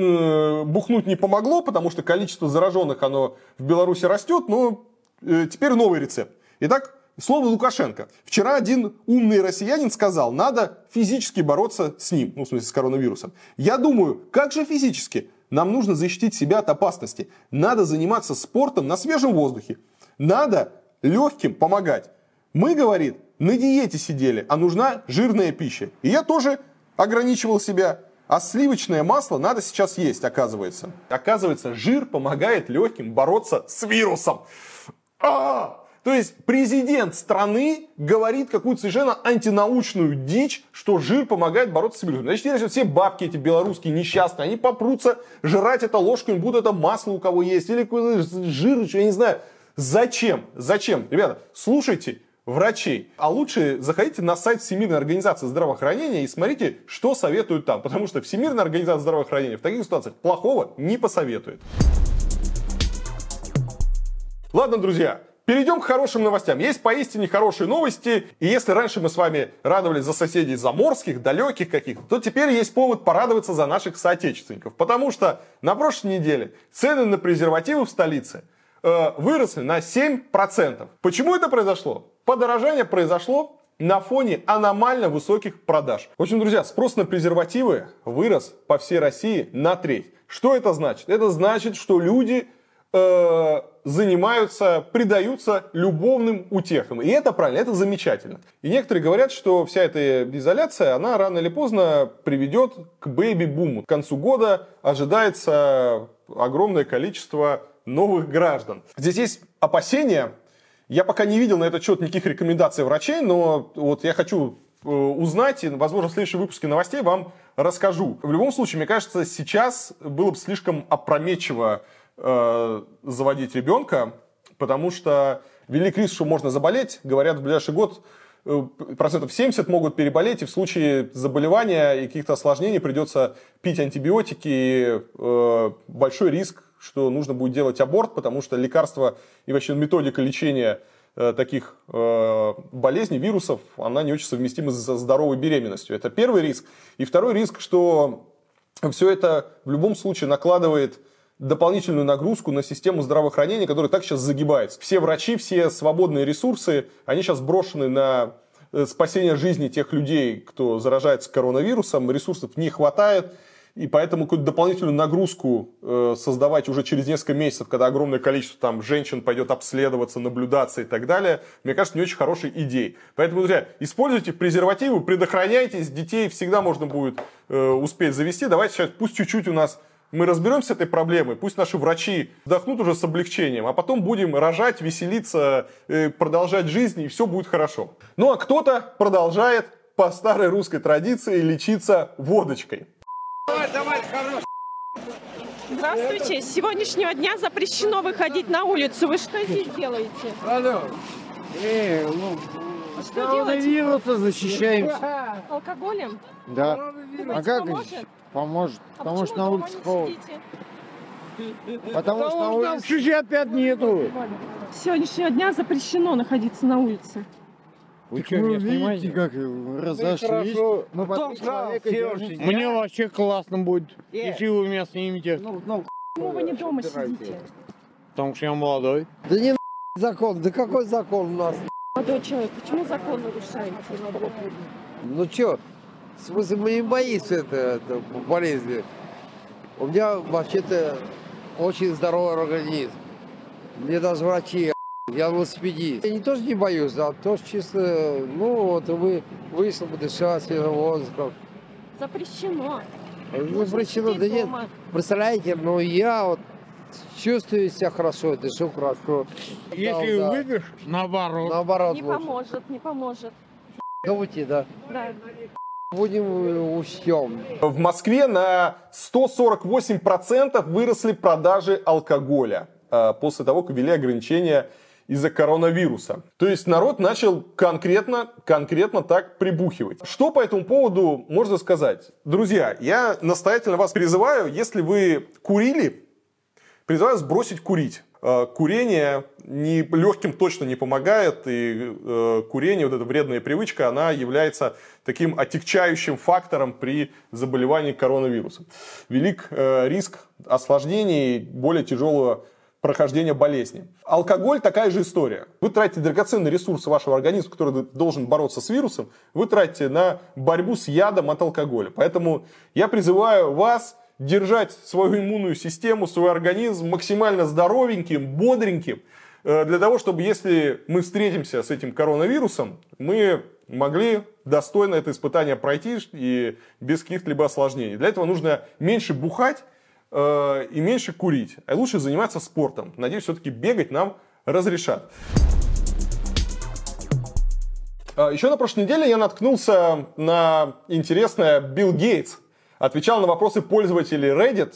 бухнуть не помогло, потому что количество зараженных, оно в Беларуси растет, но теперь новый рецепт. Итак, слово Лукашенко. Вчера один умный россиянин сказал, надо физически бороться с ним, ну, в смысле, с коронавирусом. Я думаю, как же физически? Нам нужно защитить себя от опасности. Надо заниматься спортом на свежем воздухе. Надо легким помогать. Мы, говорит, на диете сидели, а нужна жирная пища. И я тоже ограничивал себя. А сливочное масло надо сейчас есть, оказывается. Оказывается, жир помогает легким бороться с вирусом. А-а-а! То есть президент страны говорит какую-то совершенно антинаучную дичь, что жир помогает бороться с вирусом. Значит, если все бабки эти белорусские несчастные, они попрутся жрать это ложками, будут это масло у кого есть, или какой-то жир, я не знаю. Зачем? Зачем? Ребята, слушайте врачей. А лучше заходите на сайт Всемирной организации здравоохранения и смотрите, что советуют там. Потому что Всемирная организация здравоохранения в таких ситуациях плохого не посоветует. Ладно, друзья, перейдем к хорошим новостям. Есть поистине хорошие новости. И если раньше мы с вами радовались за соседей заморских, далеких каких-то, то теперь есть повод порадоваться за наших соотечественников. Потому что на прошлой неделе цены на презервативы в столице э, выросли на семь процентов. Почему это произошло? Подорожание произошло на фоне аномально высоких продаж. В общем, друзья, спрос на презервативы вырос по всей России на треть. Что это значит? Это значит, что люди э, занимаются, предаются любовным утехам. И это правильно, это замечательно. И некоторые говорят, что вся эта изоляция, она рано или поздно приведет к бэйби-буму. К концу года ожидается огромное количество новых граждан. Здесь есть опасения. Я пока не видел на этот счет никаких рекомендаций врачей, но вот я хочу узнать и, возможно, в следующем выпуске новостей вам расскажу. В любом случае, мне кажется, сейчас было бы слишком опрометчиво э, заводить ребенка, потому что велик риск, что можно заболеть. Говорят, в ближайший год э, процентов семьдесят могут переболеть, и в случае заболевания и каких-то осложнений придется пить антибиотики. И, э, большой риск, что нужно будет делать аборт, потому что лекарства и вообще методика лечения э, таких э, болезней, вирусов, она не очень совместима со здоровой беременностью. Это первый риск. И второй риск, что все это в любом случае накладывает дополнительную нагрузку на систему здравоохранения, которая так сейчас загибается. Все врачи, все свободные ресурсы, они сейчас брошены на спасение жизни тех людей, кто заражается коронавирусом. Ресурсов не хватает. И поэтому какую-то дополнительную нагрузку э, создавать уже через несколько месяцев, когда огромное количество там, женщин пойдет обследоваться, наблюдаться и так далее, мне кажется, не очень хорошей идеей. Поэтому, друзья, используйте презервативы, предохраняйтесь, детей всегда можно будет э, успеть завести. Давайте сейчас пусть чуть-чуть у нас мы разберемся с этой проблемой, пусть наши врачи вдохнут уже с облегчением, а потом будем рожать, веселиться, э, продолжать жизнь, и все будет хорошо. Ну а кто-то продолжает по старой русской традиции лечиться водочкой. Давай, давай, хорош. Здравствуйте. С сегодняшнего дня запрещено выходить на улицу. Вы что здесь делаете? Алло. Эй, ну, от коронавируса защищаемся. Алкоголем? Да. Думаете, а как поможет? Поможет. А Потому что на дома улице не холодно. сидите? Потому что на улице чужие опять нету. С сегодняшнего дня запрещено находиться на улице. Вы что, не видите, как разошлись? Ну, потом мне вообще классно будет, если вы меня снимете. Ну, ну, почему вы не дома сидите? Потому что я молодой. Да не закон, да какой закон у нас? Молодой человек, почему закон нарушаете? Ну что, в смысле, мы не боимся это, это болезни. У меня вообще-то очень здоровый организм. Мне даже врачи, я велосипедист. Я не тоже не боюсь, а тоже чисто, ну вот вы вышел подышать свежим воздухом. Запрещено. Запрещено, да нет. Представляете, ну я вот чувствую себя хорошо, дышу хорошо. Если да, выпьешь, наоборот. Наоборот Не лучше. поможет, не поможет. Думаете, да? Да. Будем учтем. В Москве на сто сорок восемь процентов выросли продажи алкоголя после того, как ввели ограничения из-за коронавируса. То есть народ начал конкретно, конкретно так прибухивать. Что по этому поводу можно сказать? Друзья, я настоятельно вас призываю, если вы курили, призываю сбросить курить. Курение не, легким точно не помогает, и э, курение, вот эта вредная привычка, она является таким отягчающим фактором при заболевании коронавирусом. Велик э, риск осложнений, более тяжелого прохождения болезни. Алкоголь такая же история. Вы тратите драгоценные ресурсы вашего организма, который должен бороться с вирусом, вы тратите на борьбу с ядом от алкоголя. Поэтому я призываю вас держать свою иммунную систему, свой организм максимально здоровеньким, бодреньким, для того, чтобы если мы встретимся с этим коронавирусом, мы могли достойно это испытание пройти и без каких-либо осложнений. Для этого нужно меньше бухать э, и меньше курить, а лучше заниматься спортом. Надеюсь, все-таки бегать нам разрешат. Еще на прошлой неделе я наткнулся на интересное Билл Гейтс. Отвечал на вопросы пользователей Reddit.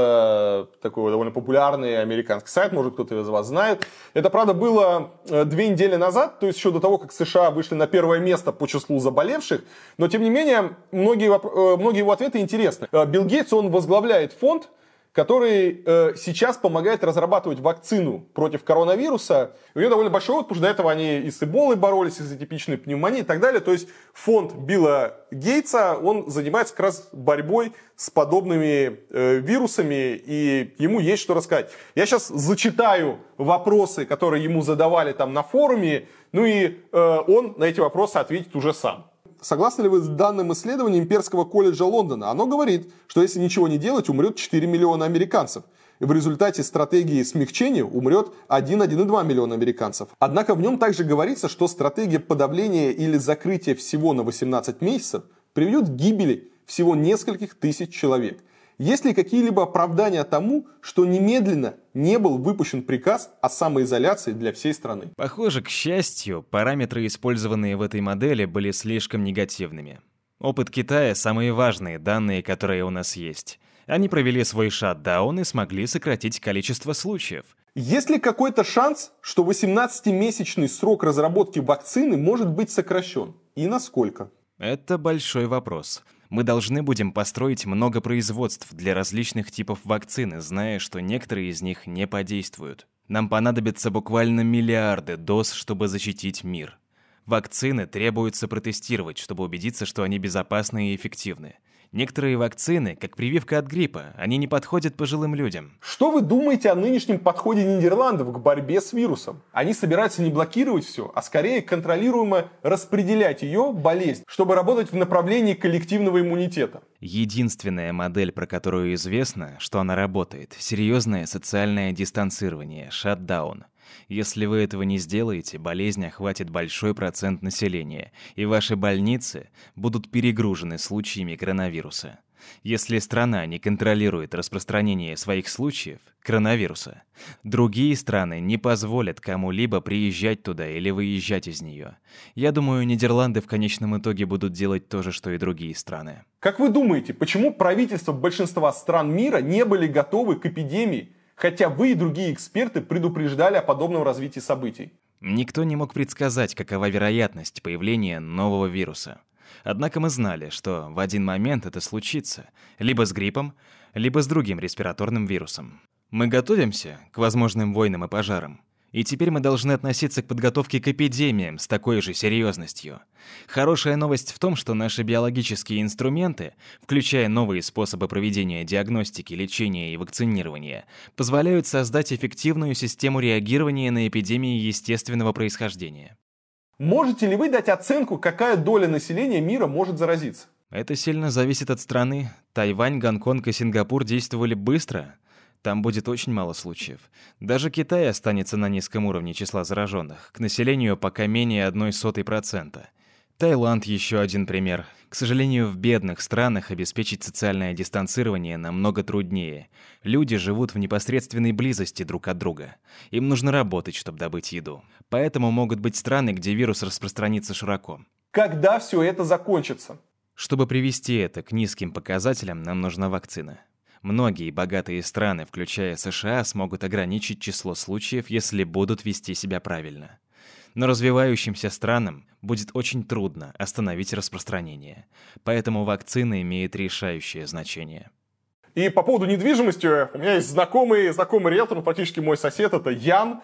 Это такой довольно популярный американский сайт, может кто-то из вас знает. Это, правда, было две недели назад, то есть еще до того, как США вышли на первое место по числу заболевших. Но, тем не менее, многие, многие его ответы интересны. Билл Гейтс, он возглавляет фонд, который э, сейчас помогает разрабатывать вакцину против коронавируса. У него довольно большой опыт, потому что до этого они и с эболой боролись, и с атипичной пневмонией и так далее. То есть фонд Билла Гейтса, он занимается как раз борьбой с подобными э, вирусами, и ему есть что рассказать. Я сейчас зачитаю вопросы, которые ему задавали там на форуме, ну и э, он на эти вопросы ответит уже сам. Согласны ли вы с данным исследованием Имперского колледжа Лондона? Оно говорит, что если ничего не делать, умрет четыре миллиона американцев. И в результате стратегии смягчения умрет один — один и два миллиона американцев. Однако в нем также говорится, что стратегия подавления или закрытия всего на восемнадцать месяцев приведет к гибели всего нескольких тысяч человек. Есть ли какие-либо оправдания тому, что немедленно не был выпущен приказ о самоизоляции для всей страны? Похоже, к счастью, параметры, использованные в этой модели, были слишком негативными. Опыт Китая – самые важные данные, которые у нас есть. Они провели свой шатдаун и смогли сократить количество случаев. Есть ли какой-то шанс, что восемнадцатимесячный срок разработки вакцины может быть сокращен? И насколько? Это большой вопрос. Мы должны будем построить много производств для различных типов вакцины, зная, что некоторые из них не подействуют. Нам понадобится буквально миллиарды доз, чтобы защитить мир. Вакцины требуется протестировать, чтобы убедиться, что они безопасны и эффективны. Некоторые вакцины, как прививка от гриппа, они не подходят пожилым людям. Что вы думаете о нынешнем подходе Нидерландов к борьбе с вирусом? Они собираются не блокировать все, а скорее контролируемо распределять ее, болезнь, чтобы работать в направлении коллективного иммунитета. Единственная модель, про которую известно, что она работает, серьезное социальное дистанцирование, шатдаун. Если вы этого не сделаете, болезнь охватит большой процент населения, и ваши больницы будут перегружены случаями коронавируса. Если страна не контролирует распространение своих случаев, коронавируса, другие страны не позволят кому-либо приезжать туда или выезжать из нее. Я думаю, Нидерланды в конечном итоге будут делать то же, что и другие страны. Как вы думаете, почему правительства большинства стран мира не были готовы к эпидемии, хотя вы и другие эксперты предупреждали о подобном развитии событий? Никто не мог предсказать, какова вероятность появления нового вируса. Однако мы знали, что в один момент это случится, либо с гриппом, либо с другим респираторным вирусом. Мы готовимся к возможным войнам и пожарам. И теперь мы должны относиться к подготовке к эпидемиям с такой же серьезностью. Хорошая новость в том, что наши биологические инструменты, включая новые способы проведения диагностики, лечения и вакцинирования, позволяют создать эффективную систему реагирования на эпидемии естественного происхождения. Можете ли вы дать оценку, какая доля населения мира может заразиться? Это сильно зависит от страны. Тайвань, Гонконг и Сингапур действовали быстро. Там будет очень мало случаев. Даже Китай останется на низком уровне числа зараженных. К населению пока менее одной сотой процента. Таиланд еще один пример. К сожалению, в бедных странах обеспечить социальное дистанцирование намного труднее. Люди живут в непосредственной близости друг от друга. Им нужно работать, чтобы добыть еду. Поэтому могут быть страны, где вирус распространится широко. Когда все это закончится? Чтобы привести это к низким показателям, нам нужна вакцина. Многие богатые страны, включая США, смогут ограничить число случаев, если будут вести себя правильно. Но развивающимся странам будет очень трудно остановить распространение. Поэтому вакцина имеет решающее значение. И по поводу недвижимости, у меня есть знакомый, знакомый риэлтор, практически мой сосед, это Ян.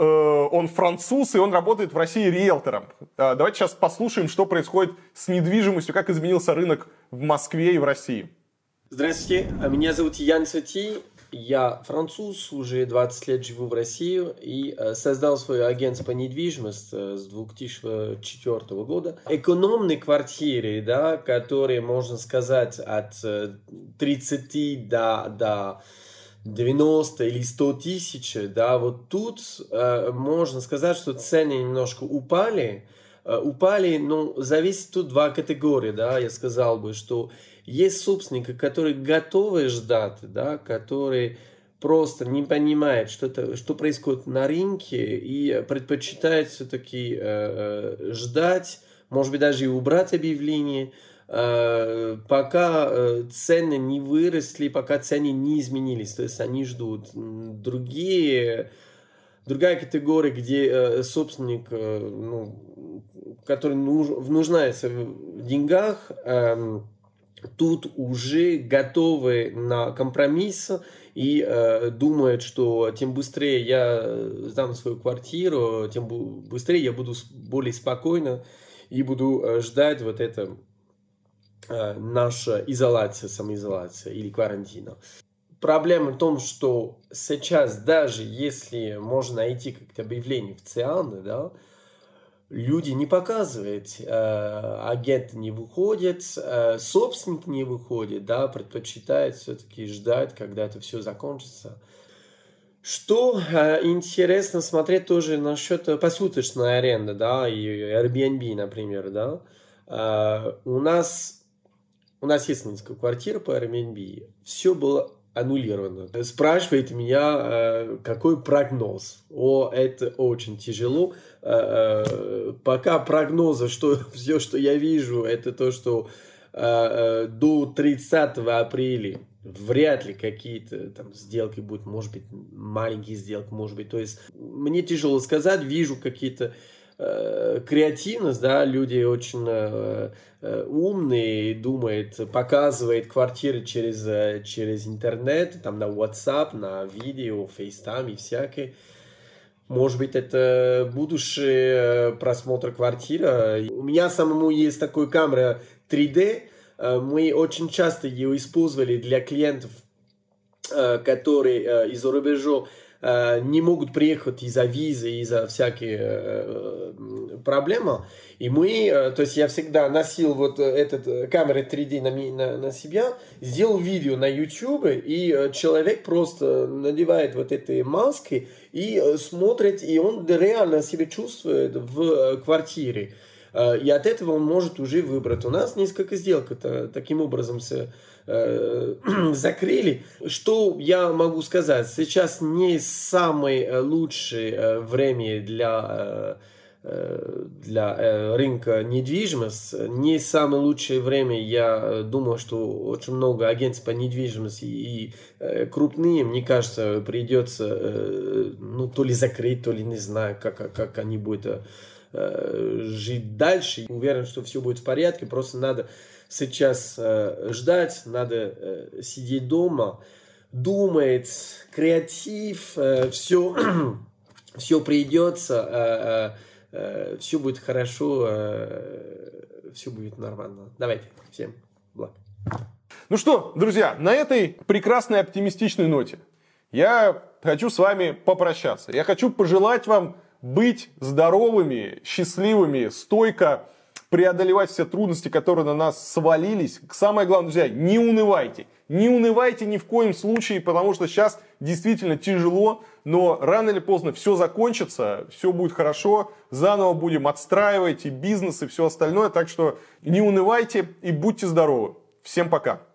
Он француз, и он работает в России риэлтором. Давайте сейчас послушаем, что происходит с недвижимостью, как изменился рынок в Москве и в России. Здравствуйте, меня зовут Ян Соти. Я француз, уже двадцать лет живу в России и создал свое агентство по недвижимости с две тысячи четвёртого года. Экономные квартиры, да, которые, можно сказать, от тридцати до, до девяноста или ста тысяч, да, вот тут э, можно сказать, что цены немножко упали. Э, упали, но зависит тут два категории, да, я сказал бы, что есть собственники, которые готовы ждать, да, которые просто не понимают, что, это, что происходит на рынке и предпочитают все-таки э, ждать, может быть, даже и убрать объявление, э, пока э, цены не выросли, пока цены не изменились. То есть они ждут. Другие, другая категория, где э, собственник, э, ну, который нуж, нуждается в деньгах, э, тут уже готовы на компромисс и э, думают, что тем быстрее я сдам свою квартиру, тем быстрее я буду более спокойно и буду э, ждать вот это э, наша изоляция, самоизоляция или карантина. Проблема в том, что сейчас даже если можно найти как-то объявление в ЦИАН, да, люди не показывают, э, агент не выходит, э, собственник не выходит, да, предпочитает все-таки ждать, когда это все закончится. Что э, интересно смотреть тоже насчет посуточной аренды, да, и Airbnb, например, да. Э, у нас, у нас есть несколько квартир по Airbnb, все было аннулировано. Спрашивает меня, э, какой прогноз. О, это очень тяжело. Э, э, пока прогноза, что все, что я вижу, это то, что э, э, до тридцатого апреля вряд ли какие-то там сделки будут, может быть, маленькие сделки, может быть. То есть мне тяжело сказать, вижу какие-то э, креативность, да, люди очень э, э, умные, думают, показывают квартиры через, э, через интернет, там на WhatsApp, на видео, FaceTime и всякое. Может быть, это будущий просмотр квартиры. У меня самому есть такая камера три дэ. Мы очень часто ее использовали для клиентов, которые из-за рубежа не могут приехать из-за визы, из-за всяких проблем. И мы, то есть я всегда носил вот этот камеру три дэ на, на, на себя, сделал видео на YouTube, и человек просто надевает вот эти маски и смотрит, и он реально себя чувствует в квартире. И от этого он может уже выбрать. У нас несколько сделок таким образом с закрыли. Что я могу сказать? Сейчас не самое лучшее время для, для рынка недвижимости. Не самое лучшее время. Я думаю, что очень много агентств по недвижимости и крупные, мне кажется, придется ну, то ли закрыть, то ли не знаю, как, как они будут жить дальше. Уверен, что все будет в порядке. Просто надо сейчас э, ждать, надо э, сидеть дома, думать, креатив, э, все, все придется, э, э, все будет хорошо, э, все будет нормально. Давайте, всем благ. Ну что, друзья, на этой прекрасной оптимистичной ноте я хочу с вами попрощаться. Я хочу пожелать вам быть здоровыми, счастливыми, стойко преодолевать все трудности, которые на нас свалились. Самое главное, друзья, не унывайте. Не унывайте ни в коем случае, потому что сейчас действительно тяжело, но рано или поздно все закончится, все будет хорошо, заново будем отстраивать и бизнес, и все остальное. Так что не унывайте и будьте здоровы. Всем пока.